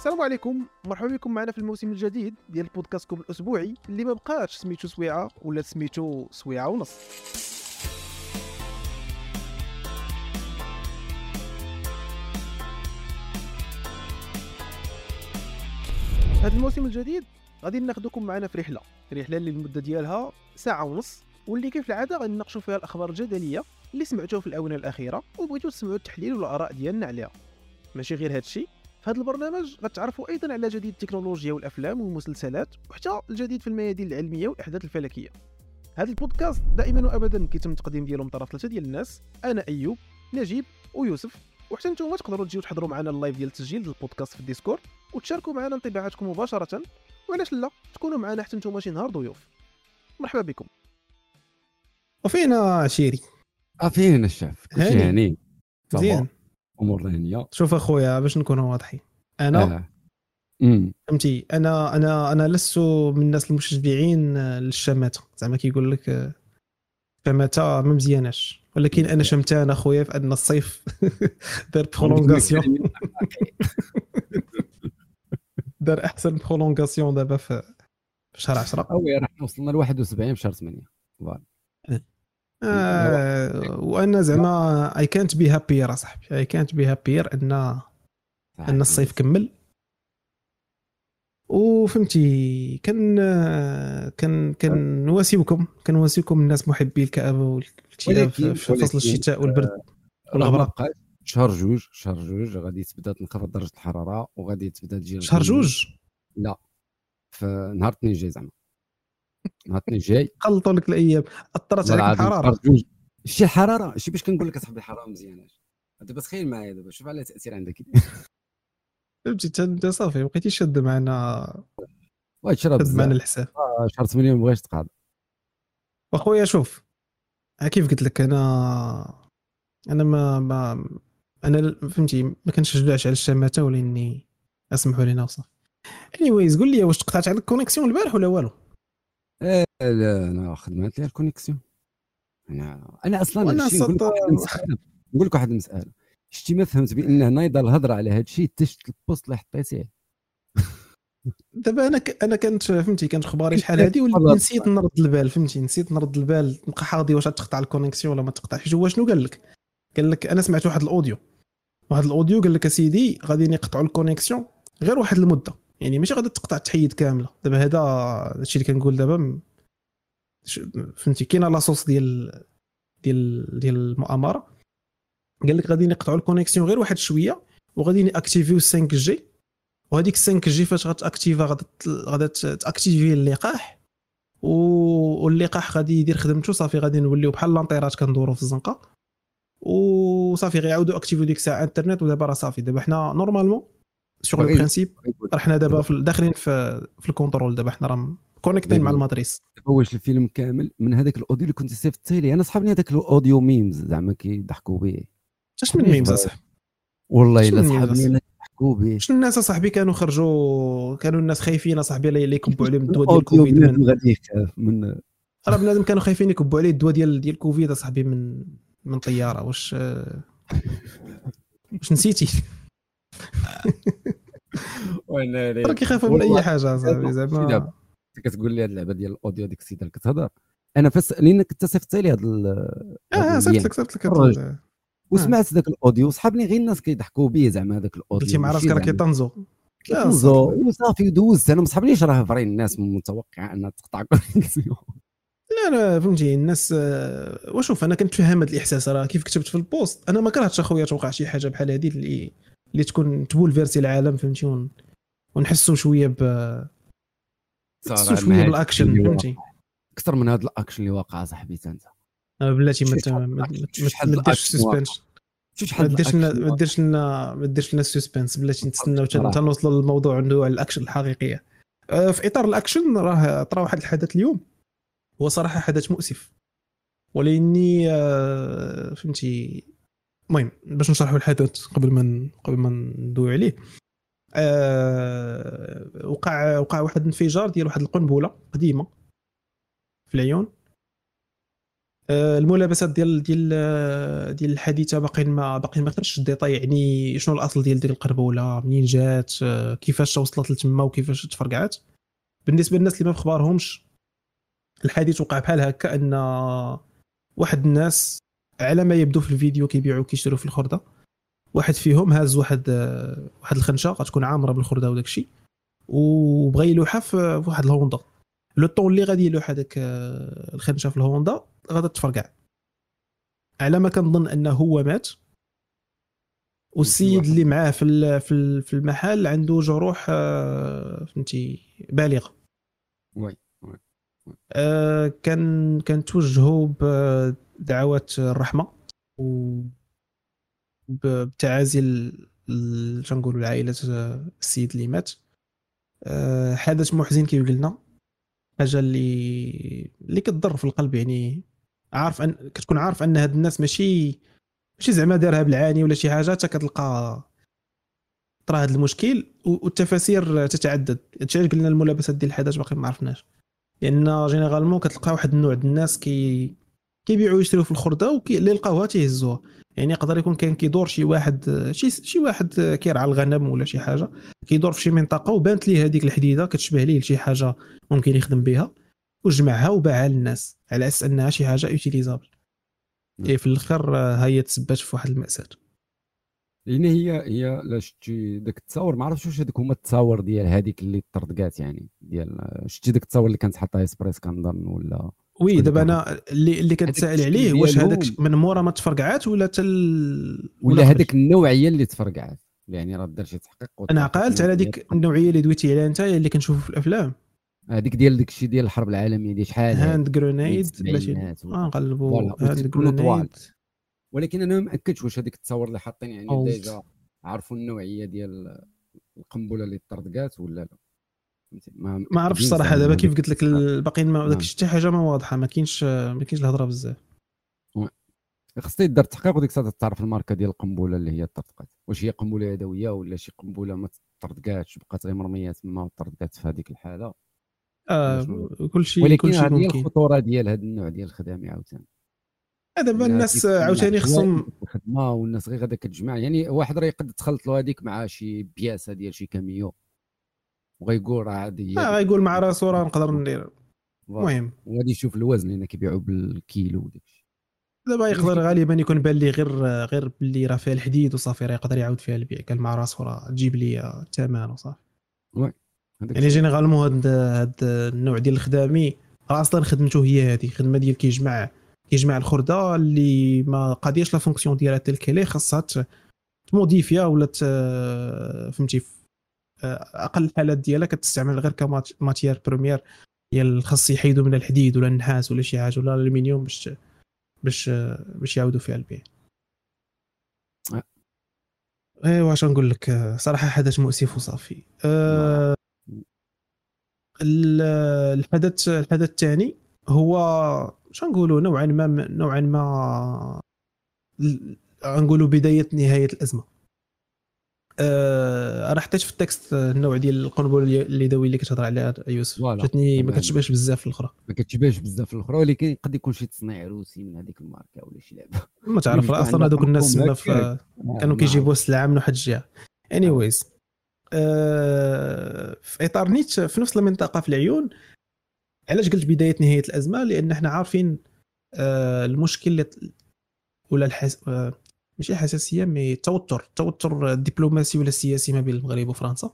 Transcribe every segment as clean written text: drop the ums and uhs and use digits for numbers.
السلام عليكم، مرحبا بكم معنا في الموسم الجديد ديال البودكاستكم الاسبوعي اللي ما بقاش سميتو سويعه ولا سميتو سويعه ونص. هذا الموسم الجديد غادي ناخذكم معنا في رحله اللي المده ديالها ساعه ونص، واللي كيف العاده غنناقشوا فيها الاخبار الجدليه اللي سمعتوها في الاونه الاخيره وبغيتوا تسمعوا التحليل والاراء ديالنا عليها. ماشي غير هذا الشيء، في هذا البرنامج غتعرفوا ايضا على جديد التكنولوجيا والافلام والمسلسلات وحتى الجديد في الميادين العلميه والاحداث الفلكيه. هذا البودكاست دائما وابدا كيتم التقديم ديالو من طرف ثلاثه ديال الناس، انا ايوب، نجيب ويوسف، وحتى نتوما تقدروا تجيو تحضروا معنا اللايف ديال تسجيل البودكاست في الديسكورد وتشاركوا معنا انطباعاتكم مباشره، وعلاش لا تكونوا معنا حتى نتوما شي نهار ضيوف. مرحبا بكم. وفينا عشيري فين الشعب كلشي هاني مزيان امور هانيه. شوف اخويا باش نكونوا واضحين، انا فهمتي انا لست من الناس المشجعين للشماته، زعما كيقول لك شماته ما مزياناش، ولكن انا شمتان اخويا في ان الصيف دار برولونغاسيون دار احسن برولونغاسيون دابا في شهر 10 وي راح وصلنا ل 71 في شهر 8 فوالا. وانا زعما اي كانت بي هابير اصاحبي، اي كانت بي هابير ان الصيف كمل. وفهمتي كان نواسيكم الناس محبي الكآبة والاكتئاب في فصل الشتاء والبرد والغبره. شهر جوج غادي تبدا تنخفض درجه الحراره وغادي تبدا تجي شهر جوج، لا في نهار الاثنين الجاي، زعما نهار الاثنين الجاي خلطوا لك الايام اثرت عليك الحراره. شي الحراره شي باش كنقول لك اصاحبي الحراره مزيانه. دابا تخيل معايا دابا شوف على تاثير عندك فهمتي انت صافي بقيتي شاد معنا وتشرب معنا الحساب. شهر 8 ما بغيتش تقعد واخويا. شوف كيف قلت لك انا ما انا فهمتي ما كنشجعش على الشماته ولا اني اسمحوا لي نوصف. anyways قول لي واش تقطعت عليك الكونيكسيون البارح ولا والو؟ لا انا خدمت لي الكونيكسيون. انا اصلا نقول لك واحد المساله. شتي ما فهمت بان هنا يضل الهضره على هذا الشيء تشت البوست اللي حطيتيه. دابا انا كانت فهمتي كانت خباري شحال هذه ونسيت نرد البال، فهمتي نسيت نرد البال، نبقى حاضي واش تقطع الكونيكسيون ولا ما تقطعش. هو شنو قال لك انا سمعت واحد الاوديو قال لك اسيدي غادي يقطعوا الكونيكسيون غير واحد المده، يعني ماشي غادي تقطع التحيد كامله. دابا هذا الشيء اللي كنقول دابا، فهمتي كاينه لاصوص ديال المؤامره. قال لك غادي يقطعوا الكونيكسيون غير واحد شويه وغادي ياكتيفيو 5 جي، وهذيك 5 جي فاش غتاكتيفا غادي تاكتيفي اللقاح، واللقاح غادي يدير خدمته صافي. غادي نوليو بحال لانطيرات كندورو في الزنقه وصافي غيعاودوا اكتيفيو ديك الساعه انترنت. ودابا راه صافي، دابا حنا نورمالمون سوغ لو برينسيپ راه حنا دابا داخلين في الكونترول. دابا حنا راه كونيكتين مع الماتريس. واش الفيلم كامل من هذاك الاوديو اللي كنت صيفطتي لي انا صحابني هذاك الاوديو ميمز زعما كيضحكوا به. اش من ميمز اصاحبي؟ والله الا صحابني يضحكوا به. شنو الناس اصاحبي كانوا الناس خايفين اصاحبي اللي يكبوا عليهم الدواء ديال الكوفيد. من غادي يخاف من راه بنادم كانوا خايفين يكبوا عليه الدواء ديال الكوفيد اصاحبي من طياره. واش نسيتي؟ وانا راه كيخافوا من اي حاجه صاحبي. زعما كتقول لي هاد اللعبه ديال الاوديو ديك السيده اللي كتهضر انا لانك كنت صيفطتي لي هذا صيفط لك وسمعت ذاك الاوديو صحابني غير الناس كيضحكوا به. زعما هذاك الاوديو قلتي مع راسك راه كيطنزو وصافي دوزت. انا ما صحابنيش راه فرين الناس متوقعه انها تقطع كونيكسيون. لا فهمتي الناس. وشوف انا كنتفهم هذا الاحساس. راه كيف كتبت في البوست انا ما كرهتش اخويا توقع شي حاجه بحال هذه اللي تكون تبولفيرسي العالم، فهمتي، ونحسوا شويه بالاكشن، فهمتي، اكثر من هذا الاكشن اللي واقع صاحبي. انت بلاتي ما ديرش سسبنس، ما ديرش لنا السسبنس، بلاتي نتسناو حتى نوصلوا للموضوع عنده على الاكشن الحقيقيه. في اطار الاكشن راه طرا واحد الحدث اليوم، هو صراحه حدث مؤسف ولاني فهمتي. المهم باش نشرحوا الحدث قبل ما ندوي عليه. وقع واحد الانفجار ديال واحد القنبله قديمه في العيون. الملابسات ديال الحادثه باقي ما خرجش الديتاي، يعني شنو الاصل ديال ديك القربوله، منين جات، كيفاش وصلت لتما وكيفاش تفرقعات. بالنسبه للناس اللي ما بخبارهمش، الحادث وقع بحال هكا ان واحد الناس على ما يبدو في الفيديو كيبيعوا كيشتروا في الخرده، واحد فيهم هاز واحد الخنشه غتكون عامره بالخرده وداك الشيء، وبغى يلوحها في واحد الهوندا. لو طون اللي غادي يلوح هذاك الخنشه في الهوندا غادا تفرقع. على ما كنظن انه هو مات، والسيد اللي معاه في المحل عنده جروح فهمتي بالغه. وي كان توجهوا بدعوات الرحمه وبتعازي شنقولوا العائله السيد اللي مات. حدث محزن كيف قلنا، حاجه اللي كتضر في القلب. يعني كتكون عارف ان هاد الناس ماشي زعما دارها بالعاني ولا شي حاجه، حتى كتلقى طرا هذا المشكل والتفاسير تتعدد. هادشي علاش قلنا الملابسات ديال الحدث باقي ما عرفناش، لان جينيرالمون كتلقى واحد النوع ديال الناس كيبيعوا يشتروا في الخرده اللي لقاوها تيهزوها. يعني يقدر يكون كان كيدور شي واحد شي واحد كيرعى الغنم ولا شي حاجه، كيدور في شي منطقه وبانت ليه هذيك الحديده كتشبه ليه لشي حاجه ممكن يخدم بها، وجمعها وباعها للناس على اساس انها شي حاجه يوتيليزابل. في الاخر هي تسبات في واحد المأساة. لان هي لا شتي داك التصاور، ما عرفتش واش هذوك هما التصاور ديال هذيك اللي طردقات، يعني ديال شتي داك التصاور اللي كانت حاطها اسبريس كنظن ولا وي. دابا انا اللي كنتسائل عليه واش هذاك من مورا ما تفرقعات ولا ولا هذاك النوعيه اللي تفرقعات. يعني راه دار شي تحقيق. انا عقلت على ديك النوعيه اللي دويتي عليها انت اللي كنشوفوا في الافلام، هذيك ديال داك الشيء ديال الحرب العالميه ديال شحال هاند جرينيد ماشي نقلبوا هاند جرينيد. ولكن انا ما مأكدش واش هذيك التصاور اللي حاطين يعني ديجا عرفوا النوعيه ديال القنبله اللي طردقات ولا لا. ما عرفتش صراحه. دابا كيف قلت لك الباقيين ما داك حتى حاجه ما واضحه، ما كاينش الهضره بزاف. خصني يدار التحقيق وديك الساعه تعرف الماركه ديال القنبله اللي هي طردقات، واش هي قنبله يدويه ولا شي قنبله ما طردقاتش بقات غير مرميه تما وطردقات في هذيك الحاله. كل شيء ولكن هذه هي الخطوره ديال هذا النوع ديال الخدامه عاوتاني. دابا الناس عاوتاني خصهم الخدمه والناس غير غادا كتجمع. يعني واحد راه يقدر تخلط له هذيك مع شي بياسه ديال شي كاميو وغيقول راه هذه هي، غيقول مع راسو راه نقدر ندير. المهم وغادي يشوف الوزن لان كيبيعوا بالكيلو وداكشي. دابا يقدر غالبا يكون بان لي غير باللي راه فيها الحديد وصافي، راه يقدر يعاود فيها البيع. قال مع راسو راه تجيب لي الثمن وصافي. يعني جينيرالمون هاد النوع ديال الخدامي راه اصلا خدمته هي هذه خدمه ديال كيجمع الخرده اللي ما قادياش لا فونكسيون ديالها تلك خاصها تموديفيا ولا فهمتي اقل الحالات ديالها كتستعمل غير كماتيير بروميير ديال خاص يحيدوا من الحديد ولا النحاس ولا شي حاجه ولا الالومنيوم باش يعاودوا فيها البيع. ايوا واش نقول لك، صراحه حدث مؤسف وصافي. الحدث الثاني هو نقولوا نوعا ما نقولوا بدايه نهايه الازمه. انا حطيت في التكست النوع ديال القنبله اليدويه اللي كتهضر عليها يوسف، جاتني ما كتشبهش بزاف في الاخرى، ولكن قد يكون شي تصنيع روسي من هذيك الماركه ولا شي لعبه ما تعرف. اصلا هذوك الناس كانوا كيجيبوا السلعه من واحد الجهه. anyways في اطار نيت في نفس المنطقه في العيون. علاش قلت بدايه نهايه الازمه؟ لان احنا عارفين المشكل ولا ماشي حساسيه مي التوتر الدبلوماسي ولا السياسي ما بين المغرب وفرنسا،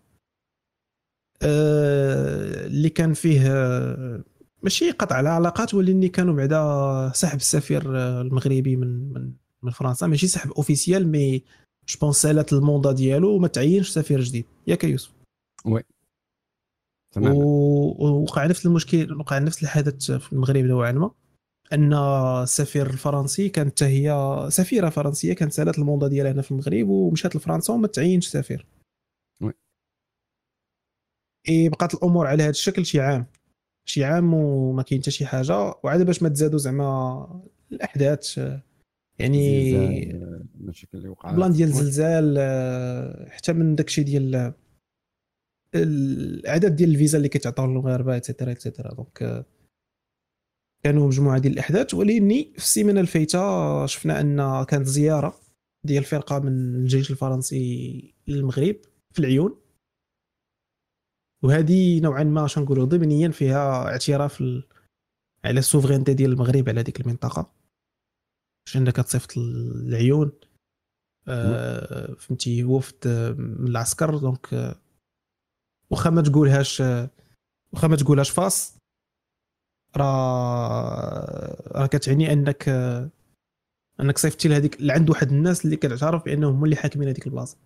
اللي كان فيه ماشي قطع العلاقات ولكن كانوا بعدا سحب السفير المغربي من فرنسا. ماشي سحب اوفيسيال مي جو بونس سالات الموندا ديالو وما تعينش سفير جديد. ياك يوسف؟ وي تمام. ووقع نفس المشكل، وقع نفس الحدث في المغرب نوعا ما، ان السفير الفرنسي كانت هي سفيره فرنسيه كانت سالات الموندا ديالها هنا في المغرب ومشات لفرنسا وما تعينش سفير. بقات الامور على هذا الشكل شي عام وما كاين حتى شي حاجه. وعاد باش ما تزادوا زعما الاحداث، يعني المشاكل اللي وقعت بلان ديال الزلزال، حتى من داكشي ديال الاعداد ديال الفيزا اللي كيتعطاو للمغاربه ايتترا. دونك كانوا مجموعه ديال الاحداث. ولكن في السيمانه الفايته شفنا ان كانت زياره ديال فرقه من الجيش الفرنسي للمغرب في العيون، وهذه نوعا ما شنقولوا ضمنيا فيها اعتراف على السوفرينتي ديال المغرب على هذيك المنطقه، باش انك تصيفط العيون فهمتي وفد من العسكر. دونك واخا ما تقولهاش فاس، راه كتعني انك صيفطتي لهذيك اللي عند واحد الناس اللي كتعترف بانهم هما اللي حاكمين هذيك البلاصه.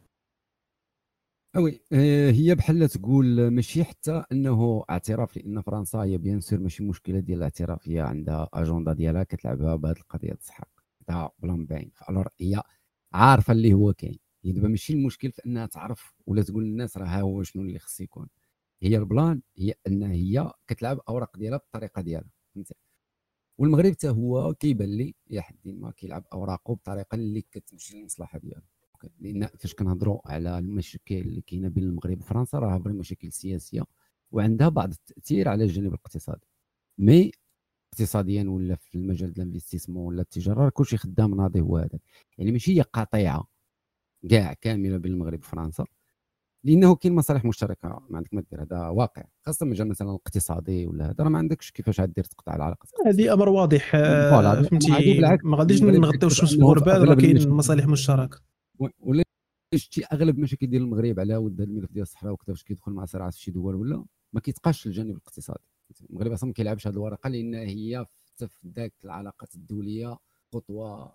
وي هي بحال تقول ماشي حتى انه اعتراف، لان فرنسا هي بيان سور ماشي مشكله ديال الاعتراف، هي عندها اجنده ديالها كتلعبها بهذه القضيه الصحه عندها بلان باين. فالور هي عارفه اللي هو كاين. هي دابا ماشي المشكل في انها تعرف ولا تقول للناس راه ها هو شنو اللي خص يكون. هي البلان هي ان هي كتلعب اوراق ديالها بالطريقه ديالها، فهمتي. والمغرب حتى هو كيبان لي الى حد ما كيلعب اوراقه بطريقه اللي كتمشي للمصلحه ديالو. لان فاش كنهضروا على المشاكل اللي كاينه بين المغرب وفرنسا راه فري مشاكل سياسيه وعندها بعض التاثير على الجانب الاقتصادي. مي اقتصاديا ولا في المجال ديال الانفستيسمون ولا التجاره راه كلشي خدام ناضي هو هذاك. يعني ماشي هي قطيعه كاع كامله بين المغرب وفرنسا، لانه كاين مصالح مشتركه ما عندك ما دير. هذا واقع، خاصه المجال مثلا الاقتصادي ولا هذا راه ما عندكش كيفاش غدير تقطع العلاقه. هذه امر واضح فهمتي. فهمتي. بالعكس ما غاديش المغرب نغطيو كتشوف الشمس انه في بغربال، راه اغلب كاين المشاكل مصالح مشتركه. ولا شتي اغلب المشاكل ديال المغرب على ود هذا الملف ديال الصحراء وكذا فاش كيدخل مع صراعات في شي دول ولا ما كيتقاش الجانب الاقتصادي. المغرب اصلا ما كيلعبش هذه الورقه لان هي حتى في ذاك العلاقات الدوليه خطوه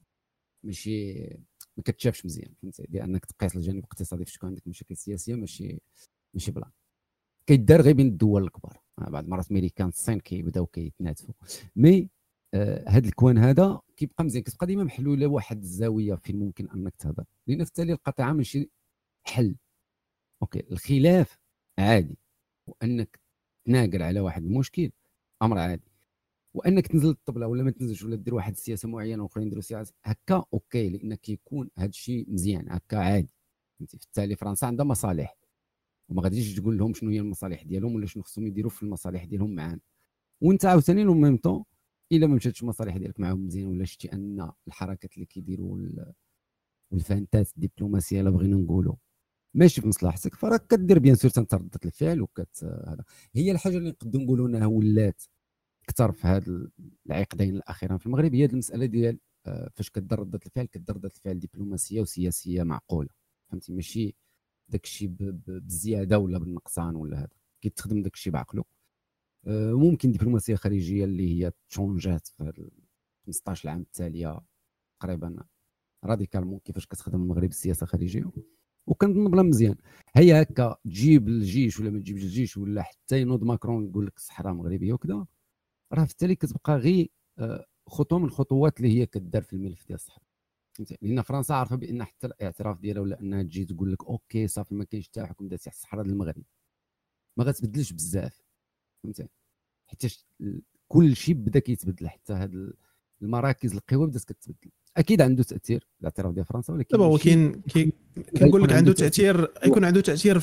ماشي ما كتشافش مزيان، فهمتي، ديال انك تقيس الجانب الاقتصادي فاش كان عندك مشاكل سياسيه ماشي بلان. كيدار غير بين الدول الكبار. بعض المرات امريكان الصين كيبداو كيتنافسوا. مي هذا الكوان هذا كيبقى مزيان، كتبقى ديما محلوله واحد الزاويه فين ممكن انك تهضر، لان في التالي القطيعه ماشي حل. اوكي الخلاف عادي، وانك تناقل على واحد المشكل امر عادي، وانك تنزل الطبله ولا ما تنزلش ولا دير واحد السياسه معينه واخرين يديروا سياسه هكا اوكي، لان كيكون هذا الشيء مزيان هكا عادي. فهمتي. في التالي فرنسا عندها مصالح وما غاديش تقول لهم شنو هي المصالح ديالهم ولا شنو خصهم يديروا في المصالح ديالهم معانا. وانت عاوتاني لو ميم طون الا ما مشاتش المصالح ديالك معاهم مزيان ولا شتي ان الحركات اللي كيديروا والفانتات الدبلوماسيه الا بغينا نقولوا ماشي في مصلحتك، فراك كدير بيان سور انت ردة الفعل هذا. هي الحاجه اللي نقدروا نقولوا انها ولات اكثر في هذا العقدين الاخيرين في المغرب، هي المساله ديال فاش كدير ردة الفعل كدير ردة الفعل دبلوماسيه وسياسيه معقوله، فهمتي، ماشي داكشي بالزياده ولا بالنقصان ولا هذا. كيتخدم داكشي بعقله. ممكن دبلوماسيه خارجيه اللي هي تشونجات في هذه 15 عام التاليه تقريبا راديكالمون كيفاش كتخدم المغرب السياسه الخارجيه، وكنظن بلا مزيان. هي هكا تجيب الجيش ولا ما تجيبش الجيش ولا حتى ينوض ماكرون يقول لك الصحراء مغربيه وكذا، راه في التالي كتبقى غير خطوه من الخطوات اللي هي كدار في الملف ديال الصحراء، لان فرنسا عارفه بان حتى الاعتراف ديالها ولا انها تجي تقول لك اوكي صافي ما كاينش حتى حكم ديال الصحراء ديال المغرب ما غتبدلش بزاف، فهمتي، حيت كل شيء بدا كيتبدل. حتى هاد المراكز القوى بدات كتبدل. اكيد عنده تاثير الاعتراف ديال فرنسا، ولكن دابا هو كنقول لك عنده تاثير، يكون عنده تاثير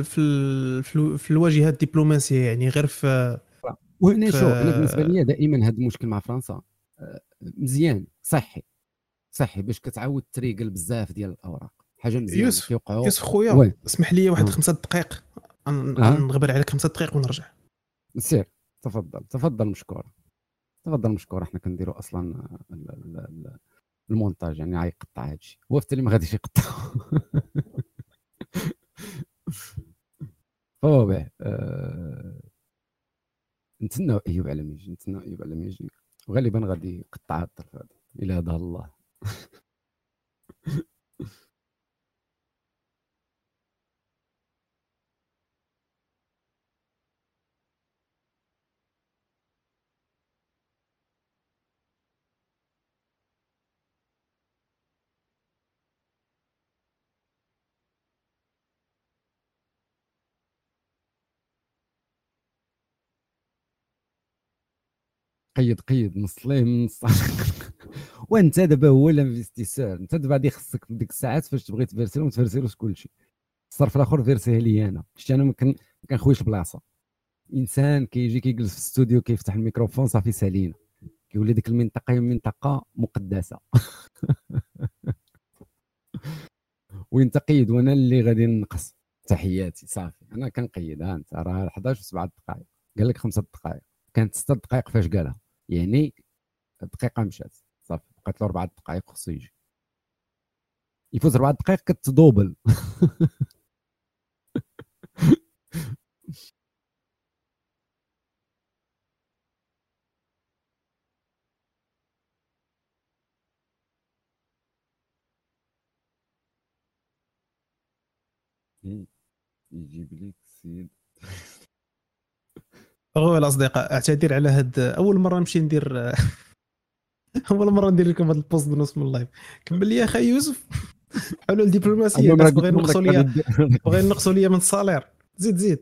في الواجهه الدبلوماسيه، يعني غير في وهنا شو انا بالنسبه لي دائما هذا المشكل مع فرنسا مزيان صحي باش كتعاود تريقل بزاف ديال الاوراق، حاجه مزيانه كيوقعوا. يوسف خويا اسمح لي واحد 5 دقائق غنغبر عليك 5 دقائق ونرجع. سير تفضل مشكور. احنا كنديروا اصلا المونتاج يعني غيقطع هادشي، هو في اللي ما غاديش يقطع. فواضح. نتسناو ايوب على ما يجي، وغالبا غادي يقطع هذا الطرف هذا الى هذا الله. قيد نص ليه من نص. وانت دابا هو الانفستيسور، انت دابا غادي خصك في ديك الساعات فاش تبغي تفيرسيلو كلشي. الصرف الاخر فيرسيه لي انا، شتي انا ما كنخويش البلاصه. انسان كيجي كيجلس في الاستوديو كيفتح الميكروفون صافي سالينا كيولي ديك المنطقه هي منطقه مقدسه. وانت قيد وانا اللي غادي ننقص. تحياتي صافي انا كنقيدها. انت راه 11 و7 دقائق قال لك 5 دقائق كانت 6 دقائق فاش قالها يعني دقيقه مشات صافي بقات له 4 دقائق خصو يجي يفوز 4 دقائق كتدوبل. يجيب لك السيد. أخويا الأصدقاء أعتذر على هاد أول مرة نمشي ندير أول مرة ندير لكم هاد البوست بنص من اللايف. كمل لي يا أخي يوسف حلول الدبلوماسية الناس بغا ينقصوا لي من الصالير. زيد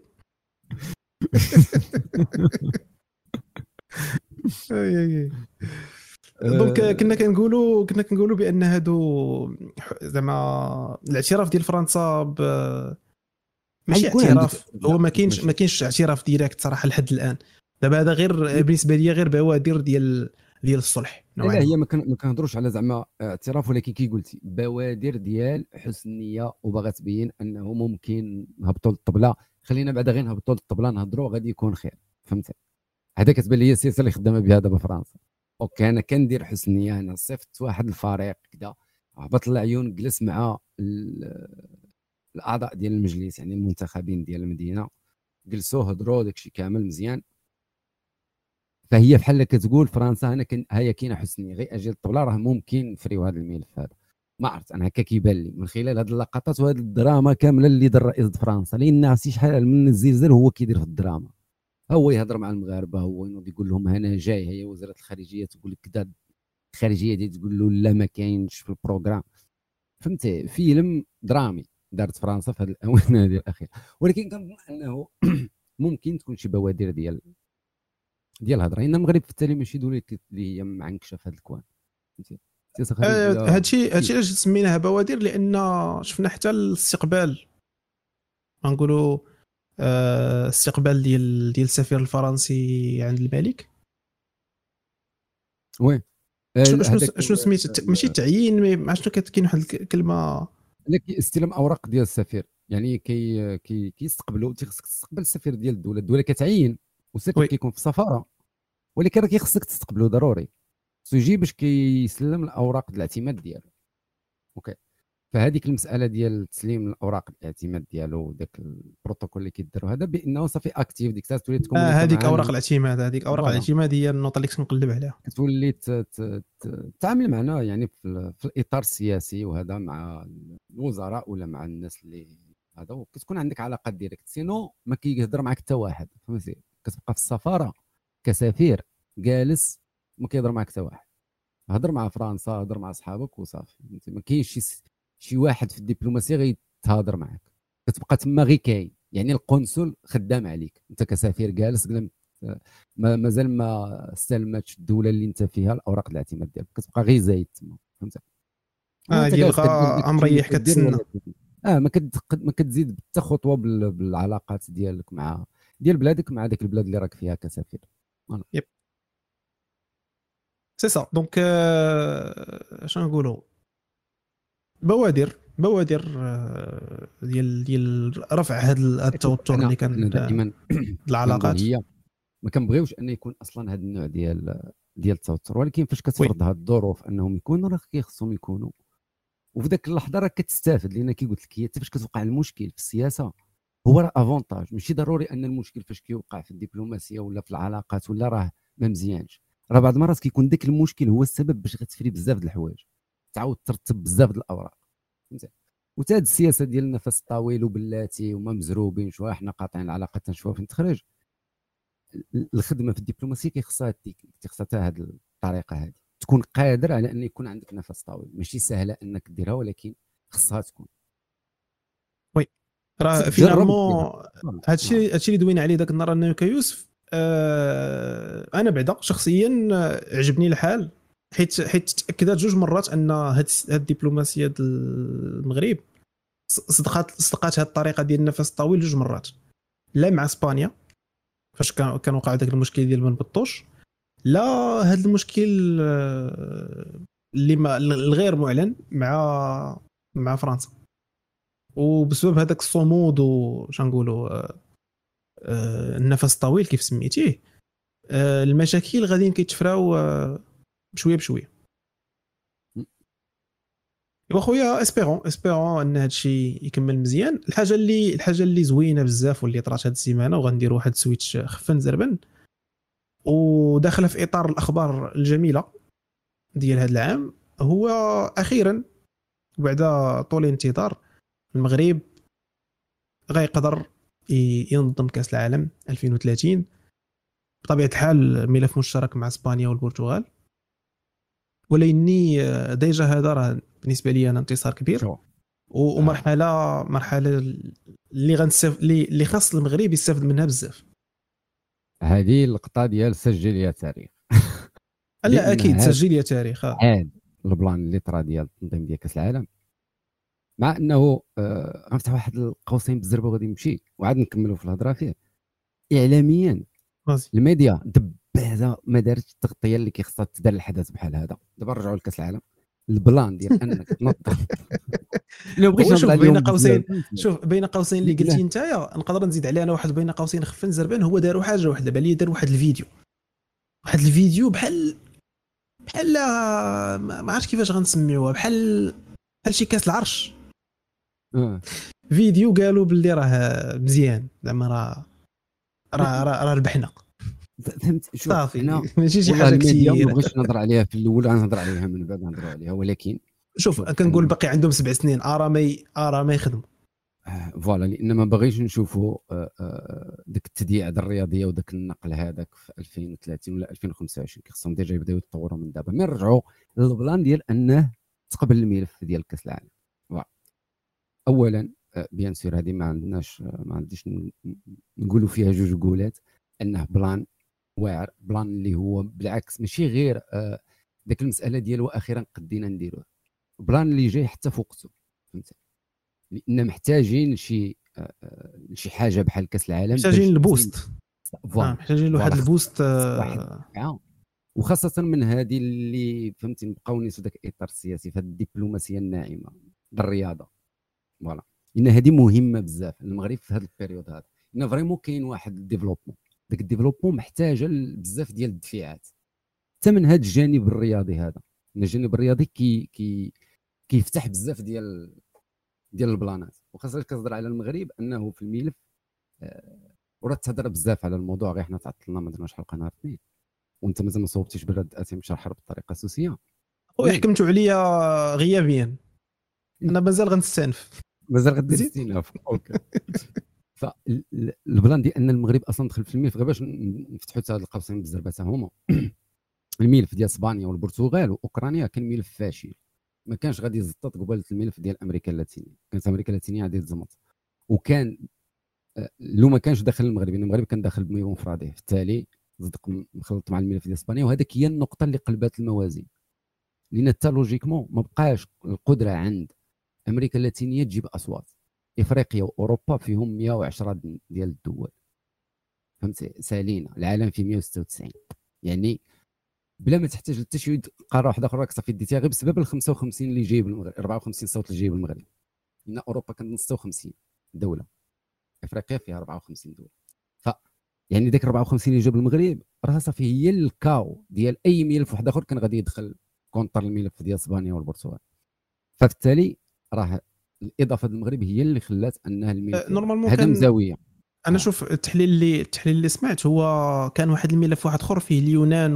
دونك كنا كنقولوا بان هادو زعما الاعتراف ديال فرنسا ماشي اعتراف. هو ما كاينش اعتراف ديريكت صراحه لحد الان. دابا هذا غير بالنسبه لي غير بوادر ديال الصلح. لا هي ما كنهضروش على زعما اعتراف ولكن كي قلتي بوادر ديال حسن النيه وباغا تبين انه ممكن نهبطوا للطبله. خلينا بعدا غير نهبطوا للطبله نهضروا غادي يكون خير. فهمتي هذا كتبان لي السياسه اللي خدامه بها دابا فرنسا. اوكي انا كندير حسن النيه انا صيفط واحد الفريق كذا هبط العيون جلس مع الاعضاء ديال المجلس يعني المنتخبين ديال المدينه جلسوا هضروا داكشي كامل مزيان. فهي بحال كتقول فرنسا انا هي كاينه حسن النيه غير اجي الطبله راه ممكن نفريو هذا الملف هذا. ما عرفت انا هكا كيبان لي من خلال هذه اللقطات وهذه الدراما كامله اللي دار رئيس فرنسا لان عرفتي شحال من الزلزال هو كيدير في الدراما. هو يهضر مع المغاربه هو ينوض يقول لهم انا جاي. هي وزاره الخارجيه تقول لك كذا الخارجيه دي تقول له لا ما كاينش في البروغرام. فهمتي فيلم درامي دارت فرنسا في هذه الاونه هذه الاخيره. ولكن كنظن انه ممكن تكون شي بوادر ديال الهضره. ان المغرب في التالي ماشي دوله اللي هي معنكشه في هذا الكوان. فهمتي هادشي علاش سميناها بوادر لان شفنا حتى الاستقبال غنقولوا استقبال ديال السفير الفرنسي عند الملك. وي شنو سميت ماشي تعيين ما شنو كاين واحد الكلمه لك استلام اوراق ديال السفير يعني كيستقبلوا خصك تستقبل السفير ديال الدوله كتعين والسفير كيكون في السفاره ولكن راه خصك تستقبلو ضروري خصو يجي باش كيسلم الاوراق ديال الاعتماد ديالو. اوكي فهذيك المساله ديال تسليم الاوراق الاعتماد ديالو داك البروتوكول اللي كيديروا هذا بانه صافي اكتيف ديك الساعه تولي تكون هذيك اوراق الاعتماد. هذيك اوراق الاعتماد هي النقطه اللي كنقلب عليها. تولي تتعامل معنا يعني في الاطار السياسي وهذا مع الوزراء ولا مع الناس اللي هذا وكتكون عندك علاقات ديريكت سينو ما كيهضر معك حتى واحد. فهمتي كتبقى في السفاره كسفير جالس ما كيهضر معك حتى واحد. هضر مع فرنسا هضر مع اصحابك وصافي. ما كاينش شي واحد في الدبلوماسيه غيتهضر معك. كتبقى تما غير كاين يعني القنصل خدام عليك. انت كسفير جالس مازال ما استلمتش الدوله اللي انت فيها الاوراق الاعتماد ديالك كتبقى غير زايد تما. فهمت يبقى مريح كتسنى. ما كتزيد حتى خطوه بالعلاقات ديالك مع ديال بلادك مع ديك البلاد اللي راك فيها كسفير. يب سي سا. دونك شنو نقولوا بوادر ديال رفع هذا التوتر اللي كان دائما العلاقات. هي ما كنبغيوش ان يكون اصلا هذا النوع ديال التوتر ولكن فاش كتفرض هذه الظروف انهم يكونوا راه كيخصهم يكونوا وفي ذاك اللحظه راه كتستافد. لان كي قلت لك هي فاش كتوقع المشكل في السياسه هو راه افونتاج. ماشي ضروري ان المشكل فاش كيوقع في الدبلوماسيه ولا في العلاقات ولا راه ما مزيانش. راه بعض المرات كيكون ذاك المشكل هو السبب باش غتفري بزاف د الحوايج تعاود ترتب بزاف د الاوراق. فهمتي وتا هاد السياسه ديال النفس الطويل وبلاتي وما مزروبين شويه حنا قاطعين العلاقات تنشوفها فين تخرج. الخدمه في الدبلوماسيه كيخصها التكنيك كيخصها حتى هذه الطريقه هذه تكون قادر على ان يكون عندك نفس طويل. ماشي سهله انك ديرها ولكن خصها تكون. وي راه فينالمون هادشي اللي دوينا عليه داك النهار انا ويوسف. انا بعدا شخصيا عجبني الحال حيت تاكدت جوج مرات ان هاد الدبلوماسيه ديال المغرب صدقات هاد الطريقه ديال النفس الطويل جوج مرات. لا مع اسبانيا فاش كان وقع داك المشكل ديال ما نبطوش. لا هذا المشكل اللي ما الغير معلن مع فرنسا، وبسبب هذاك الصمود وشنقولوا النفس الطويل كيف سميتيه، المشاكل غاديين كيتفراو بشويه بشويه. واخويا اسبيرون ان هذا الشيء يكمل مزيان. الحاجه اللي زوينه بزاف واللي طرات هذه السيمانه، وغندير واحد سويتش خفن زربن وداخله في اطار الاخبار الجميله ديال هذا العام، هو اخيرا بعد طول انتظار المغرب غيقدر ينظم كاس العالم 2030 بطبيعه الحال ملف مشترك مع اسبانيا والبرتغال. ولاني ديجا هذا راه بالنسبه لي انا انتصار كبير مرحله اللي خاص المغرب يستافد منها بزاف. هذه اللقطه ديال سجل يا تاريخ. لا اكيد سجل يا تاريخ. هذا البلان اللي طرا ديال التنظيم ديال كاس العالم، مع انه غنفتح واحد القوسين بالزربه وغادي نمشي وعاد نكملوا في الهضره فيه. اعلاميا الميديا دبازه ما دارتش التغطيه اللي كيخصها تدار الحدث بحال هذا. دابا نرجعوا لكاس العالم، البلان ديال انك تنظم لو بغيت نهضر بين قوسين اللي قلتي نتايا، نقدر نزيد عليه انا واحد بين قوسين خفن زربان. هو داروا حاجه واحده دابا اللي دار واحد الفيديو بحال ما عرفتش كيفاش غنسميوها، بحال شي كاس العرش. فيديو قالوا باللي راه مزيان زعما راه ربحنا. فهمت؟ صافي ماشي شي حاجه كثيره ما بغيتش نهضر عليها في الاول، غنهضر عليها من بعد نهضروا عليها. ولكن شوف كنقول باقي عندهم 7 سنين ما يخدموا فوالا، لان ما باغيش نشوفوا ديك التديعه الرياضيه وداك النقل هذاك في 2030 ولا 2025. خصهم ديجا يبداو يتطوروا من دابا. مي نرجعوا للبلان ديال انه تقبل الملف ديال كاس العالم. اولا بيان سور هذه ما عنديش نقولوا فيها جوج قولات، انه بلان واعر، بلان اللي هو بالعكس ماشي غير داك المساله ديال واخيرا قدينا نديروه، بلان اللي جاي حتى في وقته. فهمت؟ لان محتاجين شي حاجه بحال كاس العالم، محتاجين البوست. محتاجين لواحد البوست وخاصه من هذه اللي فهمتي نبقاو نيسو داك الاطار السياسي في هذه الدبلوماسيه الناعمه بالرياضه. فوالا، لان هذه مهمه بزاف المغرب في هذا البيريود هذا. لان فريمون كاين واحد الديفلوبمون، داك الديفلوبمون محتاجه بزاف ديال التدفيعات حتى من هذا الجانب الرياضي هذا. الجانب الرياضي كيفتح بزاف ديال البلانات، وخاصه كتهضر على المغرب انه في الملف وراه تهضر بزاف على الموضوع. غير حنا تعطلنا ما درناش حلقه نهار الاثنين، وانت مازال ما صوبتيش برد اتم شرح بالطريقه سوسيه. وحكمتوا عليا غيابيا، انا مازال غنستانف، مازال غدير استئناف. اوكي. فالبلان ديال ان المغرب اصلا دخل في الملف، غير باش نفتحوا هذا القوسين بالزربه هما الملف ديال اسبانيا والبرتغال واوكرانيا كان ملف فاشل، ما كانش غادي يزطط قبل الملف ديال امريكا اللاتينيه. كانت امريكا اللاتينيه غادي تزمط، وكان لو ما كانش داخل المغرب، المغرب كان داخل بمفرده، بالتالي صدق مخلط مع الملف ديال اسبانيا. وهذاك هي النقطه اللي قلبات الموازين، لان حتى لوجيكمون ما بقاش القدره عند امريكا اللاتينيه تجيب اصوات. افريقيا واوروبا فيهم 110 ديال الدول، فهمتي؟ سالينا العالم في 196، يعني بلا ما تحتاج حتى شي قاره واحده اخرى صافي ديتيها غير بسبب ال 55 اللي جايب المغرب، 54 صوت اللي جايب المغرب. لان اوروبا كانت 56 دوله، افريقيا فيها 54 دوله. ف يعني ديك 54 اللي جاب المغرب راه صافي هي الكاو ديال اي ملف واحد اخر كان غادي يدخل كونتر الملف ديال اسبانيا والبرتغال. فبالتالي راه الاضافه ديال المغرب هي اللي خلات انها الملف هذا مزاويه. انا شوف التحليل اللي سمعت هو كان واحد الملف واحد اخر فيه اليونان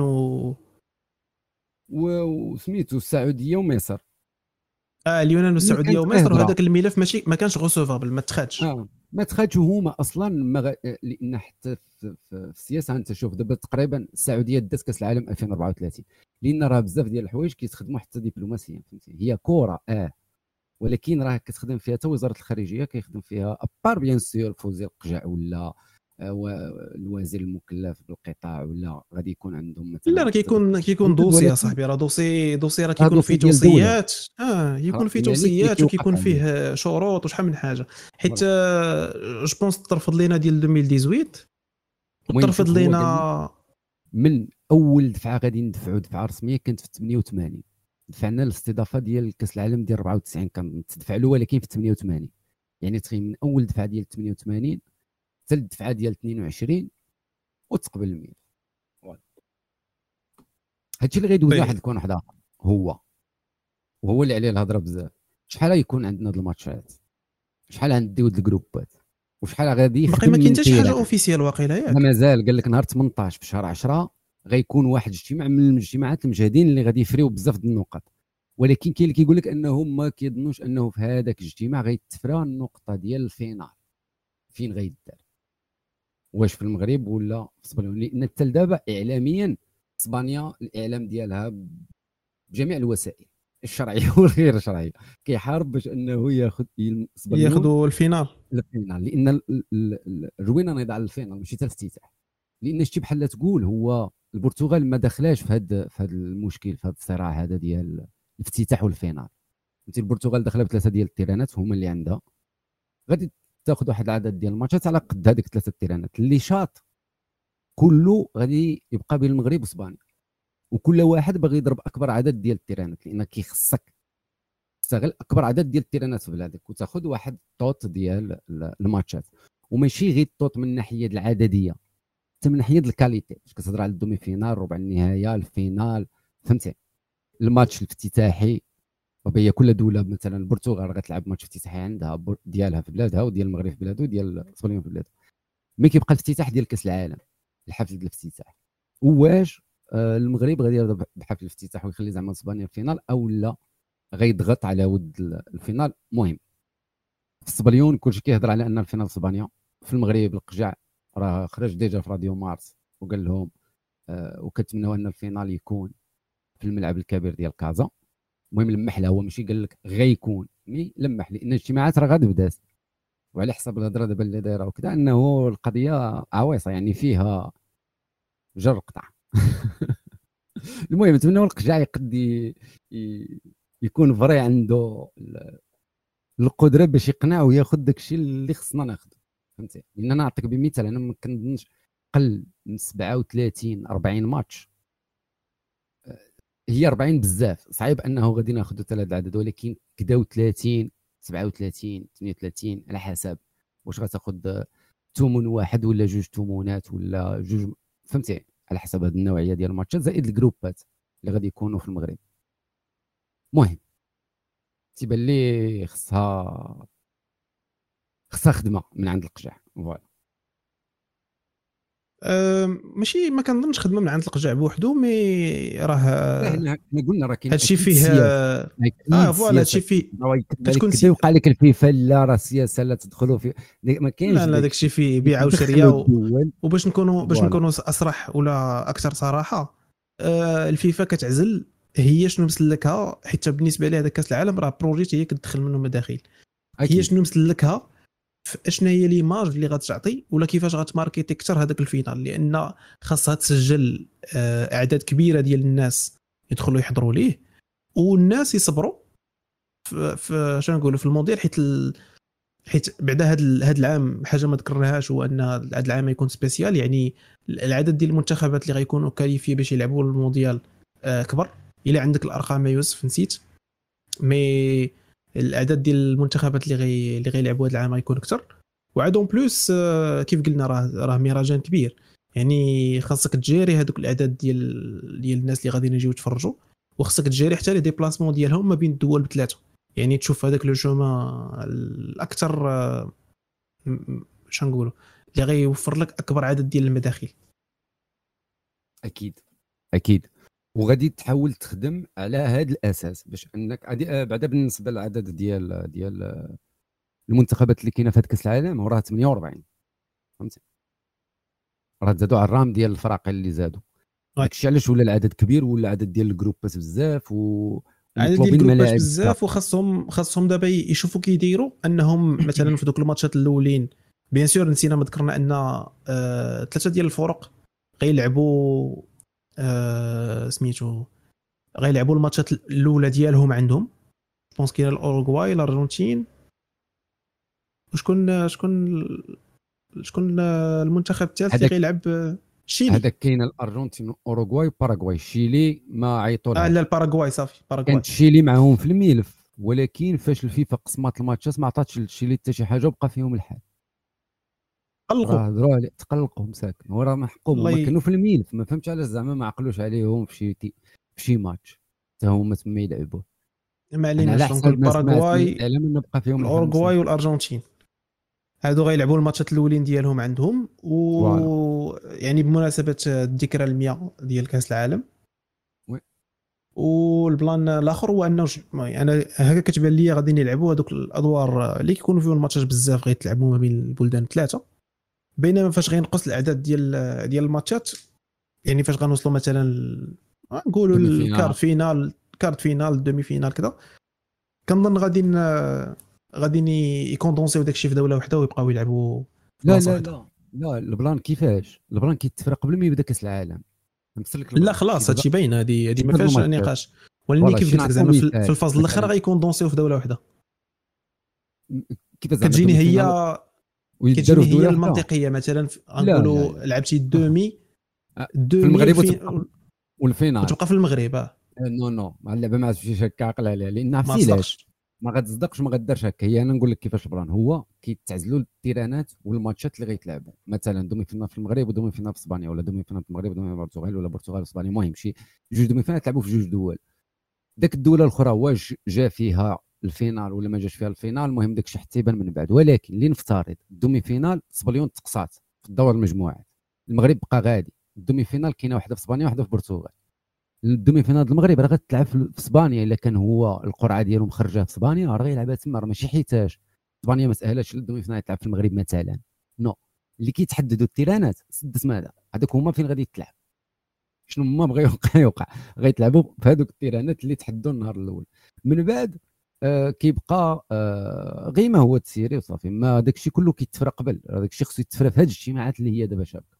وسميتو السعوديه ومصر. اليونان والسعوديه ومصر، وهذاك الملف ماشي ما كانش غوسوفابل، ما تخادش. ما تخادش هما اصلا لان حتى في السياسه انت شوف دابا تقريبا السعوديه دات كاس العالم 2034، لان راه بزاف ديال الحوايج كيتخدموا حتى دبلوماسيا. فهمتي؟ هي كره ولكن راه كتخدم فيها حتى وزاره الخارجيه كيخدم فيها ابار بيان سور فوزي القجع ولا الوزير المكلف بالقطاع، ولا غادي يكون عندهم مثلا لا كيكون دوسي صاحبي، راه دوسي راه كيكون فيه توصيات، يكون فيه توصيات وكيكون فيه شروط وشحال من حاجه. حيت جو بونس ترفض لينا ديال 2018 وترفض لينا من اول دفعه غادي ندفعوا دفعه رسميه كانت في 88 دفعنا الاستضافه ديال كاس العالم ديال 94 كان تدفع له ولكن في 88 يعني تخيل من اول دفعه ديال 88 حتى الدفعه ديال 22 وتقبل الميل. هادشي اللي غيدوز واحد يكون واحد اخر وهو اللي عليه الهضره بزاف. شحال يكون عندنا هاد الماتشات شحال غنديو هاد الجروبات وشحال غادي يخدم باقي ما كاين حتى شي حاجه اوفيسيال واقيلا ياك مازال. قال لك نهار 18 في شهر 10 غيكون واحد الاجتماع من الاجتماعات المجهدين اللي غادي يفريو بزاف د النقط ولكن كاين اللي كيقول لك انهم ما كيظنوش انه في هذاك الاجتماع غيتفرى النقطه ديال الفينال فين غيدار واش في المغرب ولا في اسبانيا لان حتى دابا اعلاميا اسبانيا الاعلام ديالها بجميع الوسائل الشرعيه والغير الشرعيه كيحارب باش انه ياخذوا الفينال لان الروينه نضال الفينال ماشي حتى الافتتاح لان شتي بحال تقول هو البرتغال ما دخلاش في هذا المشكل في هذا الصراع هذا ديال الافتتاح والفينال. انت البرتغال داخله بثلاثه ديال التيرانات هما اللي عندها غادي تاخذ واحد العدد ديال الماتشات على قد هذيك ثلاثه التيرانات اللي شاط كله غادي يبقى بين المغرب واسبانيا وكل واحد باغي يضرب اكبر عدد ديال التيرانات لان كيخصك تستغل اكبر عدد ديال التيرانات في بلادك وتاخذ واحد الطوط ديال الماتشات وماشي غير الطوط من الناحيه العدديه حتى من ناحيه الكاليتي باش كتهضر على الدومي فينال ربع النهايه الفينال فهمتي الماتش الافتتاحي وهي كل دوله مثلا البرتغال غتلعب ماتش افتتاحي عندها ديالها في بلادها وديال المغرب في بلاده وديال اسبانيا في بلادها ملي كيبقى الافتتاح ديال كاس العالم الحفل ديال الافتتاح واش المغرب غادي يرضى بحفل الافتتاح ويخلي زعما اسبانيا الفينال او لا غيضغط على ود الفينال. المهم في السبليون كلشي كيهضر على ان الفينال اسبانيا في المغرب القجع راه خرج ديجا في راديو مارس وقال لهم وكتمنوا ان الفينال يكون في الملعب الكبير ديال كازا. المهم لمح له هو ماشي قال لك غيكون مي لمح لان الاجتماعات راه غادي بدات وعلى حسب الهضره دابا اللي دايره وكذا انه القضيه عويصه يعني فيها جر قطع. المهم نتمنوا القجع يقد يكون فري عنده القدره باش يقنع وياخذ داكشي اللي خصنا ناخذه فهمتي. لان انا نعطيك بمثال انا ما كنظنش قل من 37 40 ماتش هي 40 بزاف صعيب انه غادي ناخذوا ثلاث العدد ولكن كداو 30 37 38 على حسب واش غتاخذ ثمن واحد ولا جوج ثمونات ولا جوج فهمتي على حسب هذه النوعيه ديال الماتشات زائد الجروبات اللي غادي يكونوا في المغرب. المهم تيبان لي خصها خدمه من عند القجع فوالا ماشي ما كنظنش خدمه من عند القجع بوحدو مي راه حنا قلنا راه كاين هادشي فيه فوالا هادشي فيه كتكون يوقع لك الفيفا لا راه السياسه لا تدخلوا في ما كاينش لا داكشي فيه بيع وشريه وباش نكونوا اصرح ولا اكثر صراحه الفيفا كتعزل هي شنو مسلكها حيت بالنسبه لي هذا كاس العالم راه بروجيت هي كتدخل منه مداخيل هي شنو مسلكها اشنا هي ليماج اللي غتعطي ولا كيفاش غتماركيتي اكثر هذاك الفينال لان خاصها تسجل اعداد كبيره ديال الناس يدخلوا يحضروا ليه والناس يصبروا في شنو نقولوا في الموديل حيت بعدا هذا العام حاجه ما ذكرناهاش هو ان هذا العام يكون سبيسيال يعني العدد ديال المنتخبات اللي غيكونوا كاليفي باش يلعبوا المونديال كبر الا عندك الارقام ما يوسف نسيت مي الاعداد ديال المنتخبات اللي غيلعبوا هذا العام غيكون اكثر وعادون بلوس كيف قلنا راه ميراجان كبير يعني خاصك تجيري هذوك الاعداد ديال الناس اللي غاديين يجيو يتفرجوا وخاصك تجيري حتى لي ديبلاسمون ديالهم ما بين الدول بثلاثه يعني تشوف هذاك لو شوما الاكثر شنو نقولوا اللي غيوفر لك اكبر عدد ديال المداخيل. اكيد وغادي تحاول تخدم على هذا الاساس باش انك بعدا بالنسبه للعدد ديال المنتخبات اللي كاينه في هذا كاس العالم وراه 48 فهمتي راه زادوا على الرام ديال الفراقي اللي زادوا داكشي علاش ولا العدد كبير ولا العدد ديال الجروبات بزاف عدد ديال الجروبات بزاف وخاصهم دابا يشوفوا كيديروا انهم مثلا في دوك الماتشات الاولين بيان سور نسينا ما ذكرنا ان ثلاثه ديال الفرق غيلعبوا سميتو غيلعبوا الماتشات الاولى ديالهم عندهم بونس كاين الاوروغواي الارجنتين وشكون شكون المنتخب الثالث اللي غيلعب؟ شيلي. هذاك كاين الارجنتين واوروغواي وباراغواي. شيلي ما عيطوا لها. لا الباراغواي صافي. باراغواي كانت شيلي معهم في الملف، ولكن فاش الفيفا قسمات الماتشات ما عطاتش لشيلي حتى شي حاجه وبقى فيهم الحال. راه هضروا عليه تقلقوا مساكن، وراه محقوب هما كانوا في الملف. ما فهمتش علاش زعما ما عقلوش عليهم في شي ماتش حتى هما تما يلعبوا. ما عليناش. دونك الباراغواي بقى فيهم الاوروغواي والارجنتين هادو غيلعبوا الماتشات الاولين ديالهم عندهم. يعني بمناسبه الذكرى 100 ديال كاس العالم. والبلان الاخر هو انه انا هكا كتبان لي غادي يلعبوا هذوك الادوار اللي كيكونوا فيهم الماتشات بزاف غيتلعبوا ما بين البلدان ثلاثه، بينما فاش غينقص الاعداد ديال الماتشات، يعني فاش غنوصلوا مثلا نقولوا الكارت فينال الدومي فينال كذا، كنظن غادي يكوندونسيو داكشي في دوله واحده ويبقاو يلعبوا. لا البلان كيفاش؟ البلان كيتفرق قبل ما يبدا كاس العالم. لا خلاص هادشي باين، هذه ما فيهاش نقاش. ولكن كيف قلت لك زعما في الفاز الاخر غيكوندونسيو في دوله واحده. كيف كتجيني هي المنطقيه. مثلا نقولوا لعبتي الدومي في المغرب والفينال كتبقى في المغرب. نو مع اللعبه ما عرفتش هكا عقل عليها، لان عرفتي ما غتصدقش ما غدارش هكا. هي انا نقول لك كيفاش البلان هو كيتعزلوا التيرانات والماتشات اللي غيتلعبوا. مثلا دومي فينال في المغرب ودومي فينال في اسبانيا، ولا دومي فينال في المغرب ودومي في البرتغال، ولا البرتغال في اسبانيا. المهم شي جوج دومي فينال تلعبوا في جوج دول. داك الدوله الاخرى واش جا فيها الفينال ولا ما جاش فيها الفينال، المهم داكشي حتى يبان من بعد. ولكن اللي نفترض الدومي فينال سبليون تقصات في الدور المجموعات، المغرب بقى غادي. الدومي فينال كاينه واحده في اسبانيا وواحده في البرتغال. الدومي فينال المغرب راه غتلعب في اسبانيا، الا كان هو القرعه ديالو مخرجه في اسبانيا راه غيلعبها تما. راه ماشي حيتاش اسبانيا ما سهلاش الدومي فينال يتلعب في المغرب مثلا. نو اللي كيتحددوا التيرانات سدت ماذا هذوك هما فين غادي يتلعب، شنو ما بغى يوقع غيتلعبوا في هذوك التيرانات اللي تحددوا النهار الاول. من بعد كيبقى غير ما هو التسيري وصافي. ما داكشي كله كيتفرى قبل، داكشي خصو يتفرى في هذه الاجتماعات اللي هي دابا شابكه.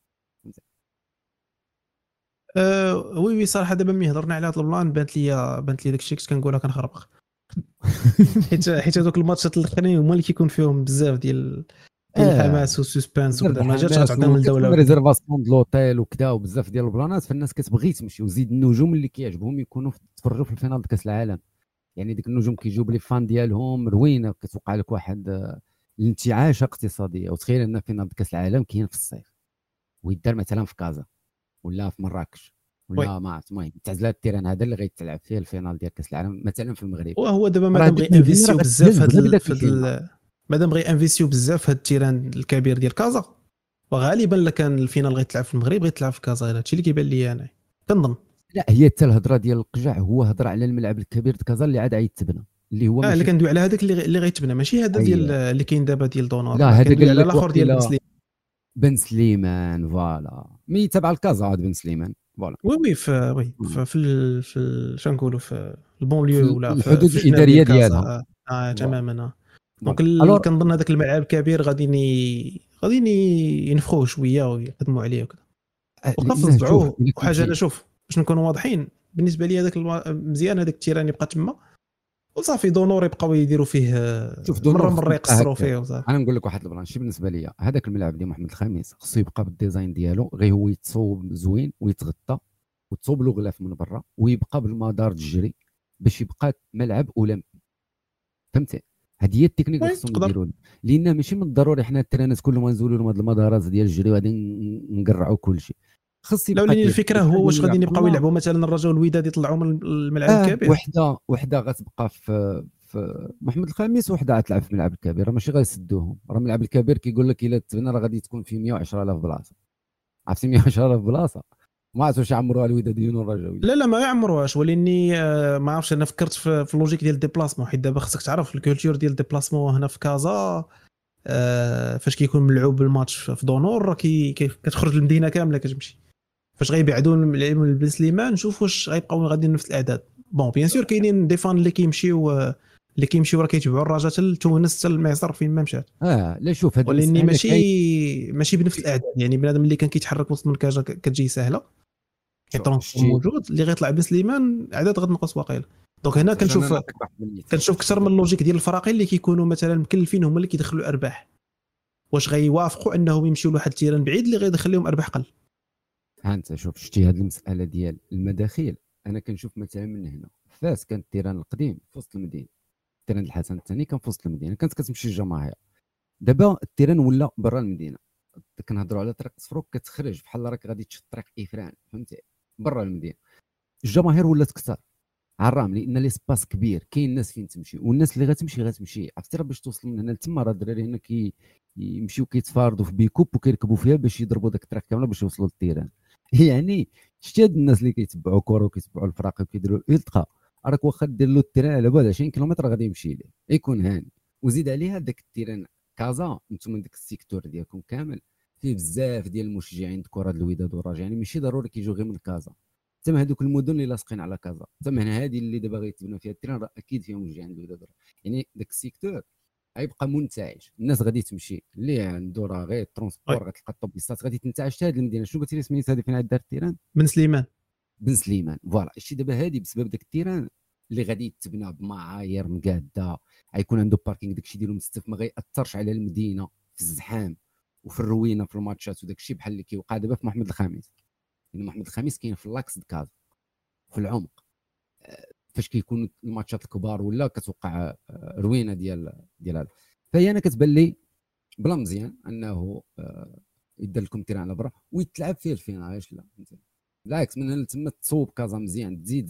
وي صراحه دابا ملي هضرنا على هذا البلان بانت لي داكشي كنت كنقولها كنخربق. حيت هذوك الماتشات الاخرين هما اللي كيكون فيهم بزاف ديال الحماس والسسبانس وكذا، ما جاتش غتعطيهم الدوله ريزيرفاسيون د لوطيل وكذا وبزاف ديال البلانات، فالناس كتبغي تمشي. وزيد النجوم اللي كيعجبهم يكونوا تفرجوا في الفينال ديال كاس العالم، يعني ديك النجوم كيجيو بلي فان ديالهم روينه، كتوقع لك واحد الانتعاشه اقتصاديه. وتخيل ان فينال كاس العالم كاين في الصيف ويدار مثلا في كازا ولا في مراكش ولا ما عرفت. المهم تعزلات التيران هذا اللي غيتلعب فيه الفينال ديال كاس العالم مثلا في المغرب. وهو دابا مادام بغي انفيستيو بزاف مادام بغي انفيستيو بزاف هذا التيران الكبير ديال كازا، وغالبا الا كان الفينال غيتلعب في المغرب غيتلعب في كازا. هذا الشيء اللي كيبان لي انا كنظن. لا هي حتى الهضره ديال القجع هو هضره على الملعب الكبير د كازا اللي عاد غيتبنى، اللي هو اللي كندوي على هذاك اللي غيتبنى، ماشي هذا ديال اللي كاين دابا ديال دونور. لا هذاك على الاخر ديال بن سليمان فوالا مي تبع الكازا بن سليمان فوالا. وي في شنو نقولوا في البونليو ولا في الحدود الاداريه ديالها. تماما. دونك كنظن هذاك الملعب الكبير غادي ينفخوه شويه ويقدموا عليه وكذا وخفضوا. وحاجه انا شوف باش نكونوا واضحين، بالنسبه لي هذاك مزيان هذاك التيران يبقى تما وصافي. دونور يبقاو يديروا فيه مره يقصروا فيه وصافي. انا نقول لك واحد البلان شي بالنسبه لي، هذاك الملعب ديال محمد الخامس خصو يبقى بالديزاين ديالو، غير هو يتصوب زوين ويتغطى وتصوب له غلاف من برا ويبقى بالمدار تجري باش يبقى ملعب اولمبي. فهمتي؟ هذه هي التكنيك اللي خصهم يديروا، لان ماشي من الضروري حنا الترانات كل ما نزولوا لهم هذه المدارات ديال الجري وغادي نقرعوا كل شيء. خص يبقى الفكره هو واش غادي يبقاو يلعبوا مثلا الرجاء والوداد يطلعوا من الملعب الكبير. وحده غتبقى في محمد الخامس، وحده غتلعب في الملعب الكبير. راه ماشي غيسدوهم، راه الملعب الكبير كيقول لك الا تبنى راه غادي تكون فيه 110,000 بلاصه. عرفتي 110,000 بلاصه ما عرفتش واش يعمروها الوداديين والرجاء. لا ما يعمروهاش، ولاني ما عرفتش. انا فكرت في اللوجيك ديال الديبلاسمون، حيت دابا خصك تعرف الكولتور ديال الديبلاسمون هنا في كازا. فاش كيكون ملعوب الماتش في دونور راه كتخرج المدينه كامله كتمشي. فاش غيبعدوا من بن سليمان نشوف واش غيبقاو غادي نفس الاعداد. بون بيان سور كاينين دي فان اللي كيمشيو راه كيتبعوا الرجاء لتونس حتى المعصر فين ما مشات. لا شوف هذا ولاني ماشي بنفس الاعداد. يعني بنادم اللي كان كيتحرك وسط المركزه كتجي سهله الترونسبور موجود، اللي غيطلع بن سليمان اعداد غتنقص واقيلا. دونك هنا كنشوف اكثر من اللوجيك ديال الفراقي اللي كيكونوا مثلا مكلفين هما اللي كيدخلوا ارباح. واش غيوافقوا انهم يمشيو لواحد التيران بعيد اللي غيدخل لهم ارباح قل؟ ها انت شوف شتي هذه المساله ديال المداخيل. انا كنشوف مثلا من هنا فاس كان التيران القديم في وسط المدينه، التيران الحسن الثاني كان في وسط المدينه، كانت كتمشي الجماهير. دابا التيران ولا برا المدينه، كنهضروا على طريق سفروك كتخرج بحال راك غادي تشد طريق افران، فهمتي، برا المدينه. الجماهير ولات كثار على الرام لان ليسباس كبير، كاين الناس فين تمشي، والناس اللي غتمشي عرفتي راه باش توصل من هنا لتما راه الدراري هنا يمشيو كيتفاردوا في بيكوب وكيركبوا فيها باش يضربوا داك الطريق كامله باش يوصلوا للتيران. يعني شتي هاد الناس اللي كيتبعوا كره وكيتبعوا الفراقي وكيديروا الالتقاء، راك واخا دير له التيران على بعد 20 كيلومتر غادي يمشي ليه يكون هاني. وزيد عليها داك التيران كازا، نتوما داك السيكتور ديالكم كامل فيه بزاف ديال المشجعين كره الوداد والرجاء، يعني ماشي ضروري كيجيو غير من كازا، تما هذوك المدن اللي لاصقين على كازا، تما هنا هذه اللي دابا غيتبنى فيها التيران راه اكيد فيها مشجعين الوداد، يعني داك السيكتور غيبقى منتعش، الناس غادي تمشي اللي عنده راه غير الترونسبور، غتلقى الطوبيسات غادي تنتعش حتى هذه المدينه. شنو قلتي لي سميتها هذه فين عاد دار التيران؟ بن سليمان. بن سليمان، فوالا. شتي دابا هذه بسبب داك التيران اللي غادي يتبنى بمعايير مقاده، غيكون عنده باركينغ داكشي ديالو مستف، ما غيأثرش على المدينه في الزحام وفي الروينه في الماتشات وداكشي بحال اللي كيوقع دابا في محمد الخامس. يعني محمد الخامس كاين في اللاكس د كازا في العمق، فاش كيكونوا الماتشات الكبار ولا كتوقع روينه ديال هذا. فهي انا كتبان لي بلا مزيان انه يدير لكم تيران على برا ويتلعب فيه الفينال، علاش لا؟ بالعكس من هنا تما تصوب كازا مزيان، تزيد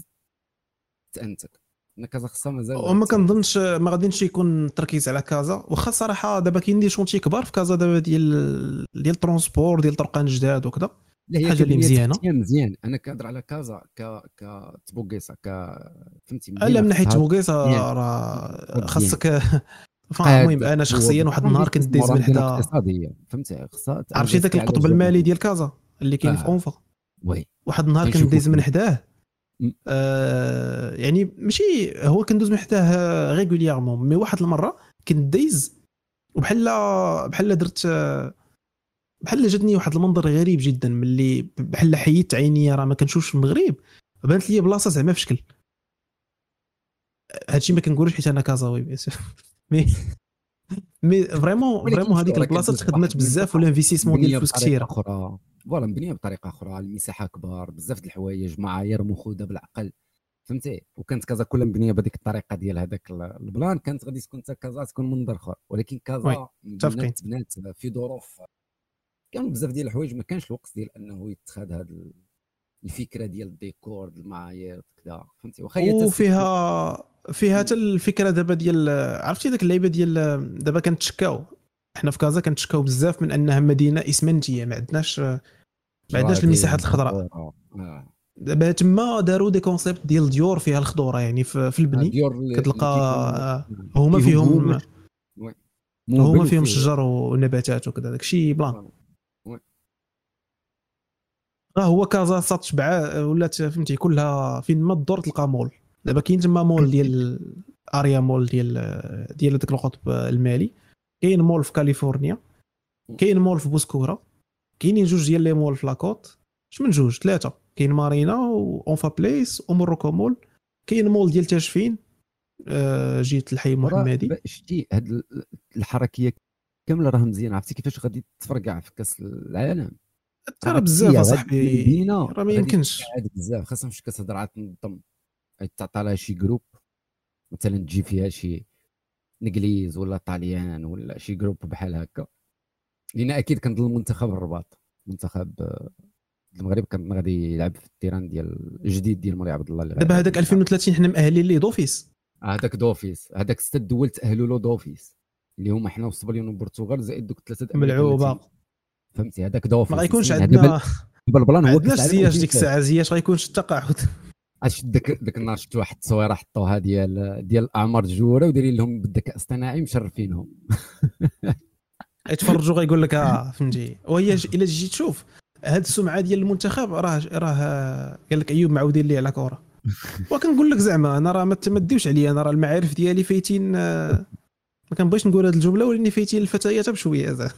تانتك ان كازا خصها مازال. وما كنظنش ما غاديش يكون التركيز على كازا، واخا صراحه دابا كاين دي شونتي كبار في كازا دابا ديال الترونسبور ديال طرقان جداد وكذا، حاجه اللي مزيانه مزيان. انا كنهضر على كازا كتبوكيسا فهمتي، لا من ناحيه بوكيسا راه خاصك المهم انا شخصيا واحد النهار كنت دايز من حدا اقتصاديه، فهمتي، خصها عرفتي داك القطب المالي ديال كازا اللي كاين في اونفا. وي واحد النهار كنت دايز من حداه، يعني ماشي هو كندوز من حداه ريغوليرمون، مي واحد المره كنت دايز وبحال درت بحال جاتني واحد المنظر غريب جدا، ملي بحال حيدت عيني راه ما كنشوفش المغرب، بانت لي بلاصه زعما في شكل هادشي ما كنقولوش حيت انا كازاوي مي فريمون هذيك البلاصه تخدمات بزاف ولا انفستيسمون ديال فلوس كثيره اخرى، فوالا مبنيه بطريقه اخرى، المساحه كبار بزاف د الحوايج، معايير مخوده بالعقل، فهمتي. وكانت كازا كلها مبنيه بهذيك الطريقه ديال هذاك البلان، كانت غادي تكون حتى كازا تكون منظر اخر، ولكن كازا بنات في ظروف كانوا بزاف ديال الحوايج ما كانش الوقت ديال انه يتخذ هذا الفكره ديال الديكور المعايير كذا، فهمتي. وفيها حتى الفكره دابا ديال عرفتي ديك اللعيبه ديال دابا كنتشكاو حنا في كازا، كنتشكاو بزاف من انها مدينه اسمنتيه، ما عندناش المساحات الخضراء. دابا تما داروا دي كونسيبت ديال ديور فيها الخضوره، يعني في البني كتلقى هما فيهم الشجر والنباتات وكذا، داكشي بلان. هو كازا تبع ولات فهمتي كلها فين ما تدور تلقى مول. دابا كاين تما مول ديال اريا مول ديال داك القطب المالي، كاين مول في كاليفورنيا، كاين مول في بوسكورا، كاينين جوج ديال لي مول في لاكوت، من جوج ثلاثه، كاين مارينا واونفا بليس ومروكو مول، كاين مول ديال تاشفين جيت الحي المحمدي. شتي هاد الحركيه كامله راه مزيان، عرفتي كيفاش غادي تفرقع في كاس العالم، ترى بزاف اصاحبي راه ما يمكنش بزاف، خاصها فاش كتهضر عاد تنظم تعطى لها شي جروب مثلا تجي فيها شي انجليز ولا طاليان ولا شي جروب بحال هكا، لان اكيد كنظن المنتخب الرباط منتخب المغرب كان غادي يلعب في التيران ديال الجديد ديال مولاي عبد الله. دابا هذاك 2030 حنا مأهلين ليه دوفيس، هذاك دوفيس، هذاك 6 دول تاهلوا له دوفيس اللي هما حنا والسبليون والبرتغال زائد دوك 3 ملعوبه، فهمتي. هذاك دوفيس ما غيكونش عندنا بالبلان هو عندناش زياش ديك الساعه، زياش غيكونش التقاعد. اش داك النهار شفت واحد التصويره حطوها ديال الاعمار الجوره ودايرين لهم بالذكاء الاصطناعي مشرفينهم يتفرجوا غيقول لك فهمتي. وهي الا جيت تشوف هاد السمعه ديال المنتخب راه قال لك ايوب معودين ليه على كره. وكنقول لك زعما انا راه ما تديوش عليا، انا راه المعارف ديالي فايتين، ما كنبغيش نقول هاد الجمله ولاني فايتين الفتيات بشويه زعما.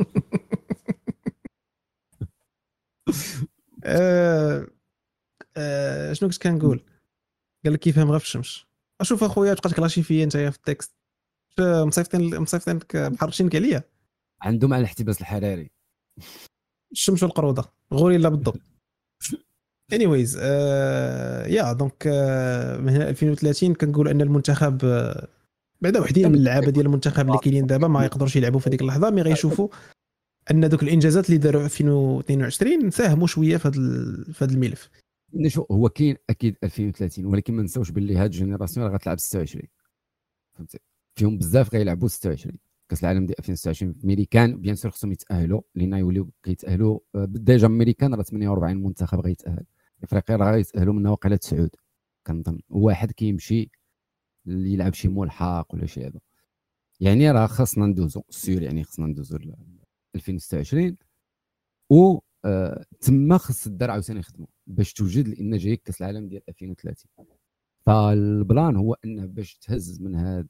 شنو كنت كنقول؟ قال لك كيفهم غير في الشمس. اشوف اخويا تبقى تكلاشي فيا انت في التكست، مصيفطينك محرشينك عليا. عندهم على الاحتباس الحراري الشمس والقروضه غوريلا بالضبط. anyways يا دونك من هنا 2030 كنقول ان المنتخب بعدا وحدين من اللعابه ديال المنتخب اللي كاينين دابا ما يقدروش يلعبوا في هذيك اللحظه، مي غيشوفوا ان دوك الانجازات اللي داروا في 2022 ساهموا شويه في هذا الملف. شو هو كاين اكيد 2030، ولكن ما نساوش باللي هاد الجينيراسيون راه غتلعب 26 فهمتي، فيهم بزاف غيلعبوا 26 كاس العالم ديال 2026 في امريكان. بيان سور خصهم يتاهلوا لان يوليو كيتاهلوا ديجا امريكان راه 48 منتخب غيتاهل، افريقيا راه غيتاهلوا منها واقيلا 9 كنظن، واحد كيمشي اللي يلعب شي ملحق ولا شي هذا. يعني راه خاصنا ندوزو سير، يعني خاصنا ندوزو 2026 و تما خص الدار عاوتاني يخدموا باش توجد، لان جاي كاس العالم ديال 2030. فالبلان هو انه باش تهز من هاد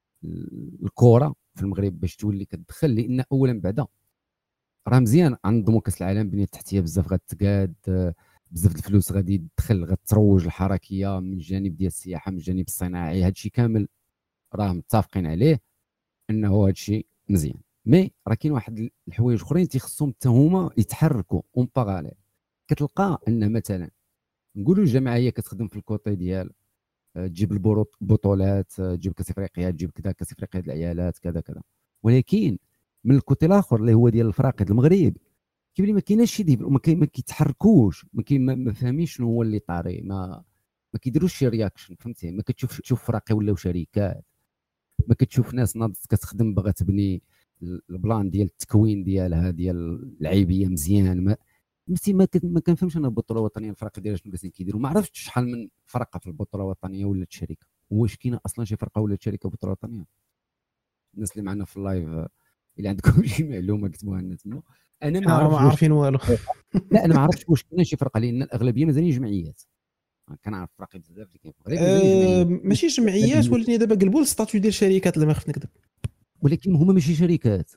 الكره في المغرب باش تولي كتدخل، لان اولا بعدا راه مزيان ننظموا كاس العالم، البنيه التحتيه بزاف غتقاد، بزاف الفلوس غادي تدخل، غتروج الحركيه من الجانب ديال السياحه، من الجانب الصناعي، هادشي كامل راه متفقين عليه انه هادشي مزيان. مي راه كاين واحد الحوايج اخرين تيخصهم حتى هما يتحركوا اون باراليل. كتلقى ان مثلا نقولوا الجمعيه كتخدم في الكوطي ديال تجيب البطولات، تجيب كاس افريقيا، تجيب كذا كاس افريقيا ديال العيالات كذا كذا، ولكن من الكوتي الاخر اللي هو ديال الفراقي المغرب كيبان ما كايناش شي ديب، ما كيتحركوش، ما فاهمينش شنو هو اللي طاري، ما كيديروش شي رياكشن فهمتي. ما كتشوف فراقي ولاو شركات، ما كتشوف ناس ناضت كتخدم باغا تبني البلان ديال التكوين ديالها ديال اللعيبيه مزيان. ما كنفهمش انا البطوله الوطنيه الفرق ديالها شنو جالسين كيديروا. ما عرفتش شحال من فرقه في البطوله الوطنيه ولا شركه، واش كاينه اصلا شي فرقه ولا شركه بطوله وطنيه؟ الناس اللي معنا في اللايف اللي عندكم شي معلومه كتبوها لنا تما. انا ما عارفين والو. لا انا ما عرفتش واش كاينه شي فرقه، لان الاغلبيه مازالين جمعيات. كنعرف فراقي بزاف اللي كاين في المغرب مازالين جمعيات، ماشي جمعيات، ولكن دابا قلبوا الستاتيو ديال الشركات اللي ما خفت نكذب، ولكن هما ماشي شركات.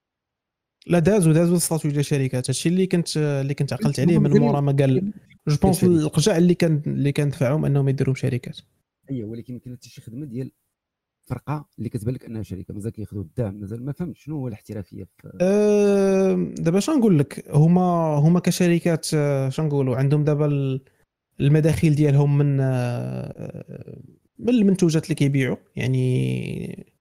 لا دازوا الستاتيو ديال الشركات. هادشي اللي كنت عقلت عليه من مورا ما قال جو بونس القجع اللي كان دفعهم انهم يديروا شركات. ايوه ولكن ما كاين حتى شي خدمه ديال فرقه اللي كتبان لك انها شركه، مازال كياخذوا الدعم، مازال ما فهمتش شنو هو الاحترافيه دابا اش نقول لك، هما كشركات نقولوا عندهم دابا المداخيل ديالهم من المنتوجات اللي كيبيعوا، يعني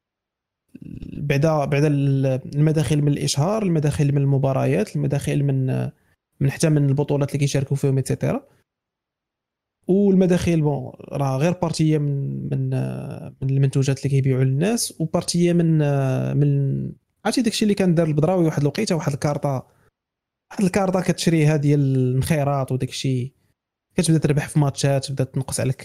بعدا المداخيل من الاشهار، المداخيل من المباريات، المداخيل من حتى من البطولات اللي كيشاركوا فيهم ايتترا. والمداخيل بون راه غير بارتيه من المنتوجات اللي كيبيعوا للناس، وبارتيه من عرفتي داكشي اللي كان دار البدراوي واحد الوقيته، واحد الكارطه كتشريها ديال الانخراط وداكشي، كتبدا تربح في ماتشات، تبدا تنقص عليك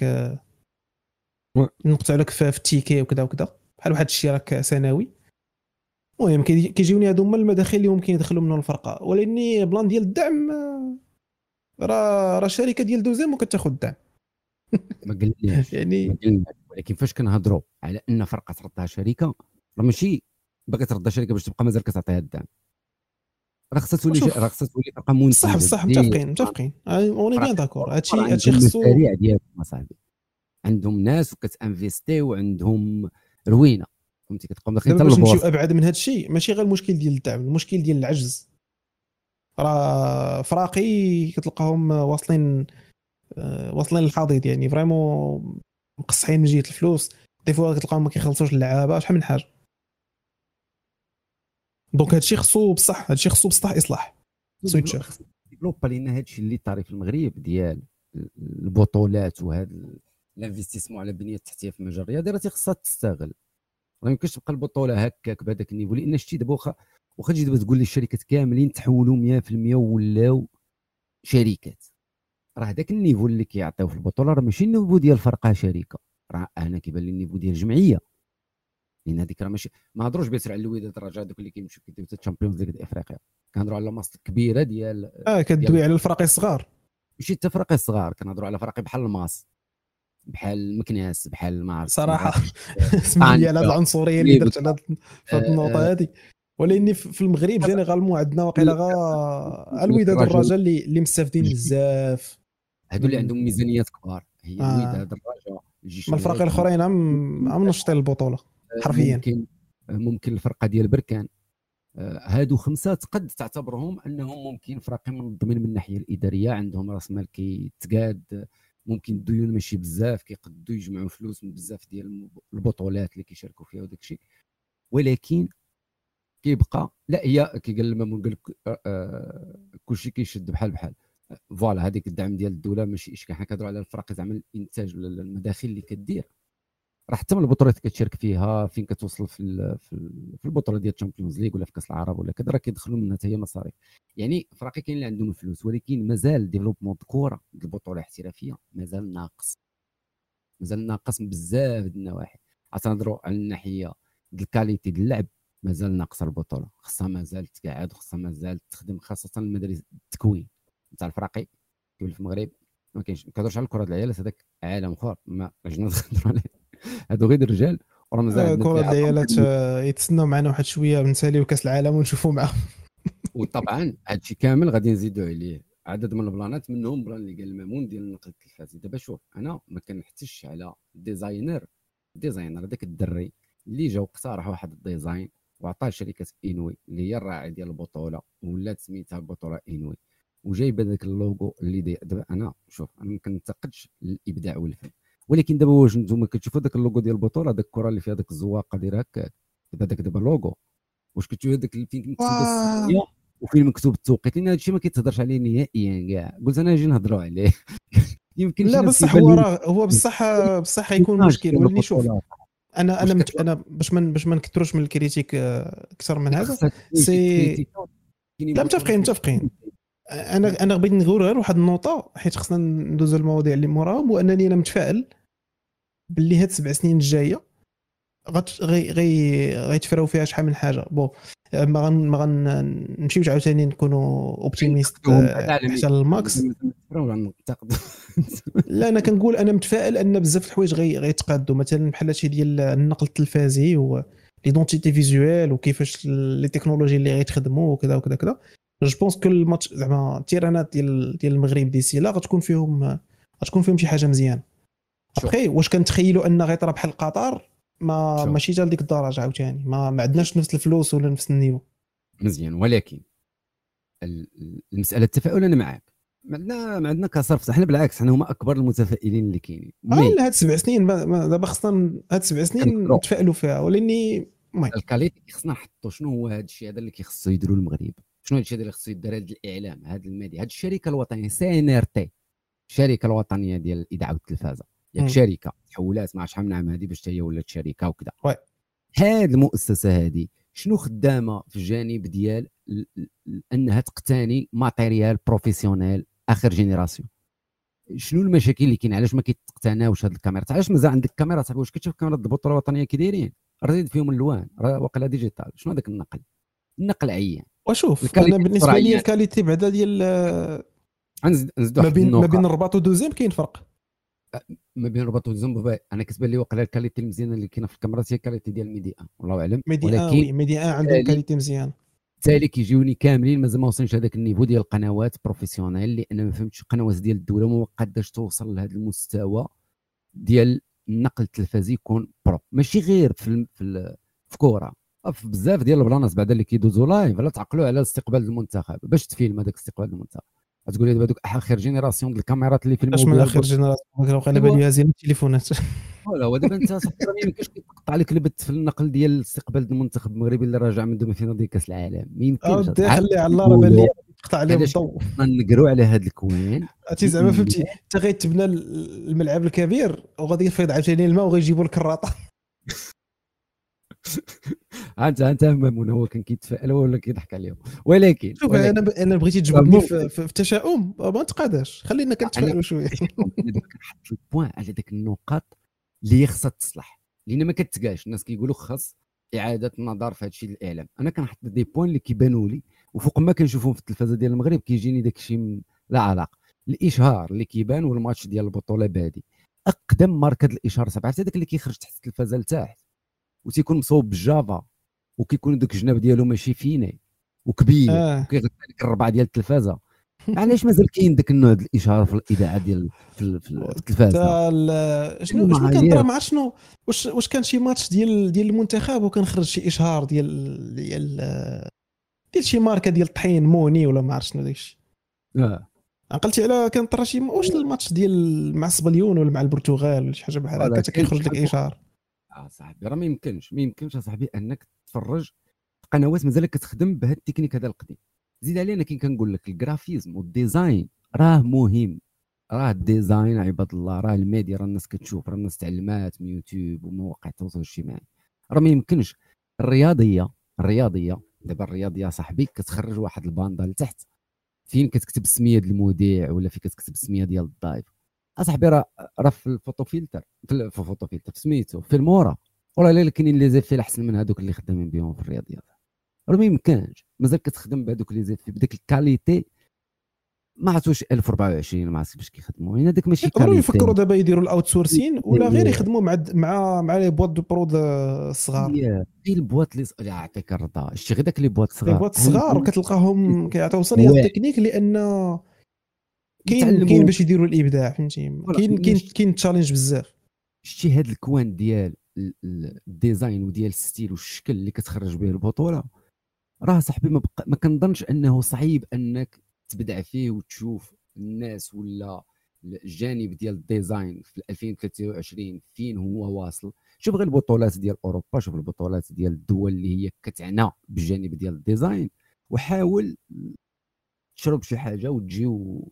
في التيكي وكذا وكذا، بحال واحد الشراك سنوي. المهم كيجيوني هادو هما المداخيل اللي ممكن يدخلوا منهم الفرقه، ولاني بلان ديال الدعم راه الشركه ديال دوزيم وكتاخذ الدعم. ما قلناش يعني ولكن فاش كنهضروا على ان فرقه تردها شركه، راه ماشي باغي تردها شركه باش تبقى مازال كتعطيها الدعم، راه خصها تولي فرقه منتجه. صح متفقين اوني بيان داكور. هادشي خصو المشاريع ديالهم اصاحبي، عندهم ناس وكتانفيستي وعندهم روينه فهمتي، كتقوم داخلين حتى نمشيو ابعد من هادشي. ماشي غير المشكل ديال الدعم، المشكل ديال العجز. راه فراقي كتلقاهم واصلين للحضيض، يعني فريمون مقصحين من جهه الفلوس، دي فوا كتلقاهم ما كيخلصوش اللعابه شحال من حاجه. دونك هادشي خصو بصح اصلاح سويتشر ديفلوبا، لان هادشي اللي طاري في المغرب ديال البطولات وهذا الانفستيسمون على البنيه التحتيه في المجال الرياضي راه خصها تستغل. ما يمكنش تبقى البطوله هكاك بهذاك النيفو، لان شتي دابا واخا تجي دابا تقول لي الشركات كاملين تحولوا 100% ولاو شركات، راه داك النيفو اللي كيعطيو في البطوله راه ماشي النيفو ديال فرقه شركه، راه انا كيبان لي النيفو ديال الجمعيه، لان هذيك راه ماشي ما هضروش بيسر على الوداد الرجاء دوك اللي كيمشيو كيديروا الشامبيونز ليغ ديال افريقيا، كنهضروا على ماست كبيره ديال كدوي على الفرق الصغار، ماشي حتى فرق الصغار، كنهضروا على فرق بحال الماس، بحال مكناس، بحال ما عرفت صراحه اسمح لي على هذه العنصريه اللي درت على هذه النقطه هذه. ولاني في المغرب جينيرالمون عندنا واقيلا الوداد والرجاء اللي مستافدين بزاف، هادو اللي عندهم ميزانيات كبار، هي الوداد الرجاء الجيش. ما الفرق الاخرين عم نشطين البطوله حرفيا. ممكن الفرقه ديال بركان هادو 5 تقد تعتبرهم انهم ممكن فراقي منظمين من الناحيه الاداريه، عندهم راس مال كيتقاد، ممكن الديون ماشي بزاف، كيقدروا يجمعوا فلوس من بزاف ديال البطولات اللي كيشاركوا فيها وداك الشيء. ولكن كيبقى لا هي كيقال المامون قال لك كلشي كيشد بحال فوالا. هذيك الدعم ديال الدوله ماشي اشكال، حنا كنهضروا على الفرق زعما الانتاج المداخل اللي كدير، راه حتى من البطولات اللي كتشارك فيها فين كتوصل في البطوله ديال الشامبيونز ليغ ولا في كاس العرب ولا كذا، راه كيدخلوا منها حتى هي مصاريف. يعني فراقي كاين اللي عندهم الفلوس، ولكن مازال ديفلوبمون الكره البطوله الاحترافيه مازال ناقص من بزاف د النواحي. غتنهضروا على الناحيه ديال الكاليتي ديال اللعب، مازال ناقصه البطوله، خصها مازال تقعد، خصها مازال تخدم، خاصه المدارس التكوين نتاع الفراقي كيولي في المغرب ما كاينش. ما كنهضرش على الكره ديال العيالات، هذاك عالم اخر ما عجبنا نهضروا عليه، هادو غير الرجال. وراه مازال عندنا كره العيالات يتسناو معنا واحد شويه نساليو كاس العالم ونشوفوا معاهم. وطبعا هادشي كامل غادي نزيدوا عليه عدد من البلانات، منهم بلان اللي قال المامون ديال النقل التلفازي. دابا شوف، انا ما كنحتش على ديزاينر داك الدري اللي جا واقترح واحد الديزاين وعطاه لشركه انوي اللي هي الراعي ديال البطوله، ولات سميتها البطوله انوي، وجايب هذاك اللوغو اللي دابا انا شوف، انا ما كنتقدش الابداع والفن، ولكن دابا واش نتوما كتشوفوا داك اللوغو ديال البطوله، داك الكره اللي فيها داك الزواقه دايره هكاك، دابا اللوغو واش كتشوف هذاك فين مكتوبه السميه وفين مكتوب التوقيت؟ لان هذا الشيء ما كيتهضرش عليه نهائيا كاع. قلت انا نجي نهضروا عليه يمكن لا بصح هو بصح غيكون مشكل. ولكن شوف انا باش ما نكثروش من الكريتيك اكثر من هذا سي لا متفقين. انا بغيت نقول غير واحد النقطه، حيت خصنا ندوزو المواضيع اللي موراهم، وانني انا متفائل باللي هاد 7 سنين الجايه غيتفراو فيها شحال من حاجه. بون ما غنمشيوش عاوتاني نكونوا اوبتيميست حتى للماكس. لا انا كنقول انا متفائل ان بزاف الحوايج غيتقادوا، مثلا بحال هادشي ديال النقل التلفازي وليدونتيتي فيزوال وكيفاش لي تكنولوجي اللي غيتخدموا وكذا وكذا كذا. جو بونس كل الماتش زعما التيرانات ديال المغرب ديسي لا غتكون فيهم شي حاجه مزيان. ابخي واش كنتخيلوا ان غيطرا بحال قطر؟ ماشي حتى لديك الدرجه عاوتاني، ما عندناش نفس الفلوس ولا نفس النيفو مزيان. ولكن المساله التفاؤل انا معاك، ما عندنا كصرف، حنا بالعكس حنا هما اكبر المتفائلين اللي كاينين. هاد 7 سنين دابا خصنا هاد 7 سنين نتفائلوا فيها، ولاني الكاليتي خصنا نحطوا شنو هو هذا الشيء هذا اللي كيخصو يديروا المغرب، شنو هذا الشيء اللي خصو يدير هذا الاعلام، هذا الميديا، هذه الشركه الوطنيه CNRT، الشركه الوطنيه ديال الاذاعه والتلفازه، ياك شركه تحولات مع شحال من عام هذه باش هي ولات شركه وكذا. هذه المؤسسه هذه شنو خدامه في الجانب ديال انها تقتني ماتيريال بروفيسيونيل اخر جينيراسيون؟ شنو المشاكل اللي كاين؟ علاش ما كيتقتناوش هاد الكاميرات؟ علاش مازال عندك كاميرا صاحبي؟ واش كتشوف كاميرات البطوله الوطنيه كي دايرين؟ راه فيهم الالوان، راه واقيلا ديجيتال. شنو هذاك النقل عيان. وشوف انا بالنسبه لي الكاليتي بعدا ديال ما بين الرباط ودوزيام كاين فرق. ما بين الرباط ودوزيام انا كتبان لي واقيلا الكاليتي المزيانه اللي كاينه في الكاميرات هي الكاليتي ديال ميديا، والله اعلم. ولكن ميديا عندهم كاليتي مزيان، بالتالي كيجيوني كاملين مازال ما وصلش هذاك النيفو ديال القنوات بروفيسيونيل، لان ما فهمتش القنوات ديال الدوله ما قاداش توصل لهذا المستوى ديال النقل التلفزي يكون برو. ماشي غير في كره، في بزاف ديال البلانات بعدا اللي كيدوزو لايف. لا تعقلوا على استقبال المنتخب باش تفيلم هذاك استقبال المنتخب، تقول لي دابا دوك اخر جينيراسيون ديال الكاميرات اللي فيلموا بها اخر جينيراسيون وقيلا بالي هازين التليفونات. ولا هو دابا انت ما يمكنش تقطع لك البت في النقل ديال استقبال المنتخب المغربي اللي راجع من فينال ديال كاس العالم. ما يمكنش خلي على الله راه بان لي تقطع عليه الضوء. نقروا على هذا الكوين عرفتي زعما فهمتي انت غيتبنى الملعب الكبير وغادي يفيض عاوتاني الماء وغيجيبوا الكراطه. انت مامون هو كان كيتفائل ولا كيضحك عليهم؟ ولكن شوف انا بغيتي تجبدني في التشاؤم ما نتقاداش، خلينا كنتفائلوا شويه. كنحط البوان على داك النقاط اللي خصها تصلح، لان ما كتلقاش. الناس كيقولوا خاص اعاده النظر في هذا الشيء الاعلام. انا كنحط دي بوان اللي كيبانوا لي وفوق ما كنشوفهم في التلفازه ديال المغرب كيجيني داك الشيء لا علاقه. الاشهار اللي كيبان والماتش ديال البطوله بادي اقدم ماركه الاشهار صافي، عرفتي داك اللي كيخرج تحت التلفازه لتحت وتيكون مصوب بالجافا وكيكون دوك الجناب ديالو ماشي فيني وكبير وكيغطي لك الربعه ديال التلفازه. علاش مازال كاين داك النوع ديال الاشهار في الاذاعه ديال في التلفازه؟ شنو كان طرا مع شنو واش كان شي ماتش ديال المنتخب وكنخرج شي اشهار ديال دير شي ماركه ديال الطحين موني ولا ما عرفت شنو داكشي. عقلتي على كان طرا شي واش الماتش ديال مع سبليون ولا مع البرتغال ولا شي حاجه بحال هكا كيخرج لك اشهار. صاحبي راه ما يمكنش صاحبي انك تتفرج قنوات مازال كتخدم بهذا التكنيك هذا القديم. زيد علينا كي كنقول لك الجرافيزم والديزاين راه مهم. راه الديزاين عباد الله راه الميديا، راه الناس كتشوف، راه الناس تعلمات من يوتيوب ومواقع التواصل الاجتماعي. راه ما يمكنش الرياضيه دابا الرياضيه صاحبي كتخرج واحد الباندا لتحت فين كتكتب السميه ديال المذيع ولا فين كتكتب السميه ديال الضيف. اصاحبي راه في الفوتوفيلتر سميتو في المورا ولا الا كاينين لي زيفي احسن من هذوك اللي خدامين بهم في الرياضيات. راه ما يمكنش مازال كتخدم بهذوك لي زيفي بديك الكاليتي. ما عرفت واش 1024 ما عرفتش باش كيخدموا هنا داك ماشي يقدروا يفكروا دابا يديروا الاوت سورسين ولا غير يخدموا مع لي بواد دو برود الصغار. هي البواط اللي يعطيك الرضا شتي غير داك لي بواط الصغار. البواط الصغار كتلقاهم كيعطيو صريح التكنيك لان كاين باش يديروا الابداع فهمتي. كاين تشالنج بزاف. شتي هاد الكوان ديال الديزاين وديال الستيل والشكل اللي كتخرج به البطوله راه صاحبي ما كنظنش انه صعيب انك تبدع فيه وتشوف الناس ولا الجانب ديال الديزاين في 2023 فين هو واصل. شوف غير البطولات ديال اوروبا، شوف البطولات ديال الدول اللي هي كتعنى بالجانب ديال الديزاين وحاول تشرب شي حاجه وتجي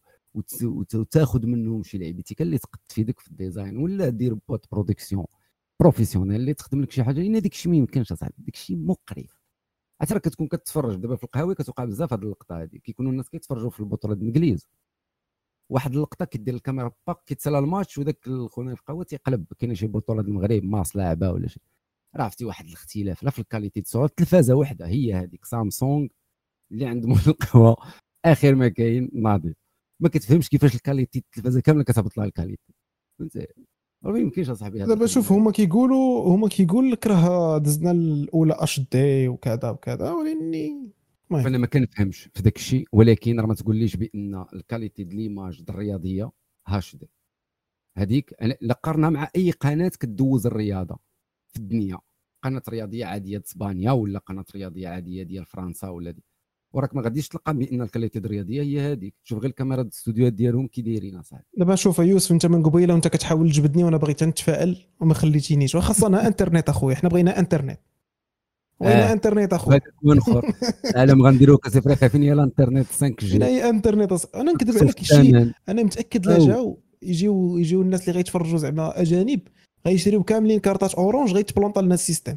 وتاخذ منهم شي لعيبتك اللي تقد تفيدك في الديزاين ولا دير بوت برودكسيون بروفيسيونيل اللي تخدم لك شي حاجه. لان داك الشيء ما يمكنش اصاحبي، داك الشيء مقرف. عرفتي كتكون كتفرج دابا في القهاوي كتوقع بزاف هاد اللقطه هادي كيكونوا الناس كيتفرجوا في البطوله ديال الانجليز واحد اللقطه كدير الكاميرا باك كيتسالى الماتش وداك الخونا في القهوه تيقلب. كاين شي بطوله ديال المغرب ماس لاعبه ولا شي راه عرفتي واحد الاختلاف لا في الكاليتي الصوره. التلفازه وحده هي هذيك سامسونج اللي عند مول القهوه اخر ما كاين ناضي ما كتفهمش كيفاش الكاليتي التلفازه كامله كتهبط لها الكاليتي. فهمتي ما يمكنش اصاحبي هذا. دابا شوف هما كيقول لك راه دزنا الاولى اش دي وكذا وكذا ولكن فانا ما كنفهمش في داك الشيء. ولكن راه ما تقوليش بان الكاليتي ديال ليماج الرياضيه هاش دي هذيك لا قارنا مع اي قناه كتدوز الرياضه في الدنيا. قناه رياضيه عاديه ديال اسبانيا ولا قناه رياضيه عاديه ديال فرنسا ولا دي وراك ما غاديش تلقى بان الكاليتي الرياضيه هي هذيك. شوف غير الكاميرات الاستوديوهات ديالهم كي دايرين اصاحبي. دابا شوف يوسف انت من قبيله وانت كتحاول تجبدني وانا بغيت نتفائل وما خليتينيش. وخاصنا انترنت اخويا حنا بغينا انترنت انترنت اخويا وين اخر العالم غنديروا كاس افريقيا فين هي الانترنت 5 جي هي انترنت انا نكذب عليك شي انا متاكد لا جاو يجيو الناس اللي غيتفرجوا زعما اجانب غيشريو كاملين كارطات اورانج غيتبلونطا لنا السيستم.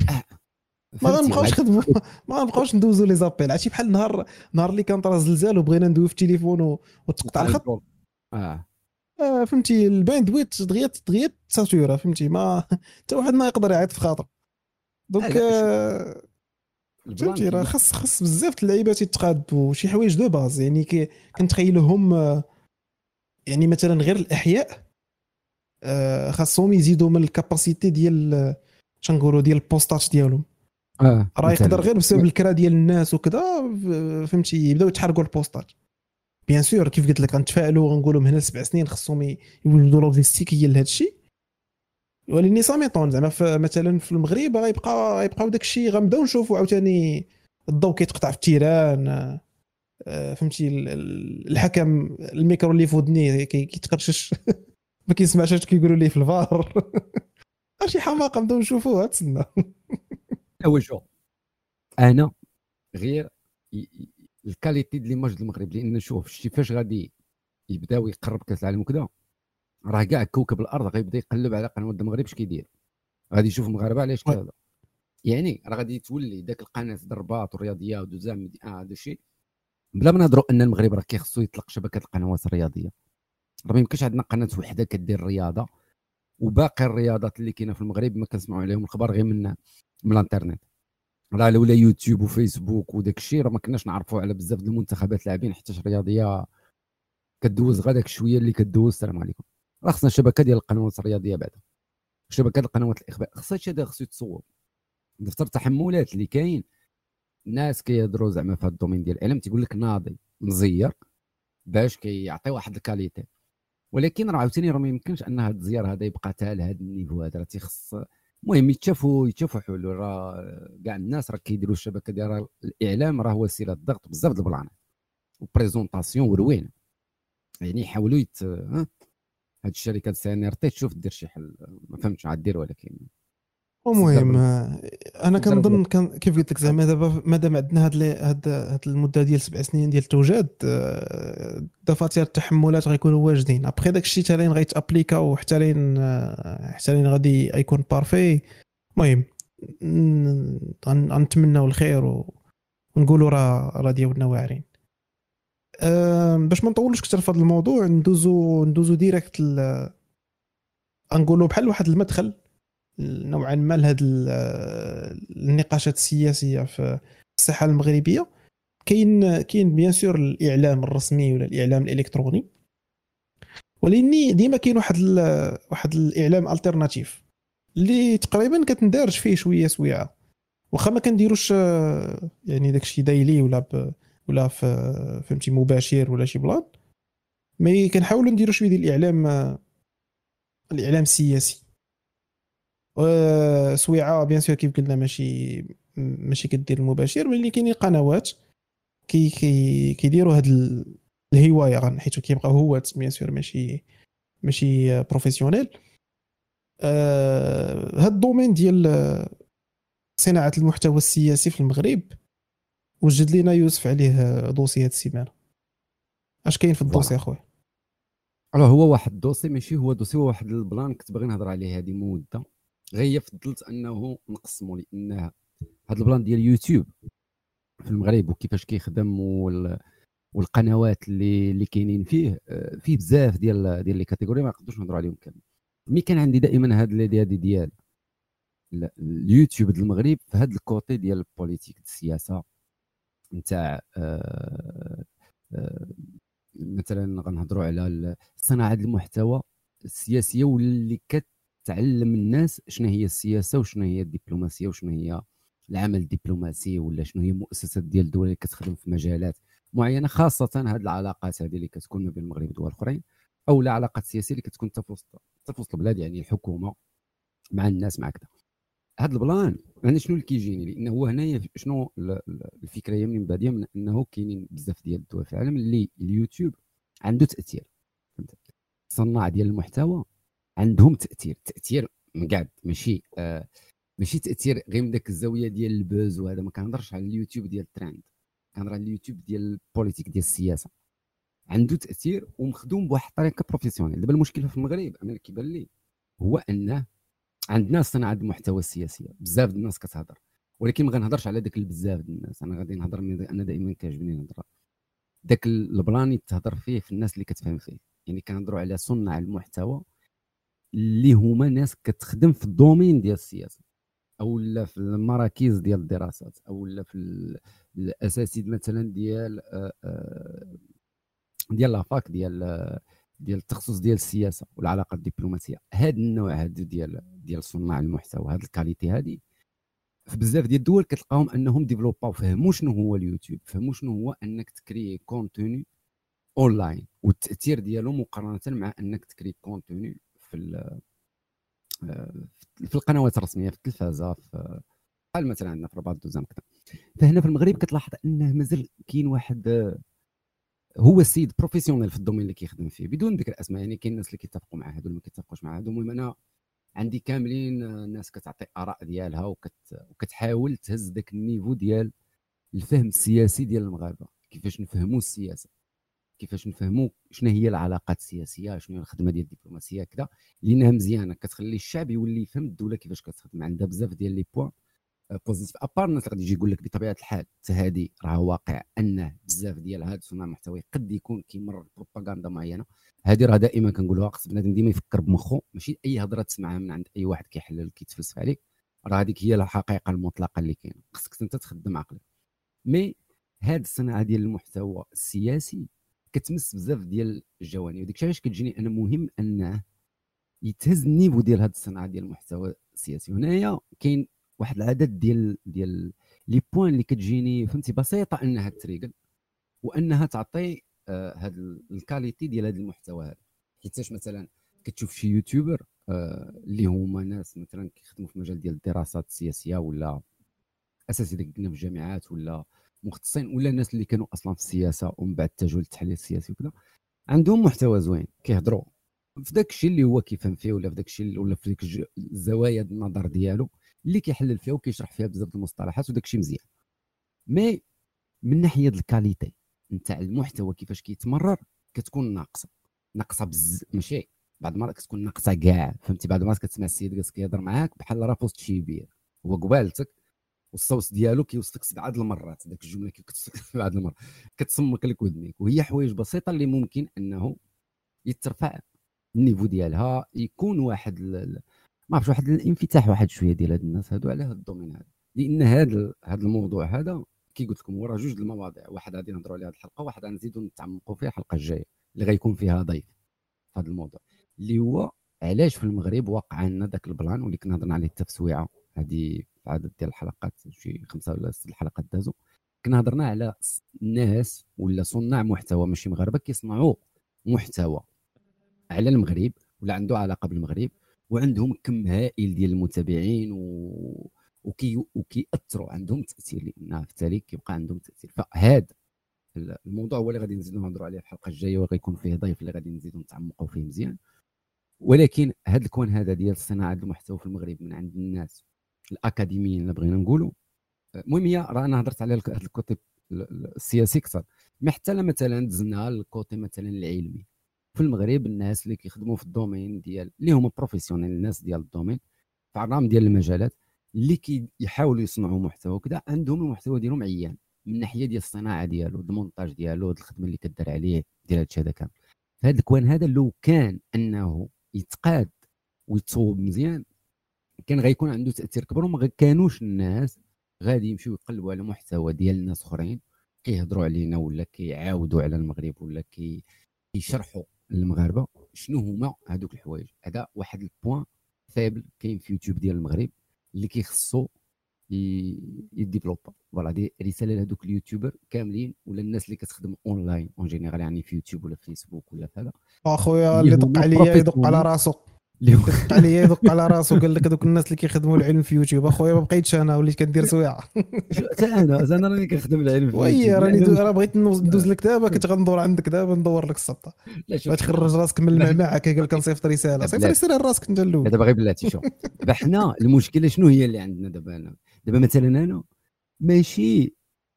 ما غنبقاوش نخدموا ما غنبقاوش ندوزو لي زابيل. عرفتي بحال نهار اللي كان طرا زلزال وبغينا ندوي في التليفون وتقطع الخط. فهمتي الباندويت دغيا ساتورا فهمتي ما حتى واحد ما يقدر يعيط في خاطر. دونك فهمتي راه خاص بزاف د اللعيبات يتقادوا شي حوايج دو باز يعني كنتخيلوهم يعني مثلا غير الاحياء خاصهم يزيدوا من الكاباسيتي ديال شنقولوا ديال البوستات ديالهم. راه يقدر غير بسبب الكرا ديال الناس وكذا فهمتي يبداو يتحرقوا البوستات. بيان سور كيف قلت لك غنتفائلوا غنقولوا من هنا 7 سنين خصهم يولدوا لوجيستيكيه لهذا الشيء. ولكن ساميطون زعما مثلا في المغرب غيبقاو داك الشيء غنبداو نشوفوا عاوتاني الضوء كيتقطع في التيران. فهمتي الحكم الميكرو اللي في ودني كيتقرشش ما كيسمعش اش كيقولوا ليه في الفار. شي حماقه نبداو نشوفوها تسنى. هو شو انا غير الكاليتي ديال ليماج المغرب لان شوف شتي فاش غادي يبداو يقرب كاس العالم وكذا راه كاع كوكب الارض غيبدا يقلب على قنوات المغرب اش كيدير غادي يشوف المغاربه علاش كذا. يعني راه غادي تولي داك القناه الرباط والرياضيه ودوزام هذا الشيء بلا ما نهضروا ان المغرب راه كيخصو يطلق شبكه القنوات الرياضيه. راه ما يمكنش عندنا قناه وحده كدير الرياضه وباقي الرياضات اللي كاينه في المغرب ما كنسمعوا عليهم الخبر غير من الانترنت. راه لولا يوتيوب وفيسبوك وداك الشيء راه ما كناش نعرفوا على بزاف د المنتخبات لاعبين حتى رياضيه كدوز غير داك شويه اللي كدوز. السلام عليكم. راه خصنا شبكه ديال القنوات الرياضيه بعدا شبكه القنوات الاخبار خصها هذا خصو يتصور. دفتر التحملات اللي كاين الناس كيهضروا زعما في هذا الدومين ديال الاعلام تيقول لك ناضي مزير باش كيعطي واحد الكاليتي. ولكن راه عاوتاني راه ما يمكنش ان هذا الزيار هذا يبقى حتى لهذا النيفو هذا. راه تيخص المهم يتشافوا حلول. راه كاع الناس راه كيديروا الشبكه ديال الاعلام، راه هو وسيله ضغط بزاف د البلان وبريزونطاسيون وروينه. يعني يحاولوا هاد الشركات سي ان ار تي تشوف دير شي حل. ما فهمتش عاد دير، ولكن المهم انا تضرب. كنظن كيف قلت لك زعما دابا مادام عندنا هاد المده ديال 7 سنين ديال التوجد، دفاتر التحملات غيكونوا واجدين. ابخي داك الشيء حتى لين غيتابليكا وحتى لين غادي يكون بارفي. المهم غنتمناو الخير ونقولوا راه ديالنا واعرين. باش ما نطولوش كثر في هذا الموضوع، ندوزو ديريكت نقولوا بحال واحد المدخل نوعا ما لهذه النقاشات السياسيه في الساحه المغربيه. كاين بيان سور الاعلام الرسمي ولا الاعلام الالكتروني، ولكن ديما كاين واحد الاعلام الترناتيف اللي تقريبا كتندارج فيه شويه سويعه، واخا ما كنديروش يعني داكشي دايلي ولا فهمتي مباشر ولا شي بلان، مي كنحاولوا نديروا شويه ديال الاعلام السياسي. سويعه بيان سور كيف قلنا ماشي كدير المباشر، ولكن كاينين قنوات كيديروا هاد الهوايه، حيت كيبقاو هوات بيان سور ماشي بروفيسيونيل. هاد الدومين ديال صناعه المحتوى السياسي في المغرب وجد لينا يوسف عليه دوسي هاد السيمانه. اش كاين في الدوسي اخويا؟ هو واحد الدوسي، ماشي هو دوسي، هو واحد البلان كنت باغي نهضر عليه هذه مده. غير فضلت انه نقسموا، لان هذا البلان ديال يوتيوب في المغرب وكيفاش كيخدم والقنوات اللي كاينين فيه بزاف ديال لي كاتيجوري ما نقدروش نهضروا عليهم كامل. مي كان عندي دائما هاد ليدي هذه ديال اليوتيوب ديال المغرب في هذا الكوتي ديال البوليتيك، السياسه نتاع مثلا غنهضروا على صناعه المحتوى السياسيه، واللي كتعلم الناس شنو هي السياسه وشنو هي الدبلوماسيه وشنو هي العمل الدبلوماسي، ولا شنو هي المؤسسات ديال الدول اللي كتخدم في مجالات معينه، خاصه هذه العلاقات هذه اللي كتكون ما بين المغرب ودول اخرين، او العلاقات السياسيه اللي كتكون في وسط البلاد، يعني الحكومه مع الناس مع كذا. هذا البلان انا شنو اللي كيجيني، لانه هو هنايا شنو الفكره هي من باديه من انه كاينين بزاف ديال الدول في العالم اللي اليوتيوب عنده تاثير. صناع ديال المحتوى عندهم تاثير مقعد، ماشي تاثير غير من داك الزاويه ديال البوز وهذا. ما كنهضرش على اليوتيوب ديال الترند، كنهضر على اليوتيوب ديال البوليتيك ديال السياسه. عنده تاثير ومخدوم بواحد الطريقه بروفيسيونيل. دابا المشكله في المغرب انا اللي كيبان لي هو انه عندنا صناعه المحتوى السياسيه، بزاف الناس كتهضر، ولكن ما غنهضرش على داك بزاف الناس. انا غادي نهضر، انا دائما كيعجبني نهضر داك البلاني تهضر فيه في الناس اللي كتفهم فيه. يعني كنهضروا على صناع المحتوى اللي هما ناس كتخدم في الدومين ديال السياسه، او لا في المراكز ديال الدراسات، او لا في الاساتذه مثلا ديال لافاك ديال التخصص ديال السياسه والعلاقات الدبلوماسيه. هذا النوع هذا ديال صناع المحتوى، هذه الكاليتي هذه في بزاف ديال الدول كتلقاهم انهم ديفلوباو، فهموا شنو هو اليوتيوب، فهموا شنو هو انك تكري كونتوني اونلاين والتاثير ديالو مقارنه مع انك تكري كونتوني في القنوات الرسميه، في التلفازه، بحال مثلا عندنا في رباط دوزام كذا. فهنا في المغرب كتلاحظ انه مازال كاين واحد هو السيد بروفيسيونيل في الدومين اللي كيخدم فيه، بدون ذكر اسماء. يعني كاين الناس اللي كيتفقوا مع هادو، ما كيتفقوش مع هادو. المهم انا عندي كاملين الناس كتعطي اراء ديالها وكتحاول تهز ذاك النيفو ديال الفهم السياسي ديال المغاربه، كيفاش نفهموا السياسه، كيفاش نفهموا شنو هي العلاقات السياسيه، شنو هي الخدمه ديال الدبلوماسيه كذا، لانها مزيانه كتخلي الشعب يولي يفهم الدوله كيفاش كتخدم. عندها بزاف ديال لي بوين بوزيتيف. ابار الناس غادي يجي يقول لك بطبيعه الحال حتى هذه راه واقع انه بزاف ديال هذا صناع المحتوى قد يكون كيمر بروباغندا معينه. هذه راه دائما كنقولوها، خص بنادم ديما يفكر بمخه، ماشي اي هضره تسمعها من عند اي واحد كيحلل كيتفلسف عليك. راه هذيك هي الحقيقه المطلقه اللي كاينه، خصك انت تخدم عقلك. مي هاد الصناعه ديال المحتوى السياسي كتمس بزاف ديال الجوانب، وديك علاش كتجيني انا مهم انه يتهز النيفو ديال هاد الصناعه ديال المحتوى السياسي. هنايا كاين واحد العدد ديال لي بوين اللي كتجيني فهمتي بسيطه انها تريقل وانها تعطي هاد الكاليتي ديال هاد المحتوى هذا. حيتاش مثلا كتشوف شي يوتيوبر اللي هما ناس مثلا كيخدموا في مجال ديال الدراسات السياسيه ولا اساسي داك في الجامعات ولا مختصين ولا الناس اللي كانوا اصلا في السياسه ومن بعد اتجهوا للتحليل السياسي وكذا، عندهم محتوى زوين كيهضروا في داك الشيء اللي هو كيفهم فيه ولا في داك الشيء ولا في ديك الزوايا النظر ديالو اللي كيحلل فيها وكيشرح فيها بزاف المصطلحات وداك الشيء مزيان. مي من ناحيه الكاليتي نتاع المحتوى كيفاش كيتمرر كتكون ناقصه ماشي بعض المرات كتكون ناقصه كاع، فهمتي؟ بعض المرات كتسمع السيد جالس كيهضر معاك بحال راه فوسط شي بير، هو قبالتك والصوص ديالو كيوصلك 7 المرات، داك الجمله كيوصلك 7 المرات كتصمك لك ودنيك، وهي حوايج بسيطه اللي ممكن انه يترفع النيفو ديالها، يكون واحد ما عرفتش واحد الانفتاح واحد شويه ديال هاد الناس هادو على هاد الدومين هذا، لان هذا الموضوع هذا كي قلت لكم هو راه جوج المواضيع، واحد غادي نهضروا عليها هاد الحلقه، واحد غنزيدوا نتعمقوا فيها الحلقه الجايه اللي غيكون فيها ضيف في هذا الموضوع، اللي هو علاش في المغرب وقع عندنا داك البلان واللي كنا هضرنا عليه التفسويعه هذه في عدد ديال الحلقات شي 5 ولا 6 الحلقات دازو، كنا هضرنا على الناس ولا صناع محتوى ماشي مغاربه كيصنعوا محتوى على المغرب ولا عنده علاقه بالمغرب وعندهم كم هائل ديال المتابعين وكيأثروا عندهم تاثير، لان في التالي كيبقى عندهم تاثير. فهذا الموضوع هو اللي غادي نزيدو نهضروا عليه في الحلقه الجايه وغيكون فيه ضيف اللي غادي نزيدو نتعمقوا فيه مزيان. ولكن هذا الكون هذا ديال صناعه المحتوى في المغرب من عند الناس الاكاديميين اللي بغينا نقولوا، المهم هي راه انا هضرت على هذا الكوتي السياسي اكثر، ما حتى مثلا دزنا الكوتي مثلا العلمي في المغرب. الناس اللي كيخدموا في الدومين ديال اللي هما بروفيسيونيل، الناس ديال الدومين في عرام ديال المجالات اللي كيحاولوا يصنعوا محتوى وكذا، عندهم المحتوى ديالهم عيان من الناحيه ديال الصناعه ديالو، المونتاج ديالو، الخدمه اللي كدار عليه ديال هادشي هذا كامل. هذا الكوان هذا لو كان انه يتقاد ويتصوب مزيان كان غيكون عنده تاثير كبر، وما كانوش الناس غادي يمشيو يقلبوا على محتوى ديال الناس اخرين كيهضروا علينا ولا كيعاودوا على المغرب ولا كيشرحوا للمغاربه شنو هما هذوك الحوايج. هذا واحد البوان فيبل كاين في يوتيوب ديال المغرب اللي كيخصو يديفلوبا. فوالا دي رساله لهذوك اليوتيوبر كاملين ولا الناس اللي كتخدم اونلاين اون جينيرال، يعني في يوتيوب ولا في فيسبوك ولا هذا. اخويا اللي دق عليا يدق على راسو، دق عليا يدق على راسو، قال لك هذوك الناس اللي كيخدموا العلم في يوتيوب. اخويا ما بقيتش انا، وليت كندير سويعه. انا راني كنخدم العلم في وي راني بغيت ندوز لك دابا، كنت غندور عندك دابا ندور لك السبطه تخرج راسك من المعمعه. قال لك نصيفط رساله، صيفط رساله لراسك انت الاول. دابا غير بلاتي شوف دابا حنا المشكله شنو هي اللي عندنا دابا مثلا انا ماشي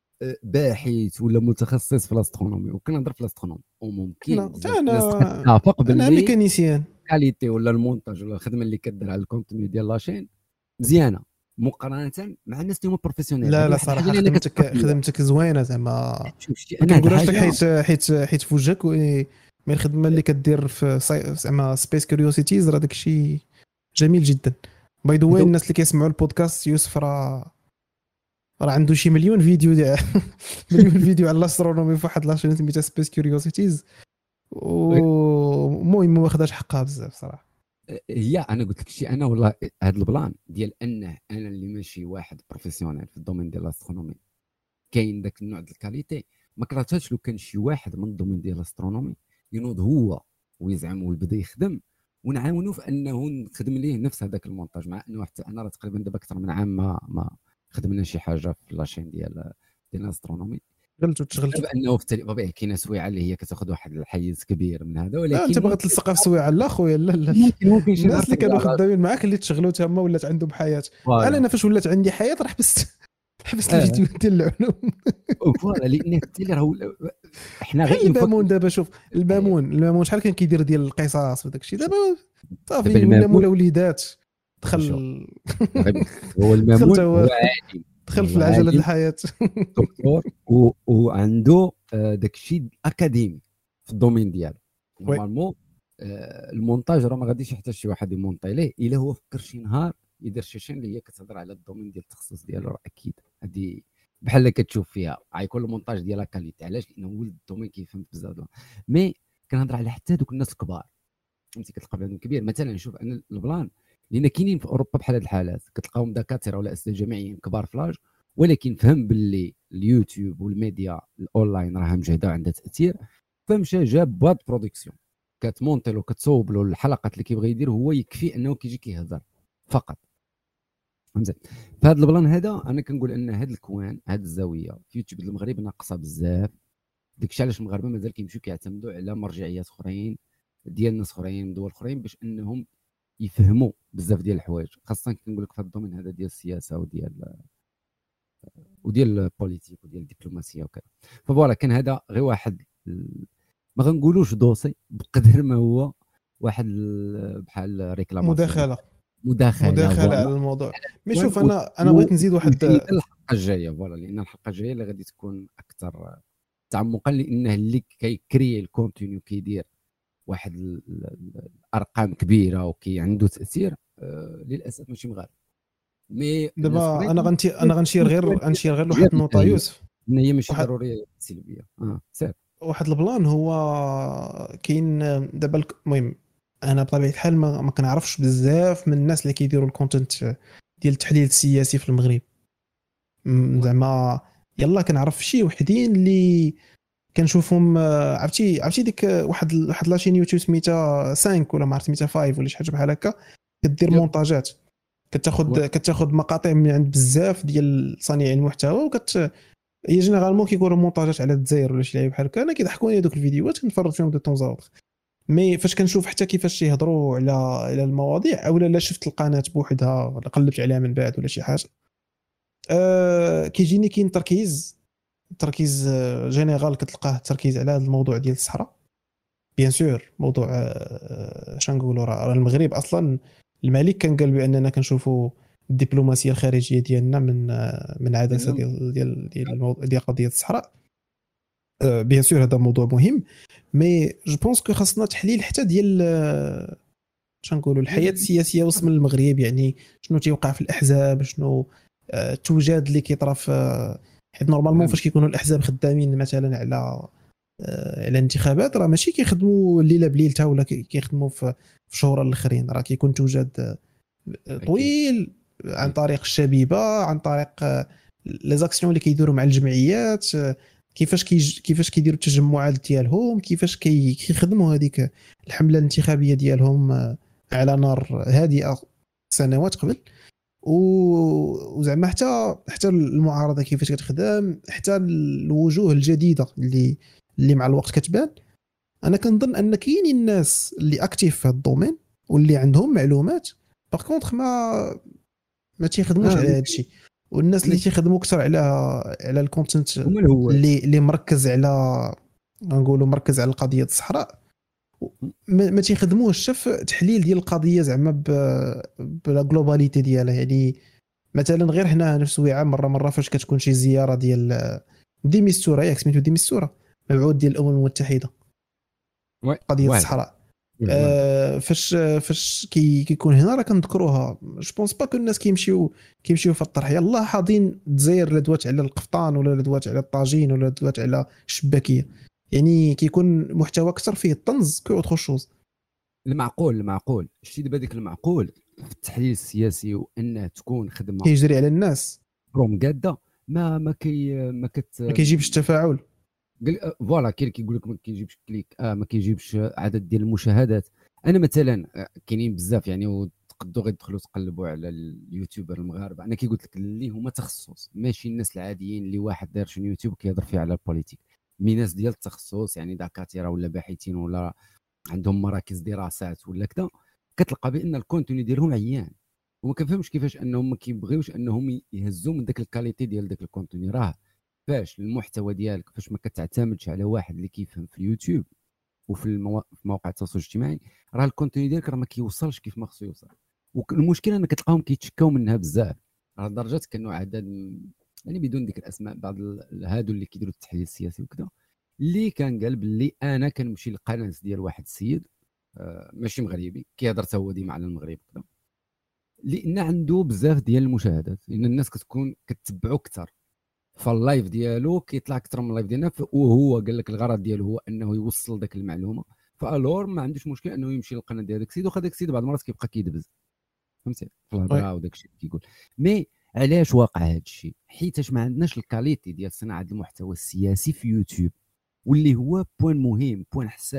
باحث ولا متخصص في الاسترونومي وكنهضر في الاسترونومي، وممكن انا اتفق باللي انا ميكانيسيان كاليتي ولا المونتاج ولا الخدمه اللي كدير على الكونتوني ديال لاشين مزيانه مقارنه مع الناس اللي هما بروفيسيونيل. لا صراحه خدمتك زوينه زعما. انا نقول لك حيت في وجهك من الخدمه اللي كدير في زعما سبيس كيوريوسيتيز، راه داك الشيء جميل جدا. باي ذا واي الناس اللي كيسمعوا البودكاست يوسف راه عنده شي مليون فيديو مليون فيديو على الاسترونومي في واحد لاشين سميتها سبيس كيوريوسيتيز، ومهم ما واخداش حقها بزاف صراحه. هي انا قلت لك شي، انا والله هذا البلان ديال انه انا اللي ماشي واحد بروفيسيونيل في الدومين ديال الاسترونومي كاين داك النوع ديال الكاليتي، ما كرهتهاش لو كان شي واحد من الدومين ديال الاسترونومي ينوض هو ويزعم ويبدا يخدم ونعاونوا في انه نخدم ليه نفس هذاك المونتاج، مع انه حتى انا راه تقريبا دابا اكثر من عام ما خدمنا شي حاجه في لاشين ديال الاسترونومي. تشغلت بانه في طبيعي كاينه سويعه اللي هي كتاخذ واحد الحيز كبير من هذا، ولكن انت باغي تلصق في سويعه. لا خويا لا ممكن شي الناس اللي كانوا خدامين معاك اللي تشغلوا تما ولات عندهم حياه. انا فاش ولات عندي حياه راه حبست الفيديو ديال العلوم. فوالا لان التالي راه احنا غير البامون دابا شوف البامون شحال كان كيدير ديال القصص وداك الشيء، دابا صافي ولا مولا وليدات دخل هو المامون هو عادي دخل في العجله الحياه دكتور وعنده داك الشيء اكاديمي في الدومين ديالو. نورمالمون المونتاج راه ما غاديش يحتاج شي واحد يمونطي ليه الا هو فكر شي نهار يدير شي شين اللي هي كتهضر على الدومين ديال التخصص ديالو. راه اكيد هذه بحال اللي كتشوف فيها غيكون المونتاج ديالها كاليتي. علاش؟ لانه هو الدومين كيفهم بزاف. مي كنهضر على حتى دوك الناس الكبار، فهمتي، كتلقى بنادم كبير مثلا. شوف انا البلان لان كاينين في اوروبا بحال هاد الحالات كتلقاهم دكاتره ولا اساتذه جامعيين كبار فلاج، ولكن فهم باللي اليوتيوب والميديا الاونلاين راها مجهده وعندها تاثير، فمشى جاب بواد برودكسيون كتمونطي له كتصوب له الحلقات اللي كيبغي يدير، هو يكفي انه كيجي كيهضر فقط. فهمت؟ فهاد البلان هذا انا كنقول ان هاد الكوان، هاد الزاويه في يوتيوب المغرب ناقصه بزاف. داكشي علاش المغاربه مازال كيمشيو كيعتمدوا على مرجعيات اخرين ديال ناس اخرين من دول اخرين باش انهم يفهموا بزاف ديال الحوايج، خاصه كنقول لك في الدومين هذا ديال السياسه وديال البوليتيك وديال الدبلوماسيه وكذا. فوالا كان هذا غير واحد ما غنقولوش دوسي بقدر ما هو واحد بحال ريكلاماسيون، مداخله على الموضوع. مي شوف انا بغيت نزيد واحد الحلقه الجايه فوالا، لان الحلقه الجايه اللي غادي تكون اكثر تعمقا، لانه اللي كيكري الكونتينيو كيدير واحد الارقام كبيره وكي عنده تاثير للاسف ماشي مغارب. مي دابا انا غنشير غير لواحد النقطه يوسف، ان هي ماشي ضروريه سلبيه. سير واحد البلان هو كاين دابا. المهم انا بطبيعه الحال ما كنعرفش بزاف من الناس اللي كيديروا الكونتنت ديال التحليل السياسي في المغرب. زعما يلا كنعرف شي وحدين اللي كنشوفهم. عرفتي ديك واحد لاشين يوتيوب سميتها 5 ولا ما عرفت سميتها 5 ولا شي حاجه بحال هكا، كدير مونتاجات، كتاخذ مقاطع من عند بزاف ديال صانعين المحتوى، هي جينيرالمون كيكونوا مونتاجات على الجزائر ولا شي لعيب بحال هكا. انا كيضحكوني هذوك الفيديوهات كنتفرج فيهم دو طون زاوطر. مي فاش كنشوف حتى كيفاش يهضروا على المواضيع، اولا لا شفت القناه بوحدها ولا قلبت عليها من بعد ولا شي حاجه، كيجيني كاين تركيز جينيرال، كتلقاه التركيز على هذا الموضوع ديال الصحراء. بيان سور موضوع شنقولوا راه المغرب اصلا الملك كان قال باننا كنشوفوا الدبلوماسيه الخارجيه ديالنا من عدسه ديال قضيه الصحراء. بيان سور هذا موضوع مهم، مي جو بونس كو خاصنا تحليل حتى ديال شنقولوا الحياه السياسيه وسط من المغرب، يعني شنو تيوقع في الاحزاب، شنو التوجاد اللي كيطرا حيت نورمالمون فاش كيكونوا الاحزاب خدامين مثلا على الانتخابات، راه ماشي كيخدموا الليله بليلتها ولا كيخدموا في شهور الاخرين، راه كيكون توجد طويل عن طريق الشبيبه، عن طريق لي زاكسيون اللي كيديروا مع الجمعيات، كيفاش كيديروا التجمعات ديالهم، كيفاش كيخدموا هذيك الحمله الانتخابيه ديالهم على نار هادئه سنوات قبل. وزعما حتى المعارضه كيفاش كتخدم، حتى الوجوه الجديده اللي مع الوقت كتبان. انا كنظن ان كاينين الناس اللي اكتيف في هذا الدومين واللي عندهم معلومات، باغ كونطخ ما تيخدموش على هذا الشيء. والناس اللي تيخدموا اكثر على الكونتنت اللي مركز على نقولوا مركز على القضيه الصحراء، ما تيخدموش في تحليل ديال القضيه زعما بلا جلوباليتي ديالها. يعني مثلا غير هنا في سويعه مره فاش كتكون شي زياره ديال ديميستورا، ياك سميتو ديميستورا، مبعوث ديال الامم المتحده قضيه الصحراء. فاش كيكون هنا راه كنذكروها. جو بونس با كو الناس كيمشيو في الطرح يلاه حاضين الجزائر لا دوات على القفطان ولا دوات على الطاجين ولا دوات على الشباكيه. يعني كيكون محتوى اكثر فيه الطنز كو اوتر شوز. المعقول شتي دابا ديك المعقول في التحليل السياسي، وانه تكون خدمه كيجري على الناس برومغادا ما كيجيبش التفاعل. فوالا كيقول لك ما كيجيبش كليك، ما كيجيبش عدد ديال المشاهدات. انا مثلا كاينين بزاف يعني وتقدروا غير تدخلوا تقلبوا على اليوتيوبر المغاربه، انا كيقول لك اللي هما تخصص، ماشي الناس العاديين اللي واحد داير شي يوتيوب كيهضر فيه على البوليتيك. مي ناس ديال التخصص يعني دكاتره ولا باحثين ولا عندهم مراكز دراسات ولا كذا، كتلقى بان الكونتوني ديالهم عيان، وما كنفهمش كيفاش انهم ما كيبغيوش انهم يهزوا من داك الكاليتي ديال داك الكونتوني. راه فاش المحتوى ديالك فاش ما كتعتمدش على واحد اللي كيفهم في اليوتيوب وفي مواقع التواصل الاجتماعي، راه الكونتوني ديالك راه ما كيوصلش كيف ما خصو يوصل. والمشكله ان كتلقاهم كيتشكاو منها بزاف، راه لدرجه كانوا عدد يعني بدون ذكر اسماء بعض هادو اللي كيديروا التحليل السياسي وكذا، اللي كان قال باللي انا كنمشي للقناه ديال واحد السيد ماشي مغربي كيهضر حتى هو ديما على المغرب كذا، لان عنده بزاف ديال المشاهدات، لان الناس كتكون كتتبعو اكثر، فاللايف ديالو كيطلع اكثر من اللايف ديالنا، وهو قال لك الغرض ديالو هو انه يوصل داك المعلومه. فالور ما عندوش مشكل انه يمشي للقناه ديال داك السيد، واخا داك السيد بعض المرات كيبقى كيدبز فهمتي في الهضره وداك الشيء كيقول. مي علاش واقع هذا الشيء؟ حيتاش ما عندناش الكاليتي ديال صناعه المحتوى السياسي في يوتيوب، واللي هو بوين مهم بوين حساس.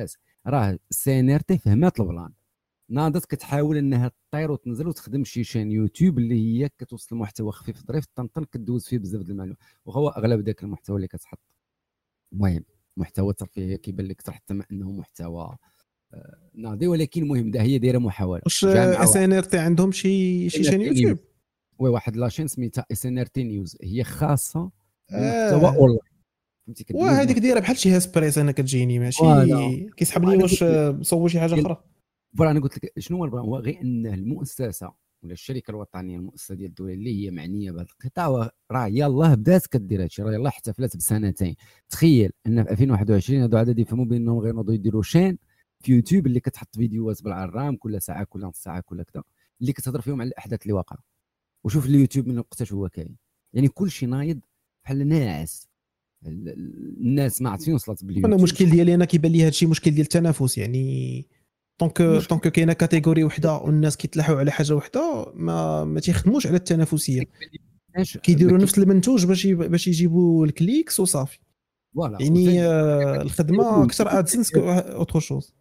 راه سي ان ار تي فهمات البلان، ناضت كتحاول انها تطير وتنزل وتخدم شي شان يوتيوب اللي هي كتوصل محتوى خفيف ظريف طنطن كدوز فيه بزاف د المعلومات، وهو اغلب داك المحتوى اللي كتحط المهم محتوى ترفيهي كيبان لك حتى ما انه محتوى ناضي، ولكن المهم ده هي دايره محاوله واش جامعه اس ان ار تي عندهم شي شان يوتيوب؟ وي واحد لاشين سميتها اس ان ار تي نيوز، هي خاصه بمحتوى آه. اونلاين فهمتي كدوز وهذيك دايره بحال شي هاسبريس انا كتجيني فوالا. ماشي كيسحب لي واش صوب شي حاجه اخرى. فوالا انا قلت لك شنو هو البلان، هو غير ان المؤسسه ولا الشركه الوطنيه المؤسسه ديال الدوله اللي هي معنيه بهذا القطاع راه يلاه بدات كدير هادشي، راه يلاه احتفلت بسنتين. تخيل ان في 2021 هادو عدد يفهموا بانهم غير نوضوا يديروا شين في يوتيوب اللي كتحط فيديوهات بالعرام كل ساعه كل نص ساعه كل كذا اللي كتهضر فيهم على الاحداث اللي واقعه. وشوف اليوتيوب من وقتاش هو كاين، يعني كل شيء نايض بحال ناعس. الناس ما عرفتش وصلت باليوتيوب. انا المشكل ديالي انا كيبان لي هادشي مشكل ديال التنافس، يعني طونك كاينه كاتيجوري وحده والناس كيتلاحوا على حاجه وحده ما تيخدموش على التنافسيه، كيديروا نفس المنتوج باش يجيبوا الكليكس وصافي. يعني الخدمه اكثر ادسنس اوتر شوز.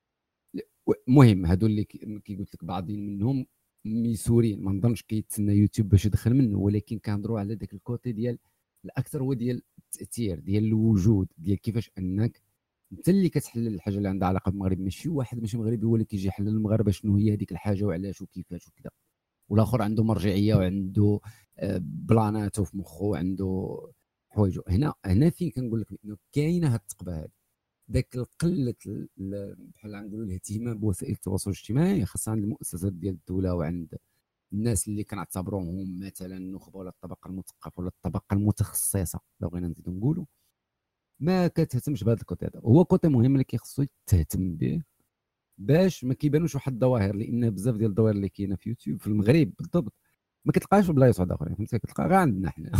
المهم هادو اللي كي قلت لك بعضين منهم ميسورين ما نظنش كيتسنى يوتيوب باش يدخل منه، ولكن كنهضروا على داك الكوتي ديال الاكثر هو ديال التاثير ديال الوجود ديال كيفاش انك انت اللي كتحلل الحاجه اللي عندها علاقه بالمغرب، ماشي واحد ماشي مغربي هو اللي كيجي يحلل المغاربه شنو هي هذيك الحاجه وعلاش وكيفاش وكذا، والاخر عنده مرجعيه وعنده بلاناته في مخه وعنده حوايجو. هنا فين كنقول لك انه كاينه هاد التقبه هذه، ذاك القله بحال غنقولوا الاهتمام بوسائل التواصل الاجتماعي خاصه عند المؤسسات ديال الدوله وعند الناس اللي كنعتبروهم مثلا النخبه ولا الطبقه المثقفه ولا الطبقه المتخصصه لو بغينا نزيدو نقولوا، ما كتهتمش بهذا الكوتي هذا. هو كوتي مهم اللي كيخصو تهتم به باش ما كيبانوش واحد الظواهر، لان بزاف ديال الظواهر اللي كاينه في يوتيوب في المغرب بالضبط ما كتلقاش في بلايص واحد اخرين، فهمتي كتلقى غير عندنا حنا.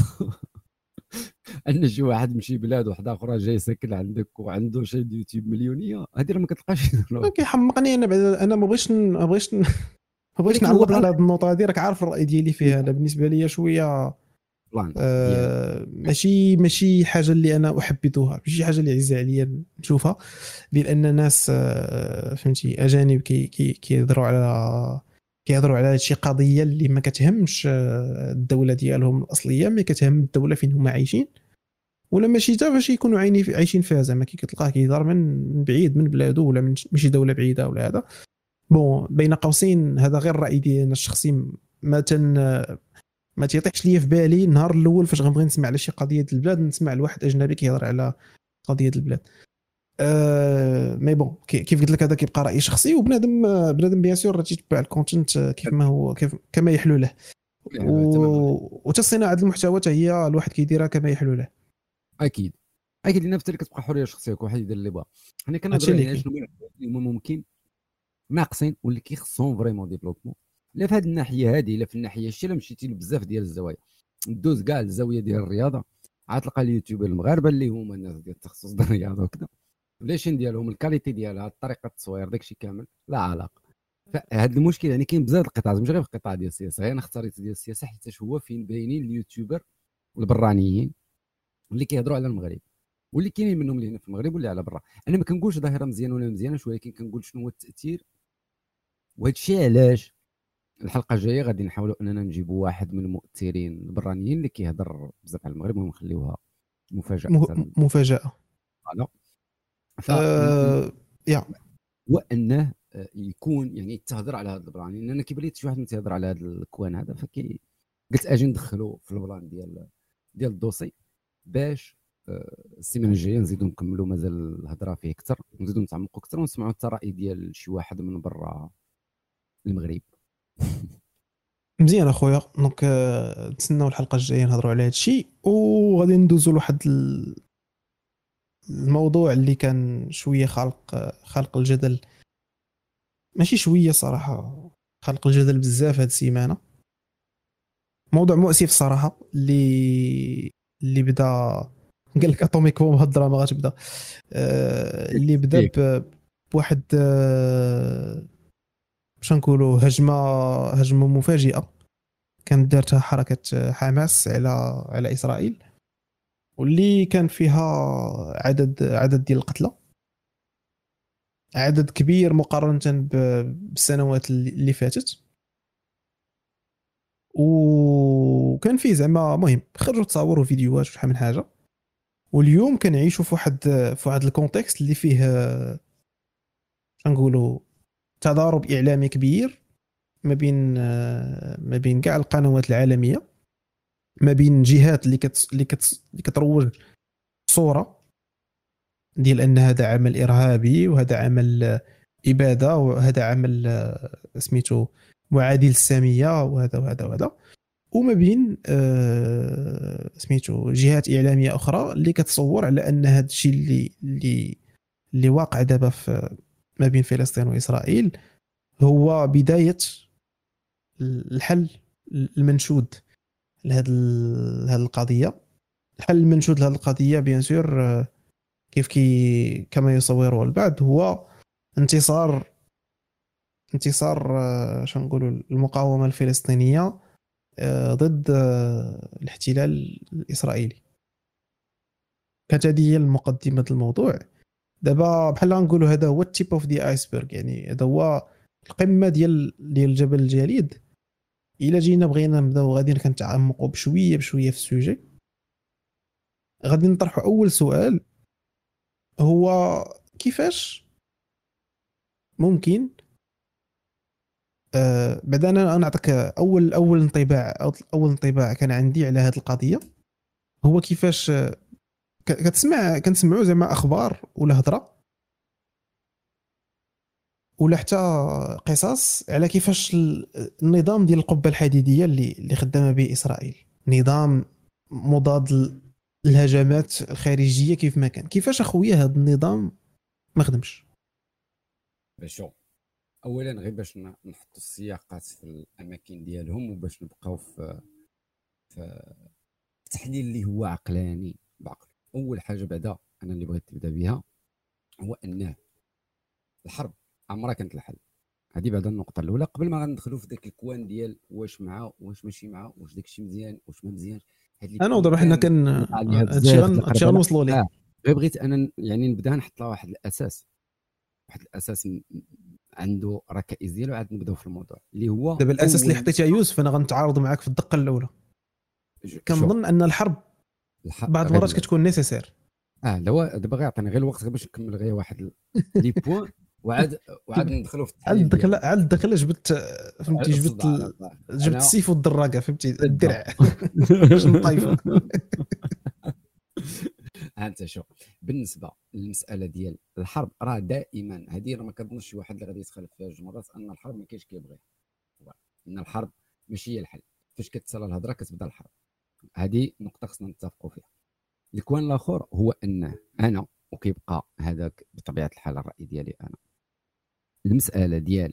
ان شي واحد من شي بلاد واحده اخرى جاي ساكن عندك وعنده شي يوتيوب مليونيه، هذه راه ما كتلقاش. كيحمقني انا بعد، انا ما بغيتش نعلق على هذه النقطه هذه، راك عارف الراي ديالي فيها. انا بالنسبه لي شويه ماشي حاجه اللي انا احبذها، ماشي حاجه اللي عزيزه عليا نشوفها، لان ناس فهمتي اجانب كيهضروا على شي قضيه اللي ما كتهمش الدوله ديالهم الاصليه، ما كتهم الدوله فين هما عايشين، ولا ماشي حتى باش يكونوا عايشين فيها، زعما كتلقاه كيهضر من بعيد من بلادو ولا من شي دوله بعيده ولا هذا. بون بين قوسين هذا غير الراي ديالنا الشخصي، ما تيطيحش ليا في بالي النهار الاول فاش غنبغي نسمع على شي قضيه البلاد نسمع لواحد اجنبي كيهضر على قضيه البلاد. مي بون كيف قلت لك هذا كيبقى راي شخصي، وبنادم بيان سور راه تيتبع الكونتنت كيف ما هو كما يحلو له، وتا صناعه المحتوى حتى هي الواحد كيديرها كما يحلو له. اكيد لان في كتبقى حريه شخصيه كل واحد يدير اللي بغا. حنا كنهضروا على شنو اللي ممكن ناقصين واللي كيخصهم فريمون ديفلوبمون، لا في هذه الناحيه هذه لا في الناحيه الشي. الا مشيتي لبزاف ديال الزوايا ندوز كاع الزاويه ديال الرياضه، عاد تلقى اليوتيوبر المغاربه اللي هما الناس ديال التخصص ديال الرياضه وكذا، ليشين ديالهم الكاليتي ديالها طريقه التصوير داكشي كامل لا علاقه. فهذا المشكل يعني كاين بزاف القطاع مش غير في القطاع ديال السياسه. انا اختاريت ديال السياسه حيت هو فين باينين اليوتيوبر البرانيين اللي كيهضروا على المغرب واللي كاينين منهم اللي هنا في المغرب واللي على برا. انا ما كنقولش ظاهره مزيانه ولا مزيانه، ولكن كنقول شنو هو التاثير. وهذا الشيء علاش الحلقه الجايه غادي نحاولوا اننا نجيبوا واحد من المؤثرين البرانيين اللي كيهضر بزاف على المغرب ونخليوها مفاجاه. فوالا يا وانه يكون يعني تهضر على هذا البلان، لان انا كيبان لي شي واحد تيهضر على هذا الكوان هذا، قلت اجي ندخلو في البلان ديال الدوسي باش السيمانه الجايه نزيدو نكملوا مازال الهضره فيه اكثر، نزيدو نتعمقوا اكثر ونسمعوا حتى الراي ديال شي واحد من برا المغرب. مزيان اخويا، دونك نتسناو الحلقه الجايه نهضروا على هذا الشيء، وغادي ندوزوا لواحد الموضوع اللي كان شويه خالق الجدل، ماشي شويه صراحه، خلق الجدل بزاف هذه السيمانه. موضوع مؤسف صراحه اللي بدا قال لك اتوميك بوم هضره ما غتبدا اللي بدا بواحد باش نقولوا هجمه مفاجئه كانت دارتها حركه حماس على اسرائيل، واللي كان فيها عدد ديال القتلى. عدد كبير مقارنه بالسنوات اللي فاتت. وكان فيه زعما مهم خرجوا تصاوروا فيديوهات وشحال من حاجه. واليوم كنعيشوا في واحد الكونتكست اللي فيه نقولوا تضارب اعلامي كبير ما بين كاع القنوات العالميه، ما بين جهات اللي كتروج صوره ديال ان هذا عمل ارهابي وهذا عمل اباده وهذا عمل سميتو معادي للساميه وهذا وما بين سميتو جهات اعلاميه اخرى اللي كتصور على ان هذا الشيء اللي واقع دابا في ما بين فلسطين واسرائيل هو بدايه الحل المنشود لهذه القضيه. الحل المنشود لهذه القضيه بيان سور كيف كما يصوره البعض هو انتصار شنو نقولوا المقاومه الفلسطينيه ضد الاحتلال الاسرائيلي. كانت هذه هي المقدمه الموضوع. دابا بحال نقولوا هذا هو التيب اوف ذا ايسبرغ، يعني هذا هو القمه ديال جبل الجليد. الا جينا بغينا نبداو غادي كنتعمقوا بشويه في السوجي. غادي نطرحوا اول سؤال هو كيفاش ممكن بعد انا نعطيك اول انطباع كان عندي على هذه القضيه. هو كيفاش كنسمعوا زعما اخبار ولا هضره ولا حتى قصص على كيفاش النظام ديال القبه الحديديه اللي خدامه به اسرائيل نظام مضاد للهجمات الخارجيه كيف ما كان. كيفاش اخويا هذا النظام ما خدمش؟ شوف، اولا غير باش نحطوا السياقات في الاماكن ديالهم وباش نبقاو في التحليل اللي هو عقلاني بعقل. اول حاجه بعدا انا اللي بغيت نبدا بها هو انه الحرب عمرها كانت الحل. هذه بعدا النقطه الاولى قبل ما غندخلوا في ذاك الكوان ديال واش معاه واش ماشي معاه، واش داك الشيء مزيان واش ما مزيانش. انا ودابا حنا هادشي غنوصلوا ليه. غير بغيت انا يعني نبدا نحط له واحد الاساس عنده ركائز ديالو عاد نبداو في الموضوع اللي هو دابا الاساس اللي حطيته يوسف. انا غنتعارض معاك في الدقه الاولى. كنظن ان الحرب بعض المرات كتكون نيسيسير. دابا غير عطيني غير الوقت باش نكمل غير واحد لي بوين وعاد ندخلوا في التحليل. على الدخله جبت فهمتي جبت السيف والدراقه فهمتي الدرع باش نطيفوا. انت شوف بالنسبه للمساله ديال الحرب راه دائما هذه ما كنظنش شي واحد اللي غادي يتخالف فيها جوج مرات ان الحرب ما كاينش كيبغي. ان الحرب ماشي هي الحل. فاش كتسالى الهضره كتبدا الحرب. هذه نقطه خصنا نتفقوا فيها. الكوان الاخر هو انه انا وكيبقى هذاك بطبيعه الحال الراي ديالي انا المساله ديال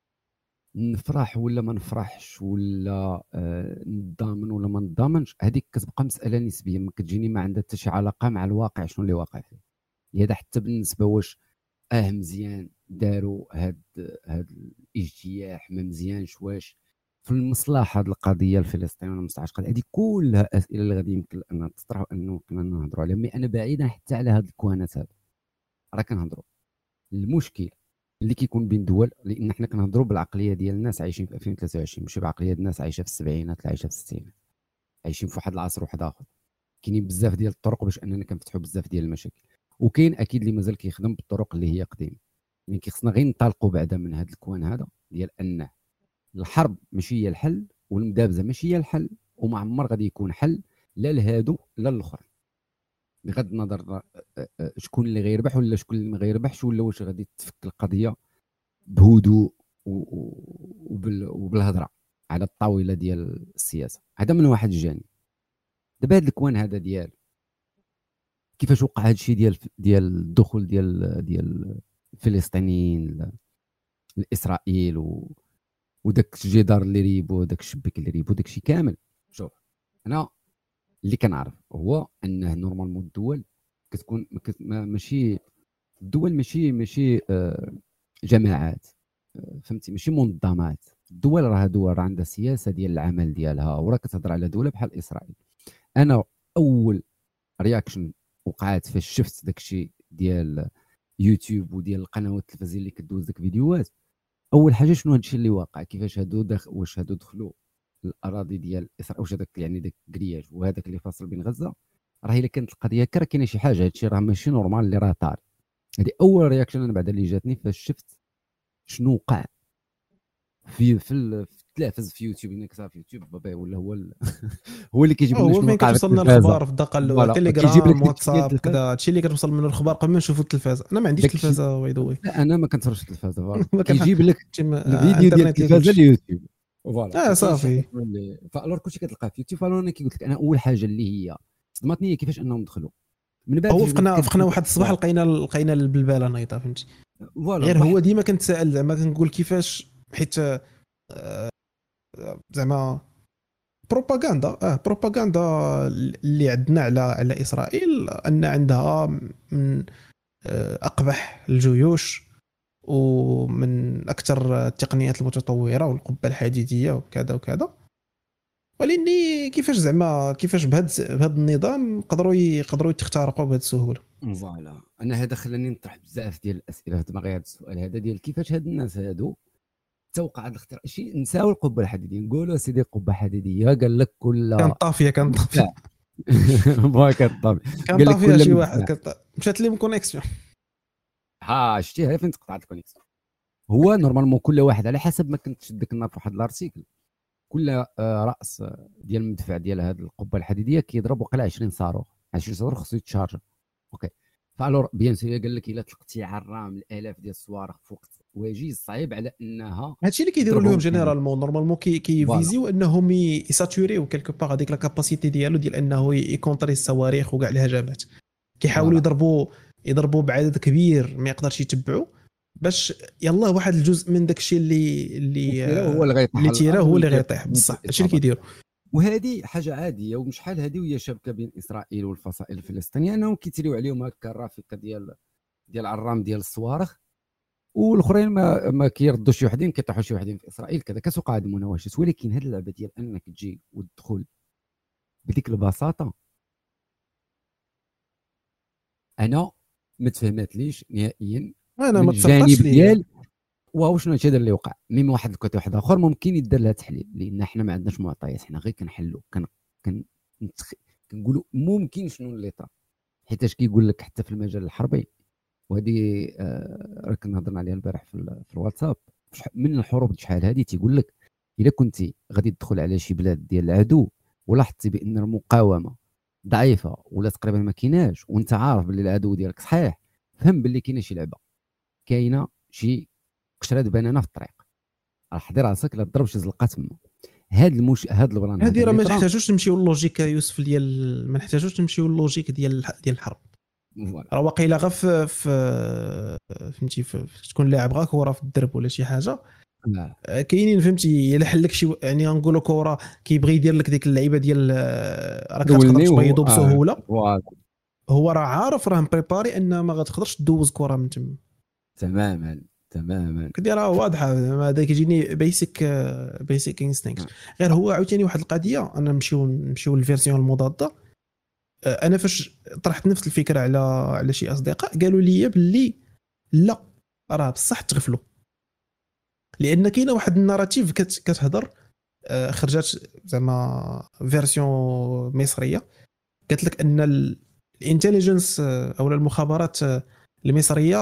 نفرح ولا ما نفرحش ولا نضامن ولا ما نضامنش، هذيك كتبقى مساله نسبيه ما كتجيني ما عندها حتى شي علاقه مع الواقع شنو اللي واقع فيه. لهذا حتى بالنسبه واش مزيان داروا هاد الاجتياح ما مزيانش، واش في المصلحه هذه القضيه الفلسطينيه ولا مصلحه القضيه، هذه كلها اسئله اللي غادي يمكن ان تطرح وانه كنا نهضروا عليها. مي انا بعيدا حتى على هاد الكوانات هذا راه كنهضروا المشكل اللي كيكون بين دول، لان حنا كنهضروا بالعقليه ديال الناس عايشين في 2023 ماشي بعقليه الناس عايشه في السبعينات لا عايشه في الستينات. عايشين في واحد العصر واحد اخر. كاينين بزاف ديال الطرق باش اننا كنفتحوا بزاف ديال المشاكل، وكاين اكيد اللي مازال كيخدم بالطرق اللي هي قديمه. يعني خصنا غير ننطلقوا بعدا من هذا الكوان هذا ديال ان الحرب ماشي هي الحل والمدابزه ماشي هي الحل، وما عمر غادي يكون حل لا لهادو لا للاخر. بغض النظر شكون اللي غيربح ولا شكون اللي ما غيربحش، ولا واش غادي تفك القضيه بهدوء وبالهضره على الطاوله ديال السياسه. هذا من واحد الجانب. دابا هذا الكوان هذا ديال كيفاش وقع هذا الشيء ديال الدخول ديال الفلسطينيين لاسرائيل وداك الجدار اللي ريبو وداك الشباك اللي ريبو داك الشيء كامل. شوف انا اللي كنعرف هو انه نورمالمون الدول كتكون ماشي الدول ماشي جماعات فهمتي، ماشي منظمات. الدول راه دول عندها سياسه ديال العمل ديالها، وراه كتهضر على دوله بحال اسرائيل. انا اول رياكشن وقعت فاش شفت داكشي ديال يوتيوب وديال القنوات التلفزيونيه اللي كدوز ديك فيديوهات، اول حاجه شنو هادشي اللي واقع، كيفاش هادو واش هادو دخلوا الاراضي ديال اسرائيل، واش هذاك يعني داك كرياج وهذاك اللي فاصل بين غزه، راه الا كانت القضيه هكا راه كاينه شي حاجه، هادشي راه ماشي نورمال اللي راه طار. هذه اول رياكشن انا بعدا اللي جاتني فاش شفت شنو وقع في التلفز في يوتيوب. انك في يوتيوب بابا ولا هو هو اللي كيجيب لنا هو شنو فين وقع في كتوصلنا التلفازه، الاخبار في الدقه فوالا كيجيب تيليجرام لك ديك واتساب التلفاز. كذا، هادشي اللي كتوصل منه الاخبار قبل ما نشوفوا التلفازه. انا ما عنديش داكشي تلفازه ويدوي لا انا ما كنتفرجش التلفازه، فوالا ما كيجيب لك الفيديو ديال انترنت اللي التلفازه كلشي. اليوتيوب، فوالا فكاين شي صافي. حاجه اللي فالور كلشي كتلقاه في يوتيوب. فالور انا كي قلت لك انا اول حاجه اللي هي صدمتني هي كيفاش انهم دخلوا من بعد هو فين فقنا واحد الصباح لقينا البلبله نايطه، فهمتي. فوالا غير هو ديما كنتسائل زعما كنقول كيفاش، حيت زعما بروباغندا اللي عندنا على اسرائيل ان عندها من اقبح الجيوش ومن اكثر التقنيات المتطوره والقبه الحديديه وكذا وكذا، ولكن كيفاش بهذا النظام قدروا يخترقوا بهذه السهوله. فوالا انا هذا خلاني نطرح بزاف ديال الاسئله في دماغي. هذا السؤال هذا ديال كيفاش هاد الناس هادو توقع هذا الاختراع، شي نساو القبه الحديديه نقولوا سيدي قبه حديديه قال لك كل كان طافيه ما كانت طافيه كان قال لك طافيه كل شي واحد مشات لي من كونيكسيون. شتيها فين تقطعت الكونيكسيون. هو نورمالمون كل واحد على حسب ما كنت تشد ديك النار في واحد الارتيكل، كل راس ديال المدفع ديال هذه القبه الحديديه كيضرب وقيلا 20 صاروخ. 20 صاروخ خصو يتشارج. اوكي فالور بيان سور قال لك الا تلقتي عرام الالاف ديال الصواريخ في وقت وجيز صعيب على انها هادشي اللي كيديروا لهم جينيرالمون نورمالمون كيفيزيو انهم يساتوريو كيلكو باغ هذيك لا كاباسيتي ديالو ديال انه يكونطري الصواريخ وكاع الهجمات. كيحاولوا يضربوا بعدد كبير ما يقدرش يتبعوا، باش يلا واحد الجزء من داك الشيء هو اللي غيطيح اللي تيراه هو اللي غيطيح بصح. هادشي اللي كيديروا. وهذه حاجه عاديه ومش حال هذه وهي شبكه بين اسرائيل والفصائل الفلسطينيه انهم كيتريو عليهم هكا الرافقه ديال عرام ديال الصواريخ، والاخرين ما كيردوش شي وحدين كيطيحوا شي وحدين في اسرائيل كذا كتوقع هذه المناوشات. ولكن هذه اللعبه ديال انك تجي وتدخل بديك البساطه انا ما تفهماتليش نهائيا انا من ما الجانب تصدقش ديال واو شنو هادشي اللي وقع. ميم واحد الكوتي واحد اخر ممكن يدير لها تحليل، لان حنا ما عندناش معطيات، حنا غير كنحلوا كنقولوا ممكن شنو اللي طرا، حيتاش كيقول لك حتى في المجال الحربي. وهذه راك هضرنا عليها البارح في الواتساب من الحروب شحال هذه تيقول لك الا كنتي غادي تدخل على شي بلاد ديال العدو ولاحظتي بان المقاومه ضعيفه ولا تقريبا ما كايناش وانت عارف باللي العدو ديالك صحيح، فهم باللي كاينه شي لعبه، كاينه شي قشره بنانه في الطريق، راه حضر راسك لا تضرب شي زلقه تما. هاد البلان هذه راه ما نحتاجوش نمشيو للوجيك يوسف ديال ما نحتاجوش نمشيو للوجيك ديال الحرب. راه واقيلا غير فهمتي تكون لاعب غا كره في الدرب ولا شي حاجه كاينين فهمتي الا حل لك شي يعني نقولوا كره كيبغي يدير لك ديك اللعيبه ديال راه كتقدر تبيضو بسهوله. هو راه عارف راه مبريباري ان ما غتقدرش تدوز كره من تما تماما كديرها واضحه. هذا كيجيني بيسيك انستينكت. غير هو عاوتاني واحد القضيه انا نمشيو للفيرسيون المضاده. انا فاش طرحت نفس الفكره على شي اصدقاء قالوا لي باللي لا راه بصح تغفلوا، لان كاينه واحد الناراتيف كتهضر خرجت زعما فيرسيون مصريه قالت لك ان الانتليجنس او المخابرات المصريه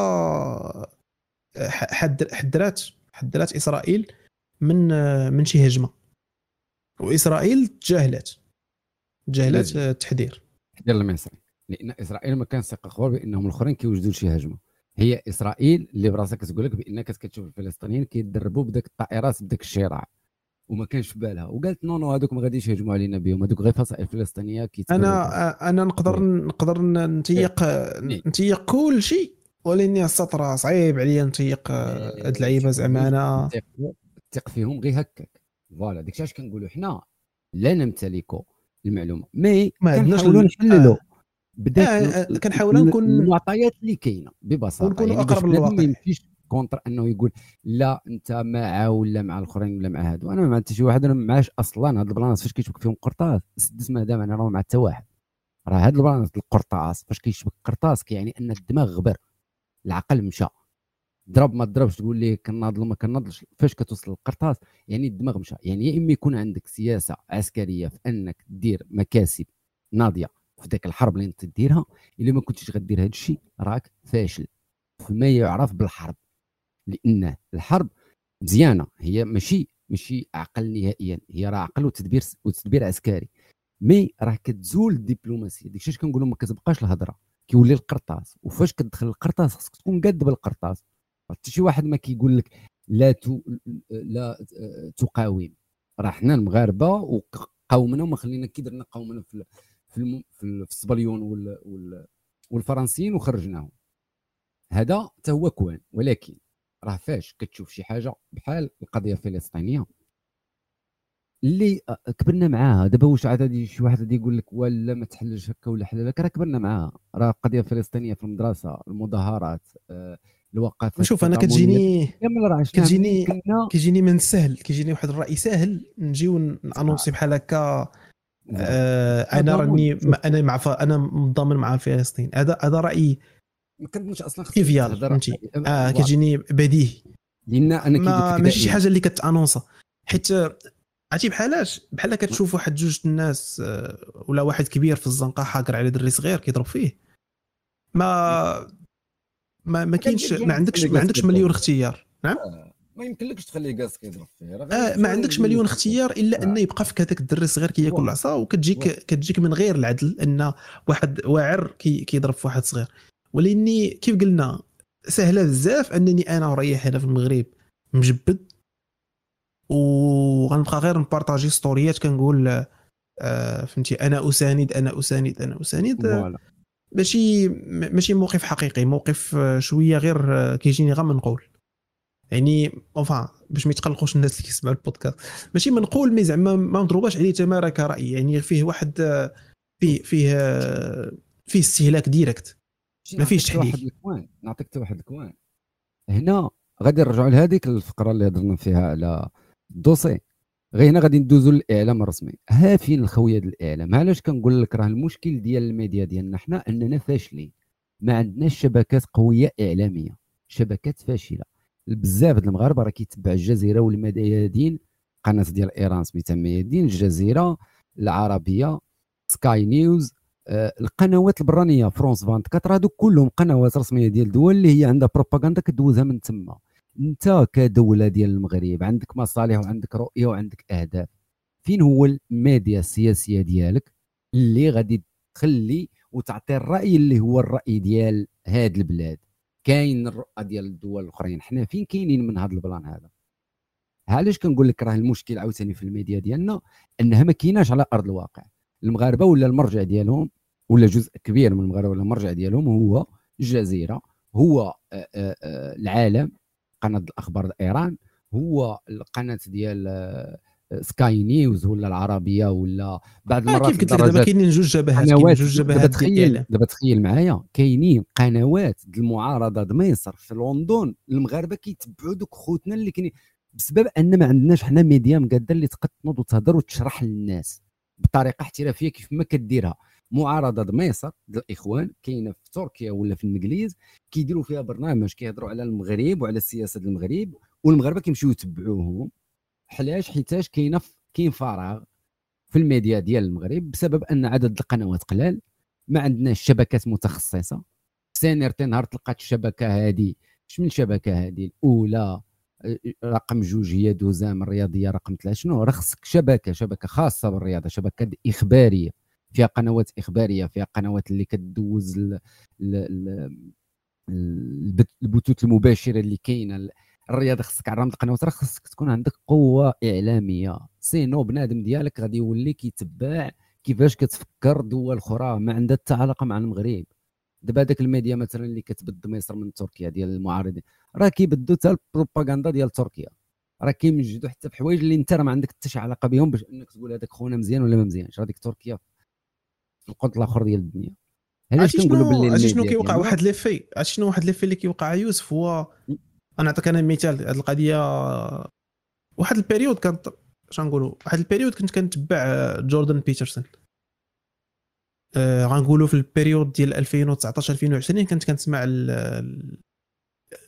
حذرت اسرائيل من شي هجمه، واسرائيل تجاهلت التحذير ديال المصري، لان اسرائيل ما كان ثقه خبر بانهم الاخرين كيوجدوا شي هجمه. هي اسرائيل اللي براسها كتقول لك بانك كتشوف الفلسطينيين كيدربوا بداك الطائرات بداك الشراع وما كانش في بالها، وقالت نو هذوك ما غاديش يهجموا علينا بهم، هذوك غير فصائل فلسطينيه انا نقدر نتيق كل شيء، ولكن السطر صعيب عليا نتيق هاد اللعيبه زعما انا ثق فيهم غير هكاك. فوالا داكشي اش كنقولوا حنا لا نمتلكوا المعلومه مي كنحاولوا نحللوا بداك كنحاولوا نكون المعطيات اللي كاينه ببساطه ونكونوا يعني اقرب للواقع. ما يمشيش كونتر انه يقول لا انت مع ولا مع الاخرين ولا مع هادو. انا ما مع حتى شي واحد، انا ما معاش اصلا. هاد البلانات فاش كيشبك فيهم قرطاس سدس ما دام انا راه مع حتى واحد. راه هاد البلانات القرطاس فاش كيشبك قرطاس كيعني ان الدماغ غبر العقل مشى. ضرب ما ضربش تقول لي كناضل ما كناضلش، فاش كتوصل للقرطاس يعني الدماغ مشى. يعني يا اما يكون عندك سياسه عسكريه في انك دير مكاسب ناضيه في ذاك الحرب اللي انت ديرها، الا ما كنتش غدير هذا الشيء راك فاشل فيما يعرف بالحرب. لان الحرب مزيانه، هي ماشي عقل نهائيا، هي راه عقل وتدبير عسكري، مي راه كتزول الدبلوماسيه. داكشي اش كنقولوا ما كتبقاش الهضره، كيولي القرطاس. وفاش كتدخل القرطاس خصك تكون قاد بالقرطاس. حتى شي واحد ما كيقول لك لا تقاوم. راه حنا المغاربه وقومنا وما خلينا كي درنا قومنا في الصبليون والفرنسيين وخرجناهم. هذا حتى هو كوان. ولكن راه فاش كتشوف شي حاجه بحال القضيه الفلسطينيه اللي كبرنا معاها دابا، واش عاد شي واحد غادي يقول لك ولا ما تحلش هكا ولا حلال هكا؟ راه كبرنا معاها. راه القضيه الفلسطينيه في المدرسه، المظاهرات، الوقفات، نشوف انا كتجيني من سهل، كيجيني واحد الراي سهل نجيو نانونسي بحال هكا. انا راني انا مضامن مع فلسطين. هذا رايي ما كنظنش اصلا كيفيال فهمتي. كتجيني بديهي، لان انا ماشي شي حاجه اللي كتانونسا. حيت عرفتي بحال كتشوف واحد جوج الناس ولا واحد كبير في الزنقه حاقر على دري صغير كيضرب فيه. ما كاينش، ما عندكش مليون اختيار. نعم ما يمكنلكش تخليه جالس كيضرب فيه. ما عندكش مليون اختيار الا انه يبقى فيك هذاك الدري الصغير كياكل العصا، وكتجيك من غير العدل ان واحد واعر كيضرب في واحد صغير. ولاني كيف قلنا سهله بزاف انني انا وريح هنا في المغرب مجبد وغنبقى غير نبارطاجي ستوريات كنقول فهمتي انا اساند. ماشي موقف حقيقي، موقف شويه غير كيجيني غير منقول. يعني باش ما يتقلقوش الناس اللي كيسمعوا البودكاست، ماشي منقول مي زعما ما نضرباش عليه تماره كرأي. يعني فيه واحد فيه استهلاك ديريكت، ما فيش تحليل. نعطيك واحد الكوان هنا. غادي نرجعوا لهذيك الفقره اللي هضرنا فيها على الدوسي. غير هنا غادي ندوزوا للاعلام الرسمي. ها فين الخويه ديال الاعلام؟ علاش كنقول لك راه المشكل ديال الميديا ديالنا حنا اننا فاشلين، ما عندناش شبكات قويه اعلاميه، شبكات فاشله. بزاف د المغاربه راه كيتبع الجزيره والميادين، قناه ديال ايران سميتها ميادين، الجزيره العربيه، سكاي نيوز، القنوات البرانيه، فرونس 24، هذوك كلهم قنوات رسميه ديال الدول اللي هي عندها بروباغندا كدوزها من تما. انت كدوله ديال المغرب عندك مصالح وعندك رؤيه وعندك اهداف. فين هو الميديا السياسيه ديالك اللي غادي تخلي وتعطي الراي اللي هو الراي ديال هاد البلاد؟ كاين الرؤى ديال الدول الاخرين، حنا فين كاينين من هذا البلان هذا؟ علاش كنقول لك راه المشكل عاوتاني في الميديا ديالنا انها ما كايناش على ارض الواقع. المغاربه ولا المرجع ديالهم، ولا جزء كبير من المغاربه ولا المرجع ديالهم هو الجزيره، هو العالم، قناه الاخبار ايران، هو القناه ديال سكاي نيوز ولا العربيه، ولا بعض المرات كيف قلت لك دابا كاينين جوج جبهات دابا تخيل معايا كاينين قنوات المعارضه د مصر في لندن. المغاربه كيتبعوا دوك خوتنا اللي كاينين بسبب ان ما عندناش حنا ميديا مقاده اللي تقد وتهضر وتشرح للناس بطريقه احترافيه كيف ما كديرها معارضه د مصر د الاخوان كاينه في تركيا ولا في الانجليز، كيديروا فيها برنامج كيهضروا على المغرب وعلى السياسه ديال المغرب، والمغاربه كيمشيو يتبعوهم. حيتاش كاين فراغ في الميديا ديال المغرب بسبب ان عدد القنوات قلال، ما عندناش شبكات متخصصه. سينيرتي نهار تلقات الشبكه هذه، شمن شبكه هذه الاولى رقم 2 هي دوزام الرياضيه، رقم 3 شنو؟ راه خصك شبكه خاصه بالرياضه، شبكه اخباريه فيها قنوات اخباريه، فيها قنوات اللي كتدوز البثوث المباشره اللي كاينه. الرياضه خصك على القنوات، راه خصك تكون عندك قوه اعلاميه، سينو بنادم ديالك غادي يولي كيتبع كيفاش كتفكر دول اخرى ما عندها حتى علاقه مع المغرب. دابا هذاك الميديا مثلا اللي كتبد مصر من تركيا ديال المعارضين، راه كيبدوا حتى البروباغندا ديال تركيا، راه كيمجدوا حتى في حوايج اللي انت راه ما عندك حتى شي علاقه بهم باش انك تقول هذاك خونا مزيان ولا ما مزيانش. هذيك تركيا في القطب الاخر ديال الدنيا. علاش كنقولوا باللي الميديا شنو كيوقع واحد ليفي؟ شنو واحد ليفي اللي كيوقع يوسف؟ هو انا نعطيك انا مثال. هذه القضيه واحد البيريود كانت شنقولوا واحد البيريود كنت كنتبع جوردن بيترسون. غنقولوا في البيريود ديال 2019 2020 كنت كنسمع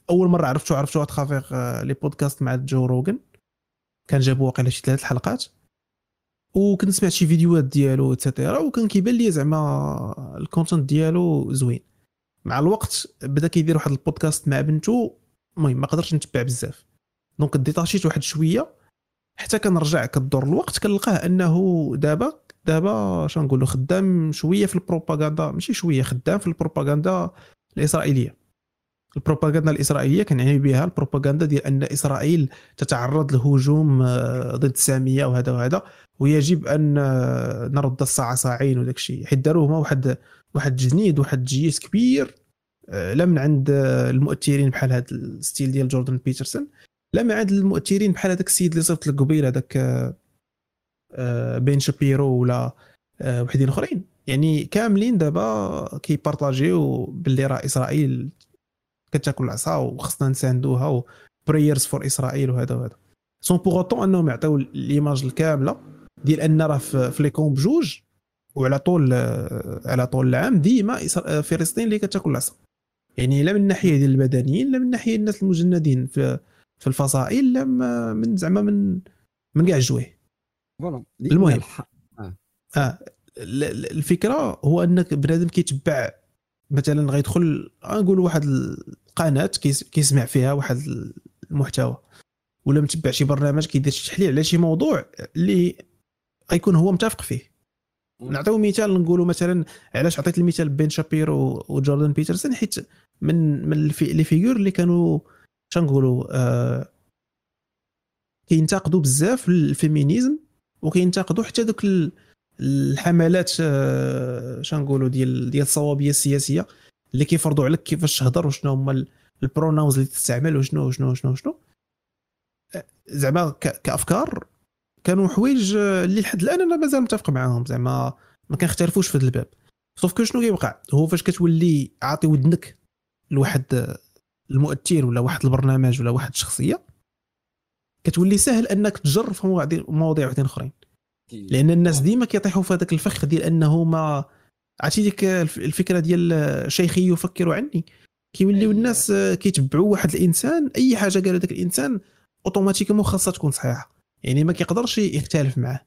اول مره عرفتو اترافيغ لي بودكاست مع جو روغن، كان جابوا واقيلا شي 3 حلقات وكنت سمعت شي فيديوهات ديالو اتسيتيرا، وكان كيبان لي زعما الكونتنت ديالو زوين. مع الوقت بدا كيدير واحد البودكاست مع بنته، المهم ما قدرتش نتبع بزاف، دونك ديتاشيت واحد شويه حتى كنرجع كدور الوقت كنلقاه انه دابا شنو نقولوا خدام شويه في البروباغندا، ماشي شويه، خدام في البروباغندا الاسرائيليه. البروباغندا الاسرائيليه كنعني بها البروباغندا ديال ان اسرائيل تتعرض لهجوم ضد الساميه وهذا ويجب ان نرد الصعاصعين وداك الشيء، حيت داروا هما واحد جنيد، واحد جيش كبير، لا من عند المؤثرين بحال هذا الستيل ديال جوردن بيترسون، لا من عند المؤثرين بحال هذاك السيد اللي صيفط لك قبيل، هذاك بين شابيرو ولا وحدين اخرين، يعني كاملين دابا كيبارطاجيو باللي راه اسرائيل كتاكل العصا وخصنا نساندوها وبرييرز فور اسرائيل وهذا سون بوغوطون انهم يعطيو ليماج الكامله ديال ان راه في لي كومب جوج وعلى طول العام ديما فلسطين اللي كتاكل العصا، يعني لا من الناحيه ديال المدنيين لا من ناحيه الناس المجندين في الفصائل، لا من زعما من كاع الجويه. المهم الفكره هو انك بنادم كيتبع مثلا غيدخل نقول واحد القناه كيسمع فيها واحد المحتوى، ولا متبع شي برنامج كيدير شي تحليل على شي موضوع اللي غيكون هو متفق فيه. نعطيو مثال، نقولوا مثلا علاش عطيت المثال بين شابيرو وجوردن بيترسون، حيت من لي فيغور اللي كانوا شنقولوا كينتقدوا بزاف الفيمينيزم، وكينتقدوا حتى دوك الحملات شنقولوا ديال الصوابيه السياسيه اللي كيفرضوا عليك كيفاش تهضر وشنو هما البروناونز اللي تستعمل وشنو شنو شنو شنو زعما كافكار كانوا حوايج اللي لحد الان انا مازال متفق معاهم، زعما ما كنختلفوش في هذا الباب. صوف كو شنو كيوقع هو فاش كتولي عاطي ودنك لواحد المؤثر ولا واحد البرنامج ولا واحد الشخصيه، كتولي سهل انك تجر في مواضيع وحدين اخرين، لان الناس ديما كيطيحوا في هذاك الفخ ديال انه ما عرفتي ديك الفكره ديال شيخي يفكر عني، كيوليو الناس كيتبعوا واحد الانسان، اي حاجه قال هذاك الانسان اوتوماتيكمون خاصها تكون صحيحه، يعني ما كيقدرش يختلف معاه،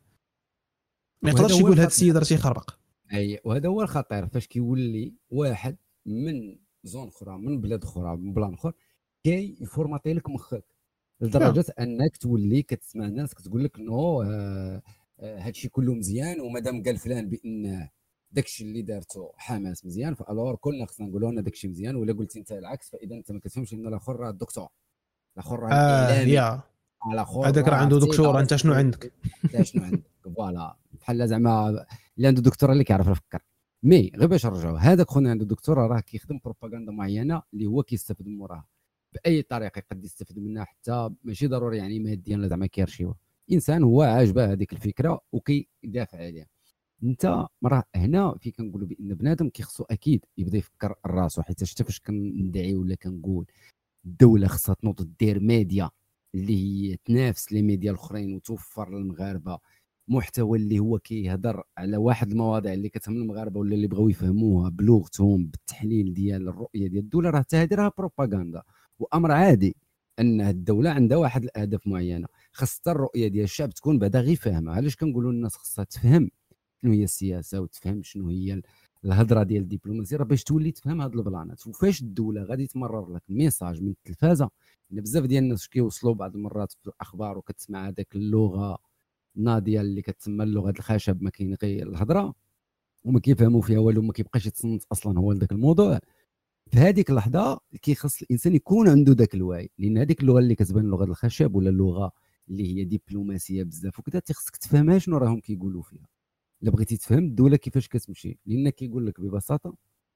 ما يقدرش يقول هذا السيد راه تيخربق. اي وهذا هو الخطير، فاش كيولي واحد من زون اخرى من بلاد اخرى من بلان اخر كي يفورماتي لك مخك لدرجه انك تولي كتسمع ناس كتقول لك نو هادشي كله مزيان، ومادام قال فلان بان داكشي اللي دارته حماس مزيان، فالور كلنا خصنا نقولوا لنا داكشي مزيان، ولا قلتي انت العكس فاذا انت ما كتفهمش ان الاخر راه الدكتور، الاخر راه الاعلامي، الاخر هذاك راه عنده دكتور، انت شنو عندك؟ انت شنو عندك؟ فوالا بحال زعما اللي عنده دكتور اللي كيعرف يفكر. مي غير باش نرجعوا، هذاك خونا عنده دكتوراه راه كيخدم بروباغندا معينه اللي هو كيستافد من وراها باي طريقه، يقد يستافد منها حتى ماشي ضروري يعني ماديا ولا زعما كيرشيوها، انسان هو عاجبه هذيك الفكره وكيدافع عليها. انت مرة هنا في كنقولوا بان بنادم كيخصو اكيد يبدا يفكر راسو، حيت حتى فاش كندعي ولا كنقول الدوله خصها تنوض دير ميديا اللي هي تنافس لي ميديا الاخرين وتوفر للمغاربه محتوى اللي هو كيهضر على واحد المواضيع اللي كتهم المغاربه ولا اللي بغاو يفهموها بلغتهم بالتحليل ديال الرؤيه ديال الدوله، راه حتى هذه راه بروباغندا، وامر عادي ان الدوله عندها واحد الاهداف معينه، خاصة الرؤيه ديال الشعب تكون بعدا غير فاهمه. علاش كنقولوا الناس خاصها تفهم شنو هي السياسه وتفهم شنو هي الهضره ديال الدبلوماسيه، راه باش تولي تفهم هاد البلانات. وفاش الدوله غادي تمرر لك ميساج من التلفازه، بزاف ديال الناس كيوصلوا بعض المرات في الاخبار وكتسمع هذاك اللغه ناضيه اللي كتسمى اللغه الخشب، ما كاين غير الهضره وما كيفهموا فيها والو، ما كيبقاش يتصنت اصلا هو لذاك الموضوع. في هذيك اللحظه كيخص الانسان يكون عنده ذاك الوعي، لان هذيك اللغه اللي كتبان لغه الخشب ولا اللغه اللي هي دبلوماسيه بزاف وكذا تخصك تفهمها شنو راهم كيقولوا فيها. الا بغيتي تفهم الدوله كيفاش كتمشي، لان كيقول لك ببساطه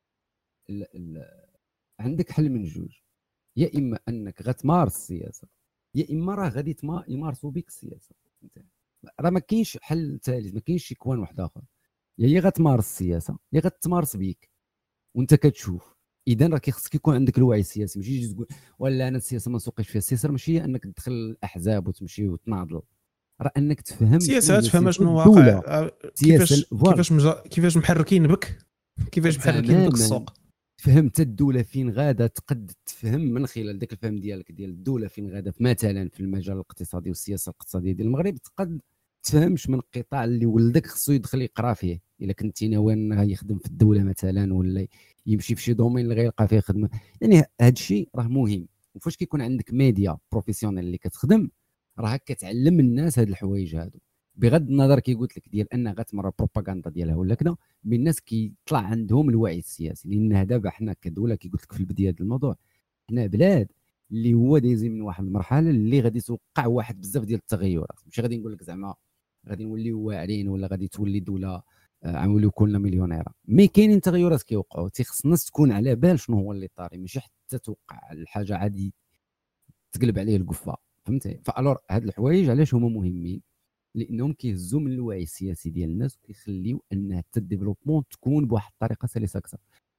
عندك حل من جوج، يا اما انك غتمارس السياسه يا اما راه غادي يمارسوا بك السياسه. راه ما كاينش حل ثالث، ما كاينش شي كوان واحد اخر، يا غتمارس السياسه يا غتمارس بيك وانت كتشوف. اذا راه كيخصك يكون عندك الوعي السياسي، ماشي تجي تقول ولا انا السياسه ما نسوقش فيها. السياسه ماشي انك تدخل الاحزاب وتمشي وتناضل، راه انك تفهم السياسه، تفهم شنو واقع، كيفاش محركين بك، كيفاش محركين بك السوق. فهمت الدوله فين غاده، تقد تفهم من خلال داك الفهم ديالك ديال الدوله فين غاده مثلا في المجال الاقتصادي والسياسه الاقتصاديه ديال المغرب، تقد تفهمش من القطاع اللي ولدك خصو يدخل يقرا فيه. الا كنتي ناوي انه يخدم في الدوله مثلا، ولا يمشي في شي دومين اللي غيلقى فيه خدمه. يعني هذا الشيء راه مهم. وفاش كيكون عندك ميديا بروفيسيونيل اللي كتخدم، راه كتعلم الناس هاد الحوايج هادو، بغض النظر كي قلت لك ديال ان غتمر البروباغندا ديالها ولا كذا، بالناس كيطلع عندهم الوعي السياسي. لان دابا حنا كدوله كي قلت لك في البدايه ديال الموضوع، حنا بلاد اللي هو دايزين من واحد المرحله اللي غادي توقع واحد بزاف ديال التغيرات. ماشي غادي نقول لك زعما غادي نوليو واعرين ولا غادي تولي دوله غنوليو كلنا مليونيره، مي كاينين تغيرات كيوقعوا، تيخص الناس تكون على بال شنو هو اللي طاري، ماشي حتى توقع الحاجه عادي تقلب عليه القفه. فهمتي؟ فالور هاد الحوايج علاش هما مهمين؟ لانهم كيهزوا من الوعي السياسي ديال الناس، وكيخليو ان حتى الديفلوبمون تكون بواحد الطريقه سلسه اكثر.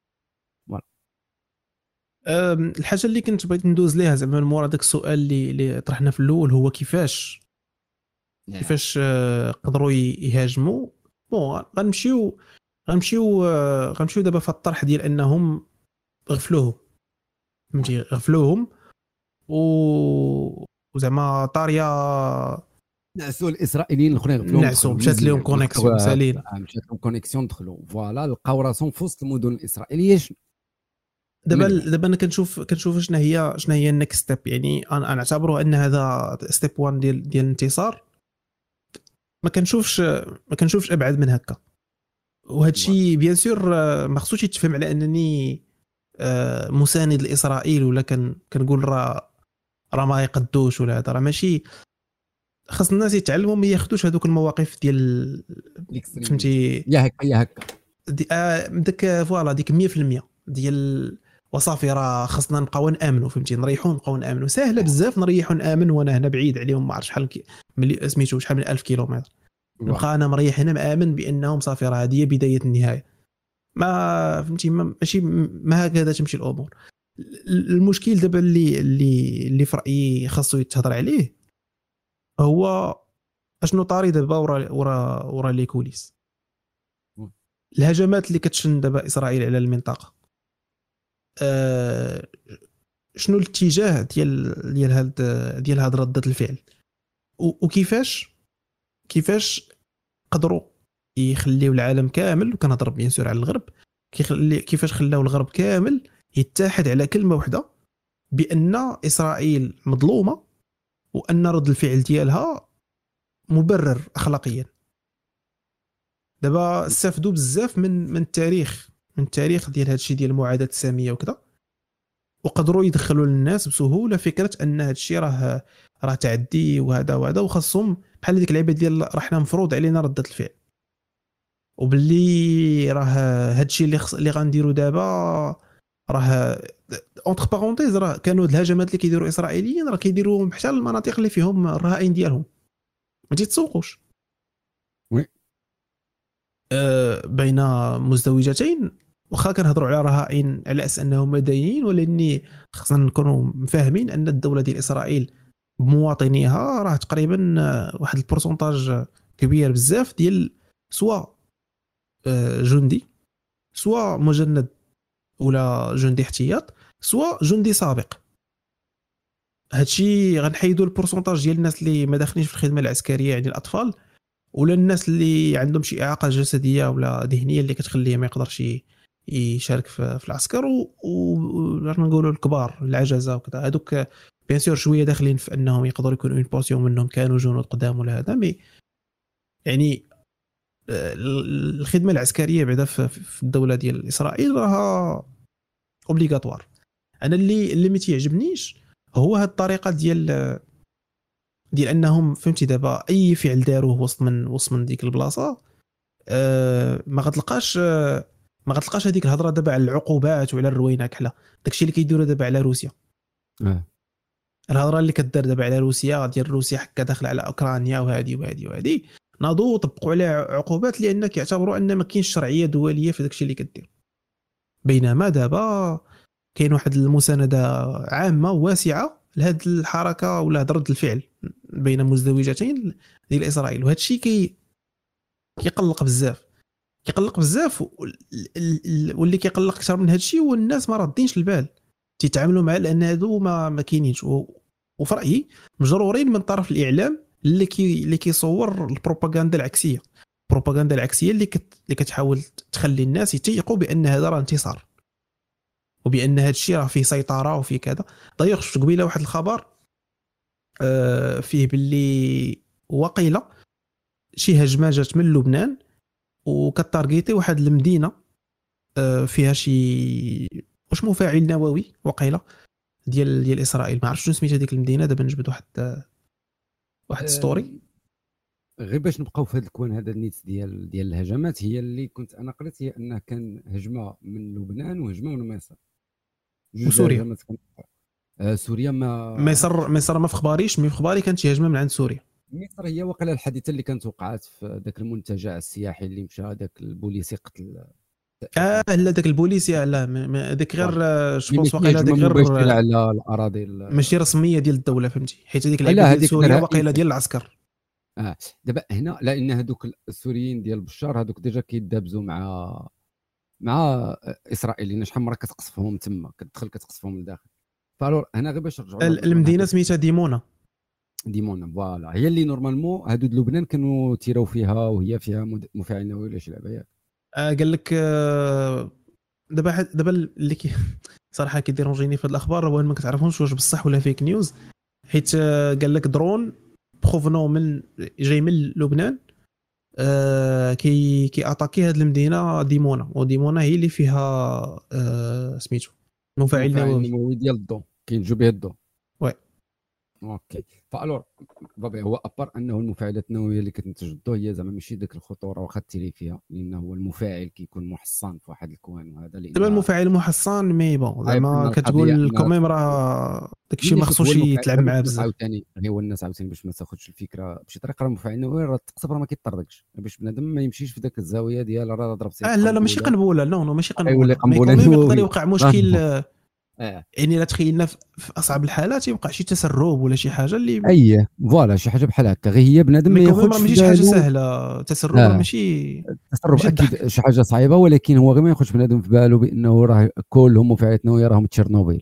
الحاجه اللي كنت بغيت ندوز ليها زعما من مورا داك السؤال اللي طرحنا في الاول، هو كيفاش قدروا يهاجموا. بون غنمشيو دابا في الطرح ديال انهم غفلوهم وزعما طاريه نعسوا الاسرائيليين الاخرين، نعسوا مشات لهم كونيكسيون سالين، مشات لهم كونيكسيون دخلوا فوالا لقاو راسهم في وسط المدن الاسرائيليه. دابا انا كنشوف شنو هي النكست ستيب. يعني انا نعتبره ان هذا ستيب 1 ديال الانتصار. ما كنشوفش ابعد من هكا. وهذا الشيء بيان سور ما خصوش يتفهم على انني مساند لاسرائيل ولا كنقول راه ما يقدوش ولا هذا. راه ماشي خاص الناس يتعلموا ما ياخذوش هذوك المواقف ديال فهمتي يا هكا داك فوالا ديك 100% ديال وصافي راه خاصنا نبقاو نامنوا. فهمتي؟ نريحوا نبقاو نامنوا. سهله بزاف نريحوا نامن وانا هنا بعيد عليهم ما عرف شحال سميتو شحال من 1000 كيلومتر. نبقى انا مريح هنا مامن بانهم صافي راه هذه بدايه النهايه. ما فهمتي؟ ماشي ما هكذا تمشي الامور. المشكل دابا اللي في رايي خاصو يتهضر عليه هو اشنو طاري دابا ورا لي كوليس. الهجمات اللي كتشن دابا اسرائيل على المنطقه، شنو الاتجاه ديال هاد ردة الفعل، وكيفاش قدروا يخليو العالم كامل، وكنهضر بيان سور على الغرب، كيفاش خلاو الغرب كامل يتحد على كلمه واحده بان اسرائيل مظلومه، وان رد الفعل ديالها مبرر اخلاقيا. دابا استفدوا بزاف من التاريخ ديال هذا الشيء ديال المعاداه الساميه وكذا، وقدروا يدخلوا للناس بسهوله فكره ان هذا الشيء راه تعدي وهذا وخاصهم بحال ديك اللعبه ديال راه حنا مفروض علينا رده الفعل، وباللي راه هذا الشيء اللي غنديروا دابا راه اونتر بارونتيز راه كانوا الهجمات اللي كيديروا الاسرائيليين راه كيديروهم حتى المناطق اللي فيهم الرهائن ديالهم ما تيتسوقوش. وي بين مزدوجتين. واخا كنهضروا على رهائن على اساس انهم مدنيين، ولاني خصنا نكونوا فاهمين ان الدوله ديال اسرائيل بمواطنيها راه تقريبا واحد البورسونتاج كبير بزاف ديال سواء جندي، سواء مجند ولا جندي احتياط، سواء جندي سابق. هادشي غنحيدوا البورسونتاج ديال الناس اللي ما داخلينش في الخدمه العسكريه، يعني الاطفال ولا الناس اللي عندهم شي اعاقه جسديه ولا ذهنيه اللي كتخليه ما يقدرش يشارك في العسكر، ونقولوا الكبار العجزه وكذا. هذوك بيان سور شويه داخلين في انهم يقدروا يكونوا اون بورسيون منهم كانوا جنود قدام ولا هذا. مي يعني الخدمه العسكريه بعدا في الدوله ديال اسرائيل راها اوبليغاتوار. انا اللي ما تيعجبنيش هو هذه الطريقه ديال انهم فهمتي دابا اي فعل داروه وسط من ديك البلاصه ما غتلقاش هذيك الهضره دابا على العقوبات وعلى الروينه كحله. داكشي اللي كيديروا دابا على روسيا، الهضره اللي كدار دابا على روسيا ديال روسيا حكا داخله على اوكرانيا وهذه ناضوا طبقوا عليها عقوبات لان كيعتبروا ان ما كاينش شرعيه دوليه في داكشي اللي كدير. بينما دابا كاين واحد المسانده عامه واسعه لهذه الحركه ولا هذا رد الفعل بين مزدوجتين ديال اسرائيل، وهذا الشيء كيقلق بزاف. كيقلق بزاف، واللي كيقلق اكثر من هذا الشيء هو الناس ما رادينش البال تيتعاملوا مع لان هادو ما كاينينش. وفي رايي مجرورين من طرف الاعلام اللي كيصور البروباغندا العكسيه. البروباغندا العكسيه اللي كتحاول تخلي الناس يتيقوا بان هذا راه انتصار، وبان هذا الشيء راه فيه سيطره وفيه كذا. دايوغ شفت قبيله واحد الخبر فيه باللي وقيله شي هجمه جات من لبنان وكتارجيتي واحد المدينه فيها شي واش مفاعل نووي وقيله ديال اسرائيل. ما عرفتش شنو سميت هذيك المدينه، دابا نجبد واحد ستوري. غير باش نبقاو في هذا الكوان هذا النيت ديال الهجمات، هي اللي كنت انا قريت هي انه كان هجمه من لبنان وهجمه من مصر وسوريا. سوريا مصر ما في خباريش، مي في خباري كانت شي هجمه من عند سوريا. مصر هي وقيله الحادثه اللي كانت وقعت في ذاك المنتجع السياحي اللي مشى ذاك البوليسي قتل. لا داك البوليسي لا هذاك غير شوبونس وقيله هذيك غير على الاراضي ماشي رسميه ديال الدوله، فهمتي؟ حيت هذيك اللعبه ديال سوريا وقيله ديال العسكر. دابا هنا لان هذوك السوريين ديال بشار هذوك ديجا كيدابزوا مع اسرائيل، شحال مره كتقصفهم تما، كتدخل كتقصفهم لداخل. فالور هنا غير باش نرجعوا المدينه سميتها ديمونا فوالا، هي اللي نورمالمون هادو لبنان كانوا تيراو فيها، وهي فيها مفاعل نووي ولا شي لعبه ياك. قال لك دابا اللي صراحه كيديرونجيني في هاد الاخبار هو ما كتعرفهمش واش بصح ولا فيك نيوز. حيت قال لك درون بروفونون جاي من لبنان كي اتاكي هاد المدينه ديمونا، وديمونا هي اللي فيها سميتو مفاعل نووي ديال الضو كينجو به الضو. وي اوكي. فالور بابا هو ابار انه المفاعلات النوويه اللي كتنتج الضو هي زعما ماشي ديك الخطوره واخا تيلي فيها، لانه هو المفاعل كيكون محصن في واحد الكوان، وهذا اللي دابا المفاعل محصن مي بون زعما كتقول كوميم راه داكشي ما خصوش يتلعب معاه بزاف. عاوتاني هو الناس عاوتاني باش ما تاخذش الفكره بشي طريقه، راه المفاعل النووي راه تقصف راه ما كيطردكش، باش بنادم ما يمشيش في ذاك الزاويه ديال راه ضرب سيف. لا ماشي قنبوله، لا ماشي قنبوله، مي يقدر يوقع مشكل. يعني الا تخيلنا في اصعب الحالات يوقع شي تسرب ولا شي حاجه اللي فوالا شي حاجه بحال هكا، غير هي بنادم ما ياخذش. ماشي حاجه سهله تسرب، ماشي تسرب اكيد شي حاجه صعيبه، ولكن هو غير ما ياخذش بنادم في باله بانه راه كلهم مفاعلات نوويه راهم تشيرنوبيل.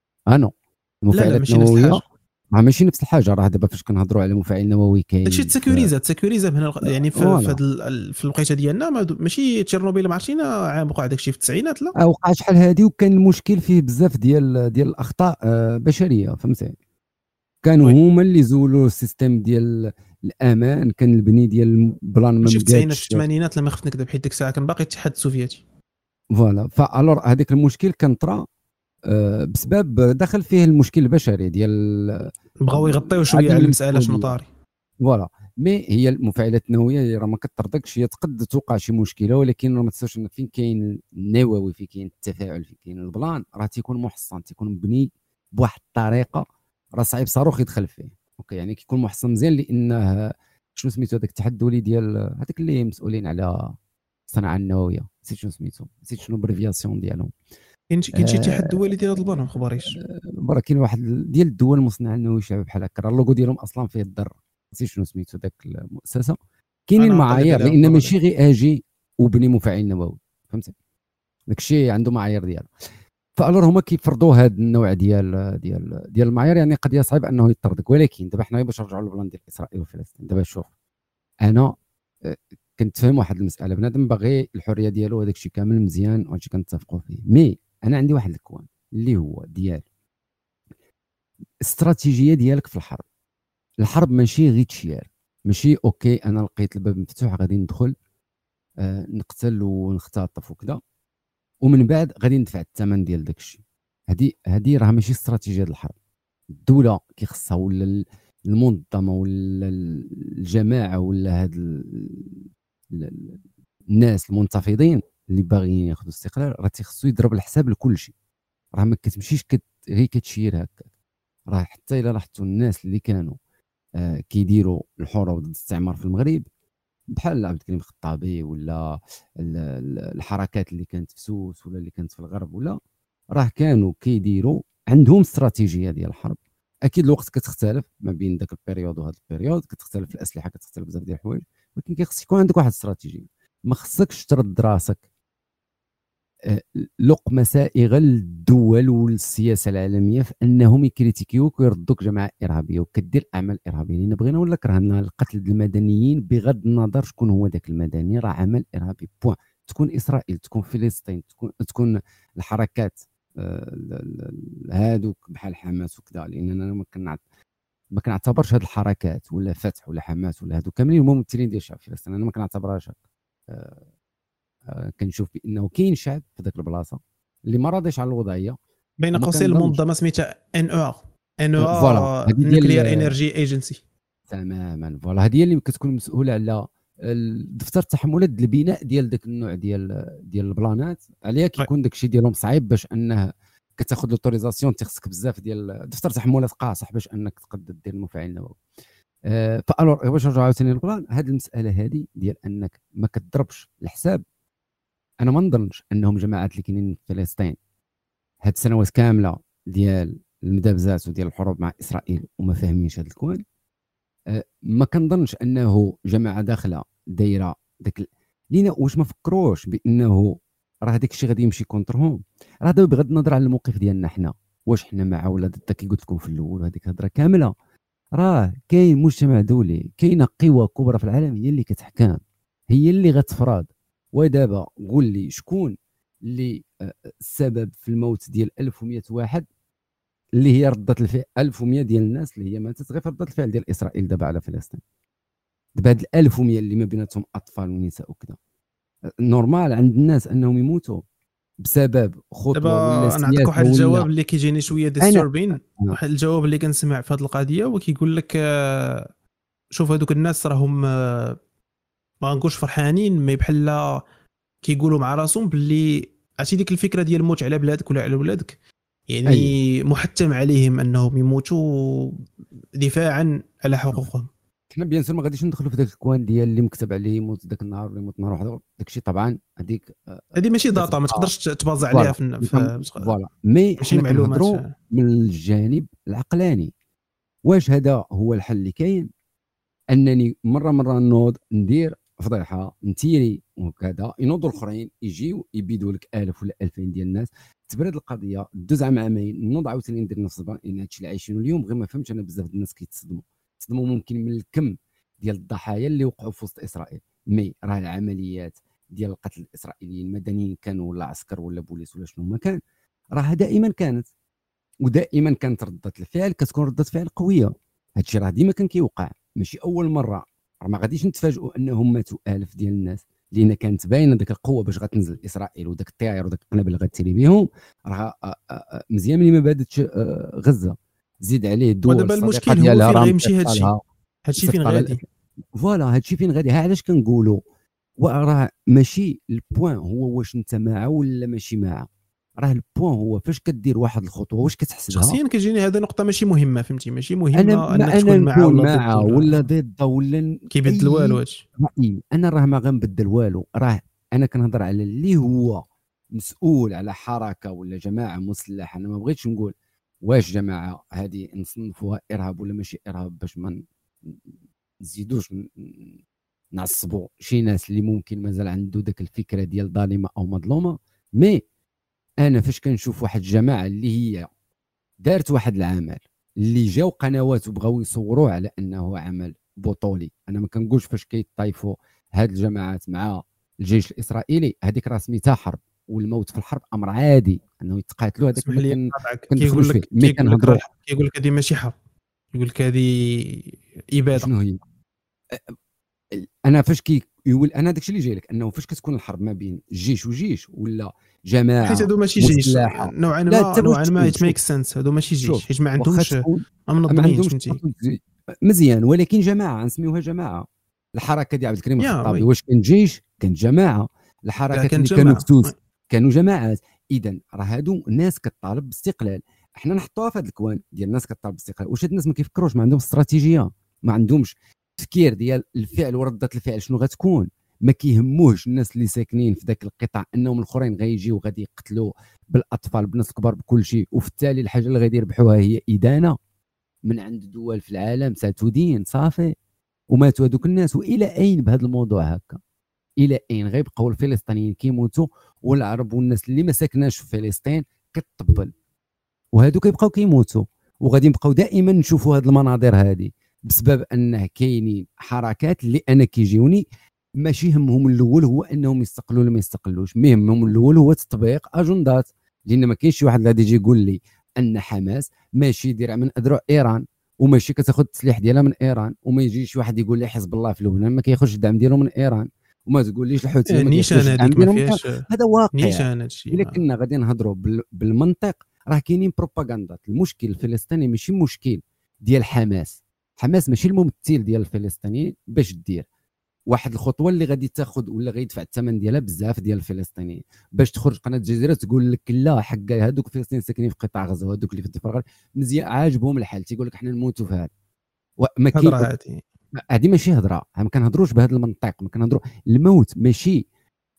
المفاعلات النوويه ماشي نفس الحاجه. راه دابا فاش كنهضروا على مفاعل نووي كاين داكشي تسكوريزا هنا يعني في الوقيته ديالنا ماشي تشيرنوبيل ما عرفتينا عام وقع داكشي في التسعينات. لا وقع شحال هادي، وكان المشكل فيه بزاف ديال الاخطاء بشريه، فهمتي؟ كانوا هما اللي زولوا السيستم ديال الامان، كان البني ديال البلان ما مشى في التسعينات في الثمانينات لما خفت نكذب، حيت ديك الساعه كان باقي الاتحاد السوفيتي. فوالا. فالور هذاك المشكل كان طرا بسبب دخل فيه المشكل البشري ديال بغاو يغطيو شويه على المساله شنو طاري. فوالا. مي هي المفاعلات النوويه راه ما كتطردكش، هي تقد توقع شي مشكله، ولكن ما تنساوش ان فين كاين النووي، فين كاين التفاعل، فين كاين البلان، راه تيكون محصن، تيكون مبني بواحد الطريقه راه صعيب صاروخ يدخل فيه. اوكي يعني كيكون محصن مزيان، لانه شنو سميتو هذاك الاتحاد الدولي ديال هذاك اللي مسؤولين على الصناعه النوويه، نسيت شنو سميتو، نسيت شنو بريفياسيون ديالهم. كاين شي اتحاد دولي ديال هذا البلان ما خباريش. برا كاين واحد ديال الدول المصنعه النوويه شعب بحال هكا، راه اللوغو ديالهم اصلا فيه الضر، نسيت شنو سميتو ذاك المؤسسه. كاينين معايير، لان ماشي غير اجي وبني مفاعل نووي، فهمتي؟ داكشي عنده معايير ديالو. فالور هما كيفرضوا هذا النوع ديال المعايير، يعني قد صعيب انه يطردك. ولكن دابا حنا باش نرجعوا للبلان ديال اسرائيل وفلسطين، دابا شوف انا كنت فاهم واحد المساله، بنادم باغي الحريه ديالو هذاك الشيء كامل مزيان وهادشي كنتفقوا فيه، مي انا عندي واحد الكوان اللي هو ديال الاستراتيجيه ديالك في الحرب ماشي غير تشيار، ماشي اوكي انا لقيت الباب مفتوح غادي ندخل نقتل ونختطف وكذا، ومن بعد غادي ندفع الثمن ديال داك الشيء. هذه راه ماشي استراتيجيه الحرب. الدوله كيخصها ولا المنظمه ولا الجماعه ولا هاد الناس المنتفضين اللي باغيين ياخذوا استقلال، راه تيخصو يضرب الحساب لكل شيء. راه ما كتمشيش غير كتشير هكا. راه حتى الا لاحظتوا الناس اللي كانوا كيديروا الحروب ضد الاستعمار في المغرب، بحال عبد الكريم الخطابي ولا الحركات اللي كانت في سوس ولا اللي كانت في الغرب، ولا راه كانوا كيديروا عندهم استراتيجيه ديال الحرب. اكيد الوقت كتختلف ما بين ذاك البيريود وهذا البيريود، كتختلف الاسلحه، كتختلف بزاف ديال الحوايج، ولكن كيخص يكون عندك واحد الاستراتيجيه. ما خصكش ترد راسك لقمه سائغه للدول والسياسه العالميه في انهم يكريتيكيوك ويردوك جماعه ارهابيه وكدير اعمال ارهابيه، لان بغينا ولا كرهنا القتل المدنيين بغض النظر شكون هو ذاك المدني راه عمل ارهابي بوان. تكون اسرائيل، تكون فلسطين، تكون الحركات هادوك بحال حماس وكذا، لان انا ما كنعتبرش هاد الحركات ولا فتح ولا حماس ولا هادو كاملين ممثلين ديال الشعب فلسطين، انا ما كنعتبرهاش هكا. كنشوف بانه كاين شعب في ذاك البلاصه اللي ما راضيش على الوضعيه. بين قوسين المنظمه سميتها NEA فوالا نيوكليير انرجي ايجنسي تماما. فوالا هذه هي اللي كتكون مسؤوله على دفتر التحملات البناء ديال داك النوع ديال البلانات، عليها كيكون داك الشيء ديالهم صعيب باش انه كتاخذ لوتوريزاسيون تخصك بزاف ديال دفتر تحملات قاصح باش انك تقدر دير المفاعل النووي. فالور باش نرجعوا عاوتاني للبلان، هذه المساله هذه ديال انك ما كتضربش الحساب. انا ما نظنش انهم جماعات اللي كاينين في فلسطين هاد السنوات كامله ديال المدابزات وديال الحروب مع اسرائيل وما فاهمينش هذا الكون. ما كنظنش انه جماعه داخله دايره داك لينا، واش ما فكروش بانه راه هذاك الشيء غادي يمشي كونترهم. راه دابا بغض النظر على الموقف ديالنا حنا، واش حنا مع ولا ضد كي قلت لكم في الاول، هذيك الهضره كامله راه كاين مجتمع دولي، كاينه قوى كبرى في العالم هي اللي كتحكم، هي اللي غتفرض. ودابا قول لي شكون اللي السبب في الموت ديال 1100 واحد اللي هي ردة الفعل 1100 ديال الناس اللي هي ماتت غير في ردة الفعل ديال اسرائيل دابا على فلسطين. دابا هاد 1100 اللي ما بيناتهم اطفال ونساء وكذا، نورمال عند الناس انهم يموتوا بسبب خطوه ولا سياسه. انا نعطيك واحد الجواب اللي كيجيني شويه ديستوربين. واحد الجواب اللي كنسمع في هذه القضيه وكيقول لك شوف هذوك الناس راهم ما غنقولش فرحانين، ما بحال كيقولوا مع راسهم باللي عرفتي ديك الفكره ديال الموت على بلادك ولا على ولادك، يعني محتم عليهم انهم يموتوا دفاعا على حقوقهم. حنا بيان سور ما غاديش ندخلوا في ذاك الكوان ديال اللي مكتب عليه يموت ذاك النهار ولا يموت نهار واحد، داك الشيء طبعا هذه ماشي داتا ما تقدرش تبازا عليها في فوالا. مي ماشي معلومات من الجانب العقلاني. واش هذا هو الحل اللي كاين؟ انني مره نوض ندير فضيحه نتيري وكذا، ينوضوا الاخرين يجيو يبيدوا لك 1000 ولا 2000 ديال الناس، تبرد القضيه، دوز عامين، نوض عاوتاني ندير نفس البلان. لان هادشي اللي عايشينه اليوم غير ما فهمتش انا، بزاف الناس كيتصدموا ممكن من الكم ديال الضحايا اللي وقعوا في وسط اسرائيل. مي راه العمليات ديال القتل الاسرائيليين المدنيين كانوا ولا عسكر ولا بوليس ولا شنو ما كان، راه دائما كانت ودائما كانت ردة الفعل كتكون ردة فعل قويه. هادشي راه ديما كان كيوقع، ماشي اول مره. ما غاديش نتفاجئوا انهم ماتوا 1000 ديال الناس، لان كانت باينه ديك القوه باش غتنزل اسرائيل وداك الطيار وداك القنابل اللي غتيري بهم. راه مزيان ملي ما بادتش غزه، زيد عليه الدول ودابا المشكل هو فين غيمشي هادشي فين غادي. فوالا هادشي فين غادي. علاش كنقولوا وراه ماشي البوان هو واش انت معه ولا ماشي معه، راه البوان هو فاش كدير واحد الخطوه واش كتحسبها. شخصيا كتجيني هذه نقطه ماشي مهمه، فهمتي؟ ماشي مهمه انك تكون معه ولا ضد ولا كيبدل والو. هادشي انا راه ما غنبدل والو، راه انا كنهضر على اللي هو مسؤول على حركه ولا جماعه مسلحه. انا ما بغيتش نقول واش جماعه هذه نصنفوها ارهاب ولا ماشي ارهاب باش ما نزيدوش نعصبوا شي ناس اللي ممكن مازال عنده داك الفكره ديال ظالمه او مظلومه. مي انا فاش كنشوف واحد الجماعه اللي هي دارت واحد العمل اللي جاو قنوات وبغاو يصوروه على انه عمل بطولي، انا ما كنقولش فاش كيطايفوا هاد الجماعات مع الجيش الاسرائيلي هذيك راه سميتها حرب، والموت في الحرب امر عادي انه يتقاتلوا. هذاك كيقول لك هذه ماشي حرب، يقول لك هذه اباده. شنو هي؟ انا فاش يقول انا داكشي اللي جاي لك انه فاش كتكون الحرب ما بين الجيش وجيش ولا جماعه، حيت هادو ماشي جيش نوعا ما it makes sense. هادو ماشي جيش حيت ما عندهمش منظمين مزيان، ولكن جماعه نسميوها جماعه. الحركه ديال عبد الكريم الخطابي واش كان جيش؟ كان جماعه. الحركات اللي كانوا كسوس كانوا جماعات. اذا راه هادو الناس كطالب باستقلال، احنا نحطوها في هذا الكوان ديال الناس كطالب باستقلال. واش هاد الناس ما كيفكروش؟ ما عندهمش استراتيجيه، ما عندهمش تفكير ديال الفعل وردة الفعل شنو غتكون. ما كيهموش الناس اللي ساكنين في ذاك القطاع انهم الاخرين غيجيو وغادي يقتلوا بالاطفال بالناس الكبار بكل شيء، وفي التالي الحاجه اللي غادي يربحوها هي ادانه من عند دول في العالم ستدين صافي. وماتوا هذوك الناس. والى اين بهذا الموضوع هكا؟ الى اين غيبقاو الفلسطينيين كيموتوا والعرب والناس اللي ما ساكناش في فلسطين كتطبل، وهادو كيبقاو كيموتوا، وغادي نبقاو دائما نشوفوا هاد المناظر هذه بسبب انه كاينين حركات اللي انا كيجيوني ماشي همهم الاول هو انهم يستقلوا ولا ما يستقلوش، همهم الاول هو تطبيق اجندات. لان ما كاينش شي واحد اللي غادي يجي يقول لي ان حماس ماشي درع من اذرع ايران وماشي كتاخذ التسليح ديالها من ايران، وما يجيش واحد يقول لي حزب الله في لبنان ما كياخذش الدعم ديالو من ايران، وما تقوليش الحوثيين ما كياخذوش الدعم ديالهم. هذا واقع. الا كنا غادي نهضروا بالمنطق راه كاينين بروباغندا. المشكل الفلسطيني ماشي مشكل ديال حماس ماشي الممثل ديال الفلسطينيين باش دير واحد الخطوه اللي غادي تاخذ ولا غيدفع الثمن ديالها بزاف ديال الفلسطينيين باش تخرج قناه الجزيره تقول لك لا حقا هذوك الفلسطينيين ساكنين في قطاع غزه وهذوك اللي في الضفه الغربيه مزيان عاجبهم الحال تيقول لك حنا نموتوا في هذا. ما كاين هذه ماشي هضره، ما كنهضروش بهذا المنطق، ما كنهضروا الموت ماشي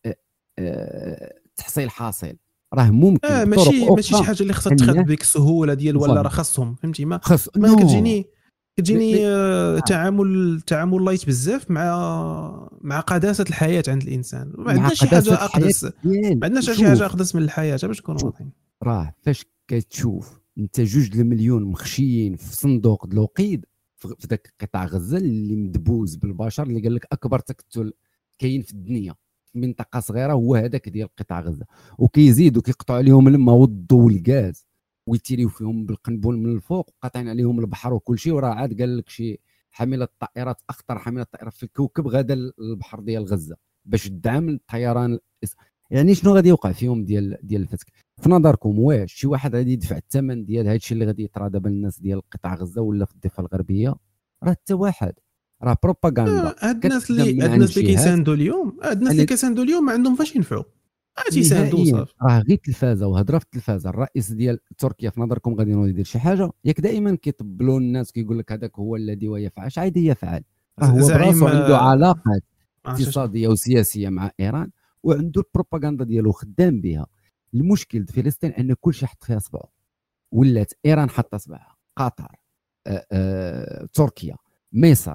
تحصيل حاصل، راه ممكن ماشي شي حاجه اللي خصها تاخذ بك سهوله ديال ولا راه خاصهم فهمتي ما كتجيني تعامل لايت بزاف مع قداسه الحياه عند الانسان. ما عندناش شي حاجه اقدس، ما عندناش شي حاجه اقدس من الحياه باش نكونوا واضحين. راه فاش كتشوف انت 2 المليون مخشيين في صندوق الوقيد في ذاك قطاع غزه اللي مدبوز بالبشر، اللي قال لك اكبر تقتل كاين في الدنيا في منطقه صغيره هو هذاك ديال قطاع غزه، وكيزيدوا كيقطعوا عليهم الماء والضوء والغاز ويتيريو فيهم بالقنبول من الفوق وقاطعين عليهم البحر وكل شيء، وراه عاد قال لك شي حامله الطائرات اخطر حامله الطائرات في الكوكب غدا البحر ديال غزه باش تدعم الطيران. يعني شنو غادي يوقع فيهم ديال الفتك في نظركم؟ واش شي واحد غادي يدفع الثمن ديال هذا الشيء اللي غادي يطرى دابا الناس ديال قطاع غزه ولا في الضفه الغربيه؟ راه حتى واحد، راه بروباغندا. هاد الناس اللي كيساندوا اليوم، ما عندهم فاش ينفعوا تيساندوا صافي. راه غير تلفازه وهضره في التلفازه. الرئيس ديال تركيا في نظركم غادي ينوض يدير شي حاجه؟ ياك دائما كيطبلوا الناس كيقول لك هذاك هو الذي ويفعل. اش عاد يفعل؟ راه هو براسو عنده علاقات اقتصاديه وسياسيه مع ايران وعنده البروباغندا ديالو خدام بها. المشكل في فلسطين ان كل شيء حط فيها صبعه، ولات ايران حاطه صبعها، قطر، تركيا، مصر،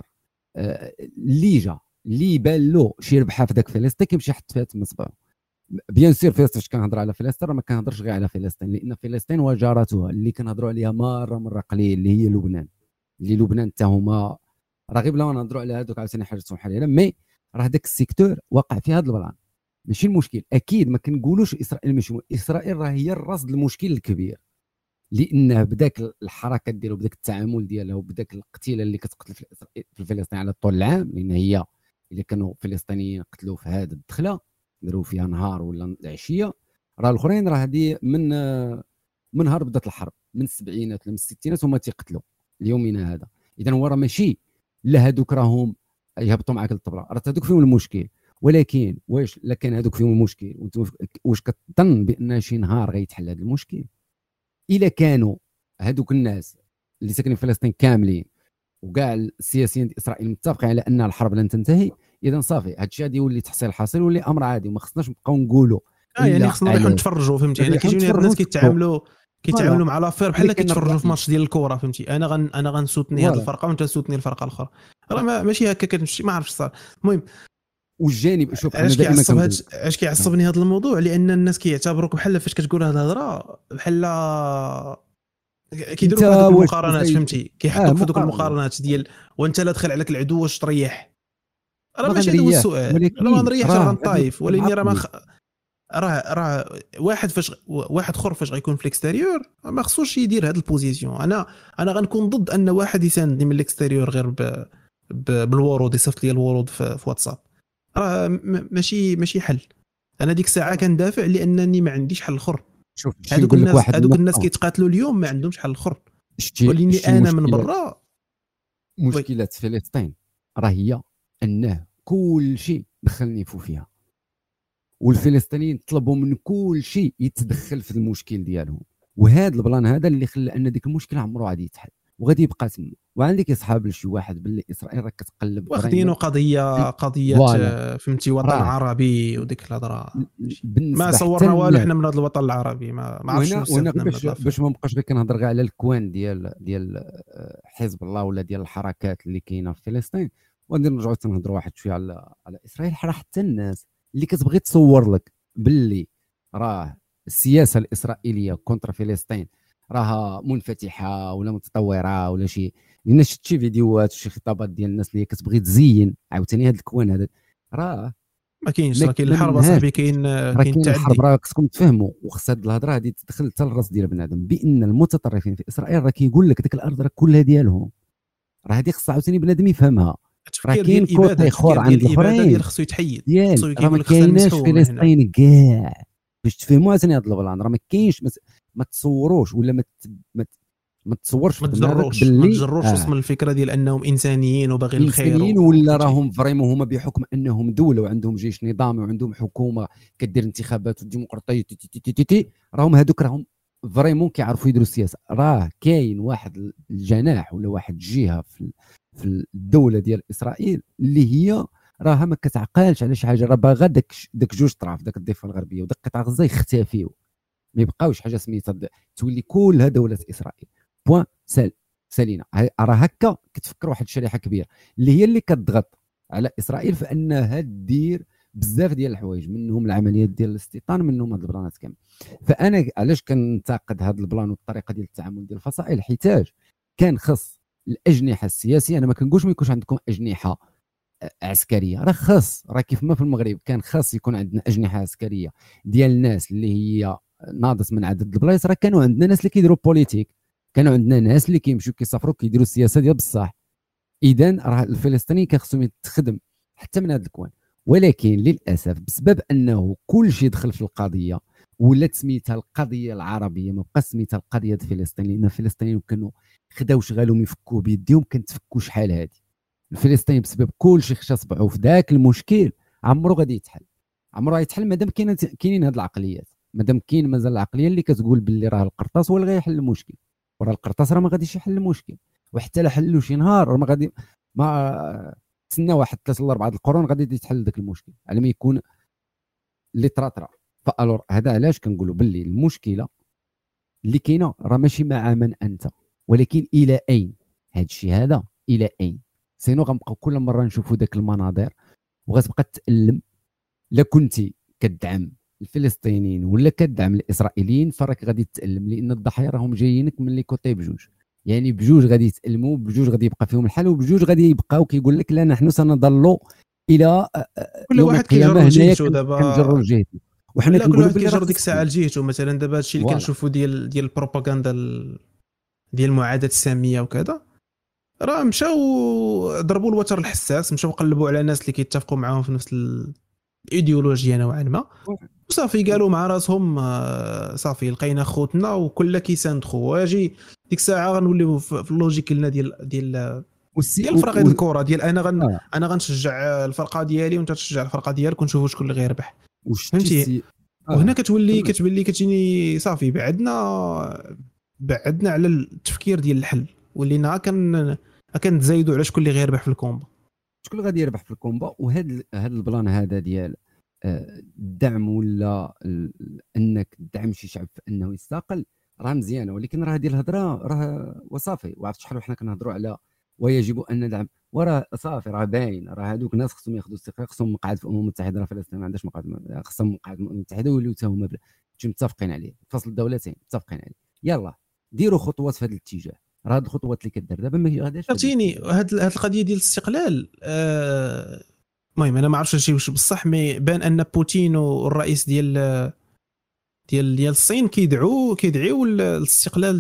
اللي بان له شي ربحه في ذاك فلسطين كيمشي يحط فيها تما صبعه. بيان سير فاش كنهضر على فلسطين راه ما كنهضرش غير على فلسطين، لان فلسطين وجارتها اللي كنهضروا عليها مره قليل اللي هي لبنان. اللي لبنان حتى هما راه غير بلا ما نهضروا على هذوك عاوتاني حاجتهم حاليا، مي راه داك السيكتور واقع في هذا البلان. ماشي المشكل اكيد ما كنقولوش اسرائيل ماشي اسرائيل، راه هي الراس المشكل الكبير، لانه بداك الحركات ديالو بداك التعامل ديالها وبداك القتيله اللي كتقتل في فلسطين على طول العام، لان هي الا كانوا فلسطينيين قتلوا في هذه الدخله داروا فيها نهار ولا العشيه، راه الاخرين راه هذه من نهار بدات الحرب من السبعينات ولا من الستينات هما تيقتلوا اليومنا هذا. اذا هو راه ماشي لا هذوك راهم يهبطوا معاك للطبله، راه هذوك فيهم المشكل. ولكن واش لا كان هذوك فيهم المشكل واش كتظن بان شي نهار غيتحل هذا المشكل؟ الا كانوا هذوك الناس اللي ساكنين في فلسطين كاملين وكاع السياسيين ديال اسرائيل متفقين على ان الحرب لن تنتهي، اذا صافي هذا الشيء غادي يولي تحصيل حاصل ويولي امر عادي وما خصناش نبقاو نقولوا يعني خصنا نروحوا نتفرجوا فهمتي. انا كيجوني هاد الناس كيتعاملوا مع لافير بحال كيتفرجوا في ماتش ديال الكره فهمتي. انا غنسوتني هذه الفرقه وانت تسوتني الفرقه الاخرى، راه ماشي هكا كتمشي. ما عرفتش صار. المهم والجانب شوف علاش كيعصبني هذا الموضوع، لان الناس كيعتبروك بحال فاش كتقول هذه الهضره بحال كيديروا دوك المقارنات فهمتي، كيحطوك في دوك المقارنات ديال وانت لا دخل عليك العدو واش تريح. راه ماشي هذا هو السؤال، راه ما نريحش راه غنطايف. ولكن راه واحد اخر فاش غيكون في الاكستيريور ما خصوش يدير هذا البوزيسيون. انا غنكون ضد ان واحد يساندني من الاكستيريور غير بالورود، يصيفط لي الورود في واتساب. راه ماشي حل. انا ديك الساعه كندافع لانني ما عنديش حل اخر. شوف هذوك الناس كيتقاتلوا اليوم ما عندهمش حل اخر. ولاني انا من برا مشكله فلسطين راه هي انه كل شيء دخلني فيها، والفلسطينيين طلبوا من كل شيء يتدخل في المشكل ديالهم، وهذا البلان هذا اللي خلى ان ديك المشكله عمره غادي يتحل وغادي يبقى تما. وعندك اصحاب لشي واحد باللي اسرائيل راه كتقلب واخدينه قضيه فهمتي وطن عربي وديك الهضره. ما صورنا والو حنا من هذا الوطن العربي. ما عرفتش باش ما نبقاش غير كنهضر غير على الكوان ديال حزب الله ولا ديال الحركات اللي كاينه في فلسطين. وغادي نرجعوا تنهضروا واحد شويه على اسرائيل. راه حتى الناس اللي كتبغي تصور لك باللي راه السياسه الاسرائيليه كونتر فلسطين راها منفتحه ولا متطوره ولا شي، لان شفت شي فيديوهات وشي خطابات ديال الناس اللي كتبغي تزين عاوتاني هذا الكوان هذا، راه ما كاينش. راه كاين الحرب اصاحبي، كاين الحرب، التعدي. راه خصكم تفهموا. وخص هذه الهضره هذه تدخل حتى للراس ديال بنادم، بان المتطرفين في اسرائيل راه كيقول لك ديك الارض راه كلها ديالهم. راه هذه خصها عاوتاني بنادم يفهمها. راه كاين كوتي اخر عند الاخرين ديال خصو يتحيد، خصو راه ما كيقول لك خصنا كايناش نمسحوه من هنا. فلسطين كاع باش تفهموا عاوتاني هذا البلان. راه ما كاينش، ما تصوروش ولا ما تصورش في دماغك باللي ما تجروش وسط الفكره ديال انهم انسانيين وباغيين الخير انسانيين ولا راهم فريمون هما بحكم انهم دوله وعندهم جيش نظامي وعندهم حكومه كدير انتخابات وديمقراطيه راهم هذوك راهم فريمون كيعرفوا يديروا السياسه. راه كاين واحد الجناح ولا واحد الجهه في الدوله ديال اسرائيل اللي هي راها ما كتعقلش على شي حاجه، راه باغا داك جوج طراف، داك الضفه الغربيه وداك قطاع غزه يختفيو، ما يبقاوش حاجه سميتها تولي كلها دوله اسرائيل. بوان سالينا. راه هكا كتفكر واحد الشريحه كبيره اللي هي اللي كتضغط على اسرائيل في انها دير بزاف ديال الحوايج، منهم العمليات ديال الاستيطان، منهم هاد البلانات كامل. فانا علاش كنتقد هاد البلان والطريقه ديال التعامل ديال الفصائل، حيتاج كان خص الاجنحه السياسيه، انا ما كنقولش ما يكونش عندكم اجنحه عسكريه، راه خاص، راه كيف ما في المغرب كان خاص يكون عندنا اجنحه عسكريه ديال الناس اللي هي ناضت من عدد البلايص. راه كانوا عندنا ناس اللي كيديروا بوليتيك، كانوا عندنا ناس اللي كيمشيو كيسافروا كيديروا السياسه ديال بصح. اذا راه الفلسطيني كيخصهم يتخدم حتى من هذا الكوان. ولكن للاسف بسبب انه كل شيء دخل في القضيه ولات سميتها القضيه العربيه، ما بقى سميتها القضيه فلسطين، لان الفلسطينيين كانوا خداو شغالهم يفكوا بيديهم، كنتفكوا شحال هذه. الفلسطيني بسبب كل شيء خشى صبعه في ذاك المشكل عمرو غادي يتحل، عمرو غيتحل مادام كاينين هاد العقليات، مادام كاين مازال العقليه اللي كتقول باللي راه القرطاس هو اللي غيحل المشكل، وراه القرطاس راه ما غاديش يحل المشكل. وحتى لا حلو شي نهار راه ما غادي، ما تسنى واحد 3 ولا 4 القرون غادي يتحل ذاك المشكل على ما يكون اللي طرا. فالور هذا علاش كنقولوا باللي المشكله اللي كاينه راه ماشي مع من انت، ولكن الى اين هذا الشيء هذا، الى اين. سينو غنبقاو كل مره نشوفوا ذاك المناظر وغتبقى تتألم. لا كنتي كدعم الفلسطينيين ولا كدعم الاسرائيليين فراك غادي تتألم، لان الضحايا راهم جايينك من لي كوتي بجوج، يعني بجوج غادي يتألموا، بجوج غادي يبقى فيهم الحال، وبجوج غادي يبقاو كيقول لك لا نحن سنظل الى كل يوم واحد القيامه كيجر هنايا لجهته دابا، كنجروا لجهتنا. وحنا لا كل كنقولوا واحد باللي كيجر راه ديك الساعه لجهته. مثلا دابا هادشي اللي كنشوفوا ديال البروباغندا ديال معاداه الساميه وكذا، راه مشاو ضربوا الوتر الحساس، مشاو قلبوا على ناس اللي كيتفقوا معاهم في نفس الايديولوجيا نوعا ما، وصافي قالوا مع راسهم صافي لقينا خوتنا وكل كيساند خو. واجي ديك الساعه غنوليو في اللوجيك لنا ديال الفرق ديال الكره ديال انا غنشجع الفرقه ديالي وانت تشجع الفرقه ديالك ونشوفوا شكون اللي غيربح، فهمتي؟ وهنا كتبان لي كتجيني صافي بعدنا على التفكير ديال الحل، ولينا كنتزايدوا على شكون اللي غيربح في الكومبا، شكون اللي غادي يربح في الكومبا. وهذا البلان هذا ديال الدعم ولا انك تدعم شي شعب في انه يستقل راه مزيانه، ولكن راه هذه الهضره راه وصافي. وعرفت شحال وحنا كنهضروا على ويجب ان ندعم، وراه صافي راه باين، راه هذوك الناس خصهم ياخذوا الاستقلال، خصهم مقعد في الامم المتحده. راه فلسطين ما عندهاش مقعد، خصهم مقعد في الامم المتحده ويوليو حتى هما متفقين عليه، فصل الدولتين متفقين عليه. يلا ديروا خطوات في هذا الاتجاه. راه هاد الخطوات اللي كدير دابا ما غاديش عرفتيني. هاد القضيه ديال الاستقلال، المهم انا ما عرفتش هادشي واش بصح، مي بان ان بوتين والرئيس ديال الصين كيدعيو الاستقلال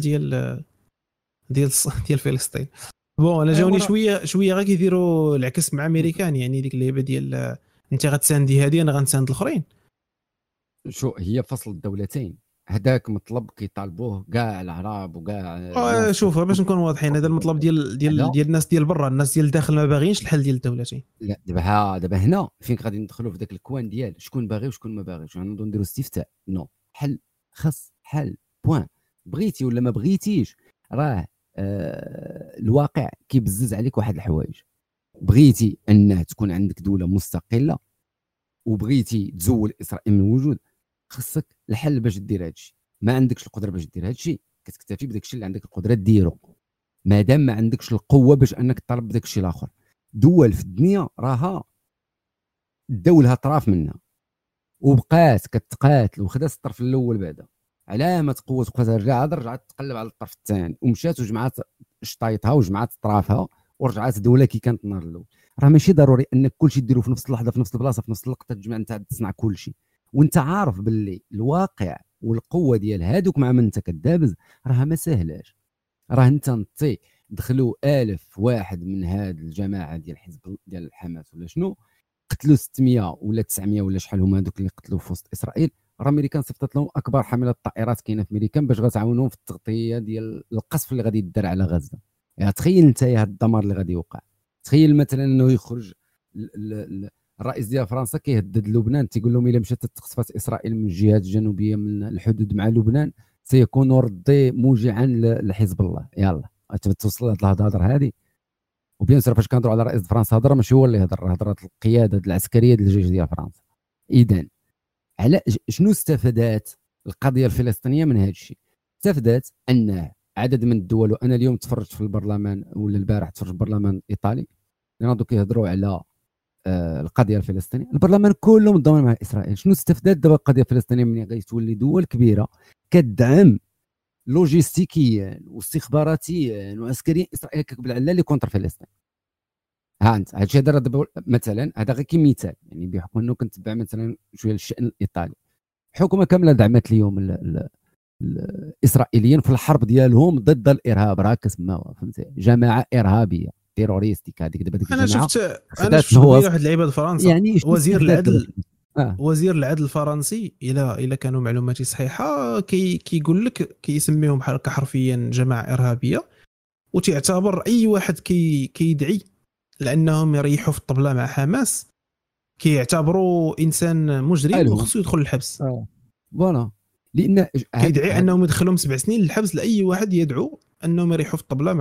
ديال فلسطين. بون انا جاوني شويه غير كيديروا العكس مع امريكان، يعني ديك اللعبه ديال انت غتساندي هذه انا غنساند الاخرين. شو هي فصل الدولتين هذاك مطلب كيطالبوه كاع العرب وكاع شوف باش نكون واضحين، هذا المطلب ديال الناس ديال برا، الناس ديال الداخل ما باغينش الحل ديال الدولتين. لا دابا هنا فين غادي ندخلوا في ذاك الكوان ديال شكون باغي وشكون ما باغيش، غنوضوا نديروا استفتاء. نو حل، خاص حل بوان. بغيتي ولا ما بغيتيش راه الواقع كيبزز عليك واحد الحوايج. بغيتي انه تكون عندك دوله مستقله وبغيتي تزول اسرائيل من الوجود، خصك الحل باش دير هادشي. ما عندكش القدره باش دير هادشي، كتكتفي بداك الشيء اللي عندك القدره ديرو. مادام ما عندكش القوه باش انك تطالب بداك الشيء الاخر، دول في الدنيا راها دولها طراف منها وبقات كتقاتل وخدات الطرف الاول بعدا علامه قوه وقتها رجعت تقلب على الطرف الثاني ومشات وجمعات شطايطها وجمعات طرافها ورجعات دوله كي كانت النهار الاول. راه ماشي ضروري انك كلشي ديرو في نفس اللحظه في نفس البلاصه في نفس الوقت تجمع انت تصنع كلشي، وانت عارف باللي الواقع والقوه ديال هادوك مع من انت كدابز راها ما سهلاش. راه انت نطي دخلوا 1000 واحد من هاد الجماعه ديال حزب ديال الحماس ولا شنو، قتلوا 600 ولا 900 ولا شحال هما هذوك اللي قتلوا في وسط اسرائيل. راه امريكان صيفطت لهم اكبر حامله طائرات كاينه في امريكان باش غتعاونهم في التغطيه ديال القصف اللي غادي يدار على غزه. يعني تخيل انت هذا الدمار اللي غادي يوقع. تخيل مثلا انه يخرج الرئيس ديال فرنسا كيهدد لبنان، تيقول لهم الا مشات تقصفات اسرائيل من الجهات الجنوبيه من الحدود مع لبنان سيكون ردي موجعا لحزب الله. يلا توصل لهاد الهضره هذه. وبيان سور فاش كنهضروا على رئيس فرنسا هضره ماشي هو اللي هضر، هضرات القياده العسكريه ديال الجيش ديال فرنسا. اذا على شنو استفادت القضيه الفلسطينيه من هذا الشيء؟ استفادت ان عدد من الدول، وانا اليوم تفرجت في البرلمان ولا البارح تفرجت في البرلمان الايطالي اللي ناضوا كيهضروا على القضيه الفلسطينيه، البرلمان كله متضامن مع اسرائيل. شنو استفادت دابا القضيه الفلسطينيه ملي غتولي دول كبيره كتدعم لوجيستيكيا واستخباراتيا وعسكريا اسرائيل كبالعلا اللي كونتر فلسطين؟ ها انت هادشي هذا دابا مثلا، هذا غير كمثال يعني، بحكم انه كنتبع مثلا شويه الشان الايطالي. الحكومه كامله دعمت اليوم الاسرائيليين في الحرب ديالهم ضد الارهاب، راه كسماوها فهمتي، جماعه ارهابيه تيروريستيك هذيك دابا ديك الجماعه. انا شفت واحد اللعيبه فرنسا يعني وزير العدل وزير العدل الفرنسي الى كانوا معلوماتي صحيحه كيقول لك كيسميهم حرفيا جماعه ارهابيه، وتعتبر اي واحد كيدعي لانهم يريحوا في الطبله مع حماس كيعتبروا انسان مجرم وخصو يدخل الحبس. فوالا لان كيدعي انهم يدخلهم 7 سنين للحبس لاي واحد يدعو انهم يريحوا في الطبله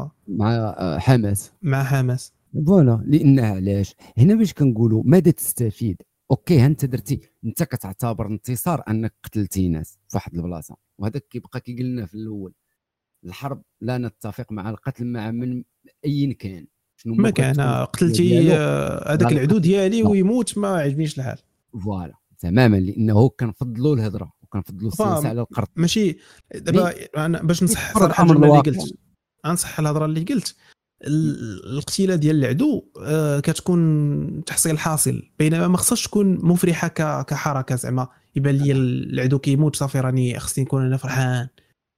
مع حماس. فوالا لان علاش هنا باش كنقولوا ماذا تستفيد؟ اوكي انت درتي، انت كتعتبر انتصار انك قتلتي ناس في واحد البلاصه، وهذاك كيبقى كيقول لنا في الاول الحرب لا نتفق مع القتل مع من اي كان شنو ما كان قتلتي هذاك العدو ديالي ويموت ما عجبنيش الحال. فوالا تماما، لانه كنفضلوا الهضره وكنفضلوا السياسه على القرض. ماشي دابا انا باش نصح صراحه الجمله اللي قلت، غنصح الهضره اللي قلت. القتيله ديال العدو كتكون تحصيل حاصل، بينما ما خصهاش تكون مفرحه كحركه زعما يبان لي العدو كيموت صافي راني خصني نكون انا فرحان.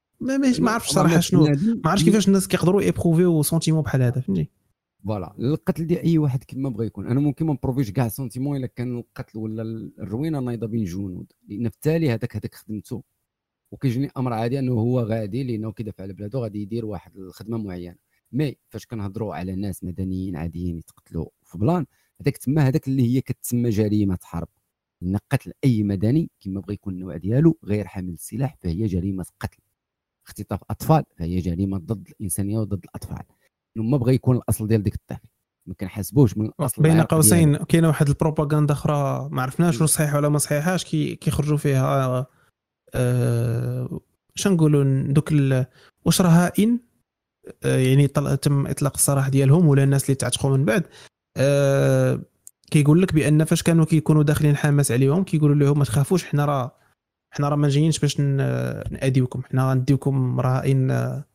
ما عرفتش صراحه شنو، ما عرفتش كيفاش الناس كيقدروا ايبروفيو سونتيمون بحال هذا فهمتي. فوالا القتل ديال اي واحد كما بغى يكون، انا ممكن ما نبروفيش كاع سونتيمون الا كان القتل ولا الروينه نايضه بين جنود، لان بالتالي هذاك خدمته. وكيجيني امر عادي انه هو غادي لانه كيدافع على بلادو غادي يدير واحد الخدمه معينه. مي فاش كنهضروا على ناس مدنيين عاديين يتقتلوا في بلان، هذاك تما هذاك اللي هي كتسمى جريمه حرب. ان قتل اي مدني كما بغى يكون النوع ديالو غير حامل السلاح فهي جريمه قتل. اختطاف اطفال فهي جريمه ضد الانسانيه وضد الاطفال. ما بغى يكون الاصل ديال ديك الطفل ما كنحاسبوش من الاصل. بين قوسين كاينه واحد البروباغندا اخرى ما عرفناش واش صحيحه ولا ما صحيحاش، كيخرجوا فيها شنقولوا دوك واش رهائن يعني تم اطلاق السراح ديالهم ولا الناس اللي تعتقوا من بعد. كيقول لك بان فاش كانوا كيكونوا داخلين حماس عليهم كيقولوا لهم ما تخافوش، حنا راه ما جايينش باش ناديوكم، حنا غنديوكم رهائن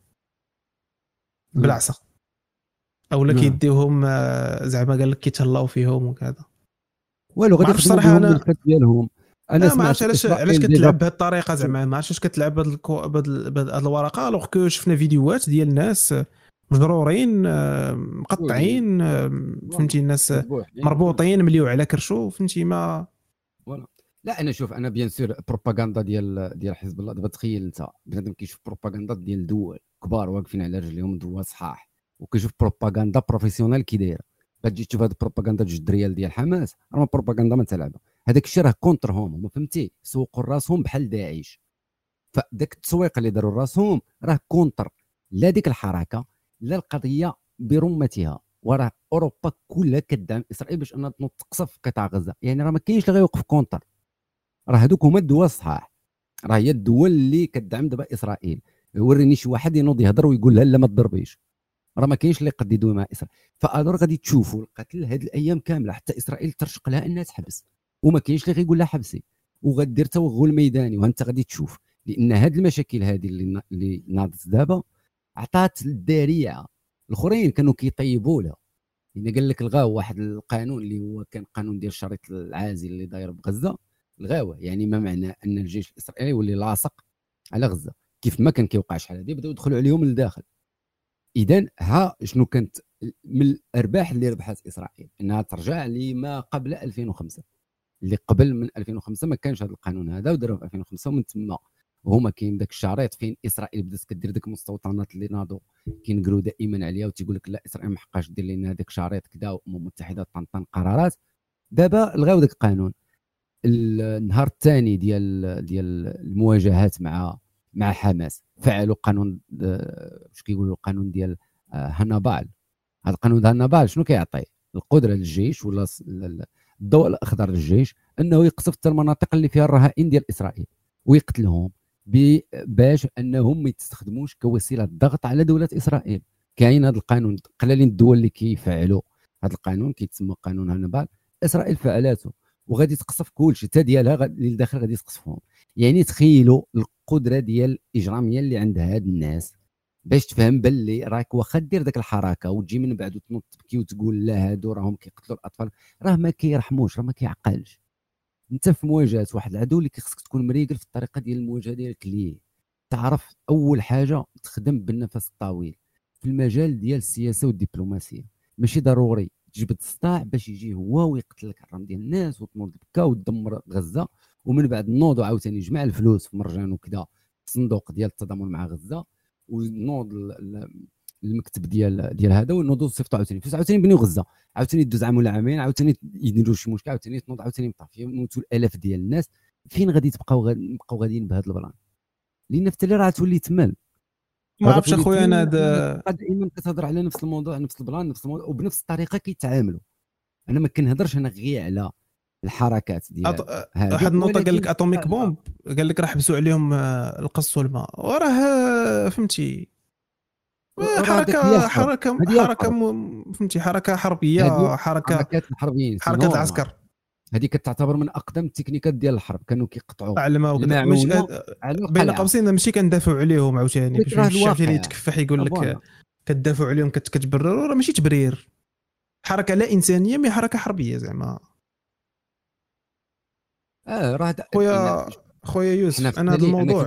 بالعصا اولا كيديوهم زعما قال لك كيتهلاو فيهم وكذا. والو غادي الصراحه انا ديالهم انا ما عرفتش علاش كتلعب بهذه الطريقه زعما ما عرفتش واش كتلعب بهذه الورقه الوغ كو شفنا فيديوهات ديال الناس مجرورين مقطعين فهمتي، الناس مربوطين مليو على كرشو فهمتي ما فوالا. لا انا شوف انا بيان سور بروباغندا ديال حزب الله. دابا تخيل انت بنادم كيشوف بروباغندا ديال دول كبار واقفين على رجليهم دول صحاح، وكيشوف بروباغندا بروفيسيونيل كي دايره، كتجي تشوف هاد البروباغندا الجدريال ديال حماس راه بروباغندا ما تلعبها. هذاك الشيء راه كونترهم هما فهمتي، سوقوا راسهم بحال داعش. فداك التسويق اللي داروا راسهم راه كونتر لا ديك الحركه لا القضيه برمتها. وراه اوروبا كلها كدعم اسرائيل باش انها تنوض تقصف قطاع غزه، يعني راه ما كاينش اللي غيوقف كونتر. راه هذوك هما الدول الصحاح، راه هي الدول اللي كدعم دابا اسرائيل. وريني شي واحد ينوض يهضر ويقول لا ما تضربيش، راه ما كاينش اللي يقد يدوي مع اسرائيل. فالور غادي تشوفوا القتل هاد الايام كامله حتى اسرائيل ترشق لها انها تحبس، وما كاينش اللي غيقول لها حبسي، وغدير توغل ميداني. وانت غادي تشوف لان هاد المشاكل هذه اللي ناضت دابا عطات الذريعه. الاخرين كانوا كيطيبوا لها، لان قال لك لغاو واحد القانون اللي هو كان قانون ديال الشريط العازل اللي داير بغزه، لغاوه. يعني ما معنى ان الجيش الاسرائيلي يولي لاصق على غزه كيف ما كان كيوقع شحال هادي، بداو يدخلوا عليهم للداخل. اذا ها شنو كانت من الارباح اللي ربحت اسرائيل، انها ترجع لما قبل 2005. اللي قبل من 2005 ما كانش هذا القانون هذا، وداروه في 2005. ومن تما هما كاين داك الشريط فين اسرائيل بدات كدير ديك المستوطنات اللي ناضوا كينقروا دائما عليها، وتيقول لك لا اسرائيل ما حقاش دير لنا هذاك الشريط كذا، والامم المتحده طنطن قرارات. دابا لغاو داك القانون. النهار الثاني ديال المواجهات مع حماس فعلوا قانون واش كيقولوا القانون ديال هانابال. هذا القانون ديال هانابال شنو كيعطي؟ القدره للجيش ولا الضوء الاخضر للجيش انه يقصف حتى المناطق اللي فيها الرهائن ديال اسرائيل ويقتلهم، باش انهم ما يستخدموش كوسيله ضغط على دوله اسرائيل. كاين هذا القانون، قليلين الدول اللي كيفعلوا هذا القانون، كيتسمى قانون هانابال. اسرائيل فعلاته وغادي تقصف كلشي حتى ديالها اللي لداخل غادي تقصفهم. يعني تخيلوا القدره ديال الاجراميه اللي عند هاد الناس، باش تفهم باللي راك واخا دير داك الحركه وتجي من بعد وتنوض تبكي وتقول لا هادو راهم كيقتلوا الاطفال، راه ما كيرحموش، راه ما كيعقلش. انت في مواجهه واحد العدو اللي خصك تكون مريقل في الطريقه ديال المواجهه ديالك، ليه تعرف اول حاجه تخدم بالنفس الطويل في المجال ديال السياسه والدبلوماسيه. ماشي ضروري تجبد الصداع باش يجي هو ويقتل لك عرام ديال الناس وتنوض تبكى وتدمر غزه، ومن بعد نوض عاوتاني يجمع الفلوس في مرجان وكذا الصندوق ديال التضامن مع غزه، ونوض المكتب ديال هذا، ونوضوا يصيفطوا عاوتاني فلوس، عاوتاني يبنيو غزه، عاوتاني يدوز عام ولا عامين، عاوتاني يديروا شي مشكل، عاوتاني تنوض، عاوتاني يطفي، يموتوا الالاف ديال الناس. فين غادي نبقاو غاديين بهذا البلان؟ لان في التالي راه تولي تمل. ما عرفتش اخويا انا دائما كتهضر على نفس الموضوع، نفس البلان، نفس الموضوع، وبنفس الطريقه كيتعاملوا. غير على الحركات ديال واحد النقطه قال لك اتوميك بومب، قال لك راه حبسوا عليهم القص والماء، وراه فهمتي حركه فهمتي حركه حربيه، حركات الحربيين، حركه العسكر. هذه كتعتبر من اقدم التكنيكات ديال الحرب. كانوا كيقطعوا بين قوسين ماشي كندافعوا عليهم عاوتاني باش الشعب اللي يتكفح يقول لك كتدافعوا عليهم كتبرروا، راه ماشي تبرير. حركه لا انسانيه، مي حركه حربيه زعما. راه خويا يوسف، انا هذا الموضوع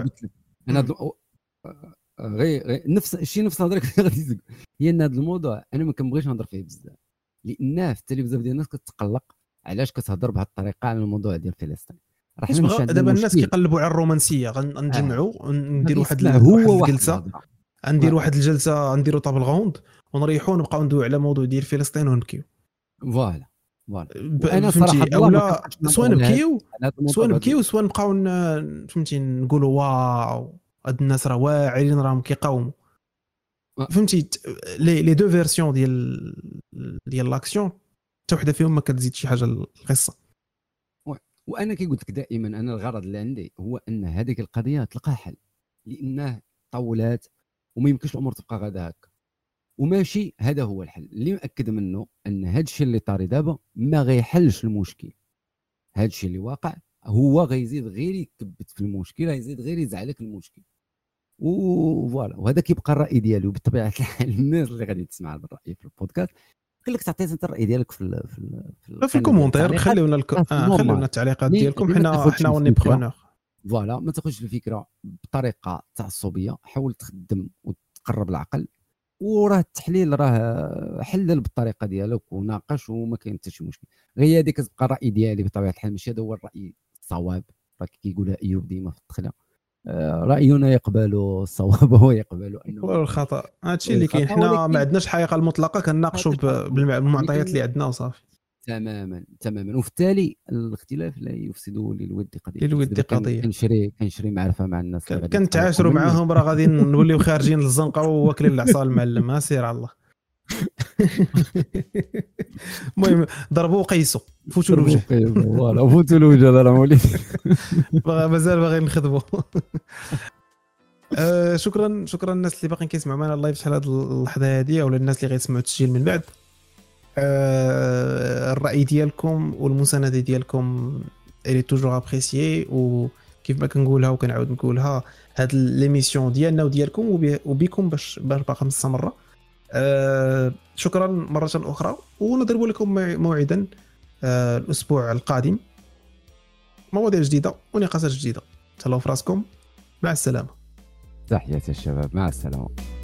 غير نفس الشيء، نفس هضرك غادي تقول هي ان هذا الموضوع انا ما كنبغيش نهضر فيه بزاف، لانه في التالي بزاف ديال الناس كتقلق علاش كتهضر بهذه الطريقه على الموضوع ديال فلسطين. راه حنا مش دابا الناس كيقلبوا على الرومانسيه، غنجمعوا ندير واحد الجلسه، ندير واحد الجلسه، نديروا طابل غوند ونريحوا ونبقاو ندويو على موضوع ديال فلسطين ونبكيو. فوالا انا صراحه اولا سواء نبكيو سواء نبقاو فهمتي نقولوا واو هاد الناس راه واعرين راهم كيقاوموا. فهمتي لي دو فيرسيون ديال لاكسيون، حتى وحده فيهم ما كتزيد شي حاجه للقصه. وانا كيقول لك دائما انا الغرض اللي عندي هو ان هذيك القضيه تلقى حل، لانه طولات وما يمكنش الامور تبقى غدا هكا، وماشي هذا هو الحل اللي مأكد منه ان هذا الشيء اللي طاري دابا ما غيحلش المشكل. هذا الشيء اللي واقع هو غيزيد غير يكبت في المشكل، غيزيد غير يزعلك المشكل. وفوالا، وهذا كيبقى الراي ديالي. وبطبيعه الحال الناس اللي غادي تسمع هذا الراي في البودكاست قال لك تعطيت انت الراي ديالك في الكومونتير، خليونا التعليقات ديالكم، حنا ونبخونور. فوالا، ما تاخذش الفكره بطريقه تعصبيه، حاول تخدم وتقرب العقل، وراه التحليل راه حلل بالطريقه ديالك وناقش وما كاين حتى شي مشكل. غير هذه كتبقى الراي ديالي بطبيعه الحال، ماشي هذا هو الراي الصواب. راه كيقولها ايوب ديما في الدخله، راينا يقبل الصواب هو يقبل انه الخطا. هادشي اللي كاين، حنا ما عندناش الحقيقه المطلقه، كنناقشوا بالمعطيات اللي عندنا وصافي. تماما. وفي التالي الاختلاف لا يفسد للود قضيه. كنشري معرفه مع الناس، كنتعاشروا معاهم، راه غادي نوليو خارجين للزنقه واكلين العصا المعلم. سير على الله. المهم ضربوا وقيسوا، فوتوا الوجه. فوالا، فوتوا الوجه. لا مولي مازال باغيين نخدموا. شكرا الناس اللي باقيين كيسمعوا معنا اللايف شحال هذه اللحظه هذه، ولا الناس اللي غيسمعوا التسجيل من بعد. الراي ديالكم والمسانده ديالكم اللي توجور ابريسيي، وكيف ما كنقولها وكنعاود نقولها، هاد ليميسيون ديالنا وديالكم وبكم باش باقا مستمره. شكرا مره اخرى، ونضرب لكم موعدا الاسبوع القادم، مواضيع جديده ونقاشات جديده. تهلاو في راسكم، مع السلامه. تحياتي الشباب، مع السلامه.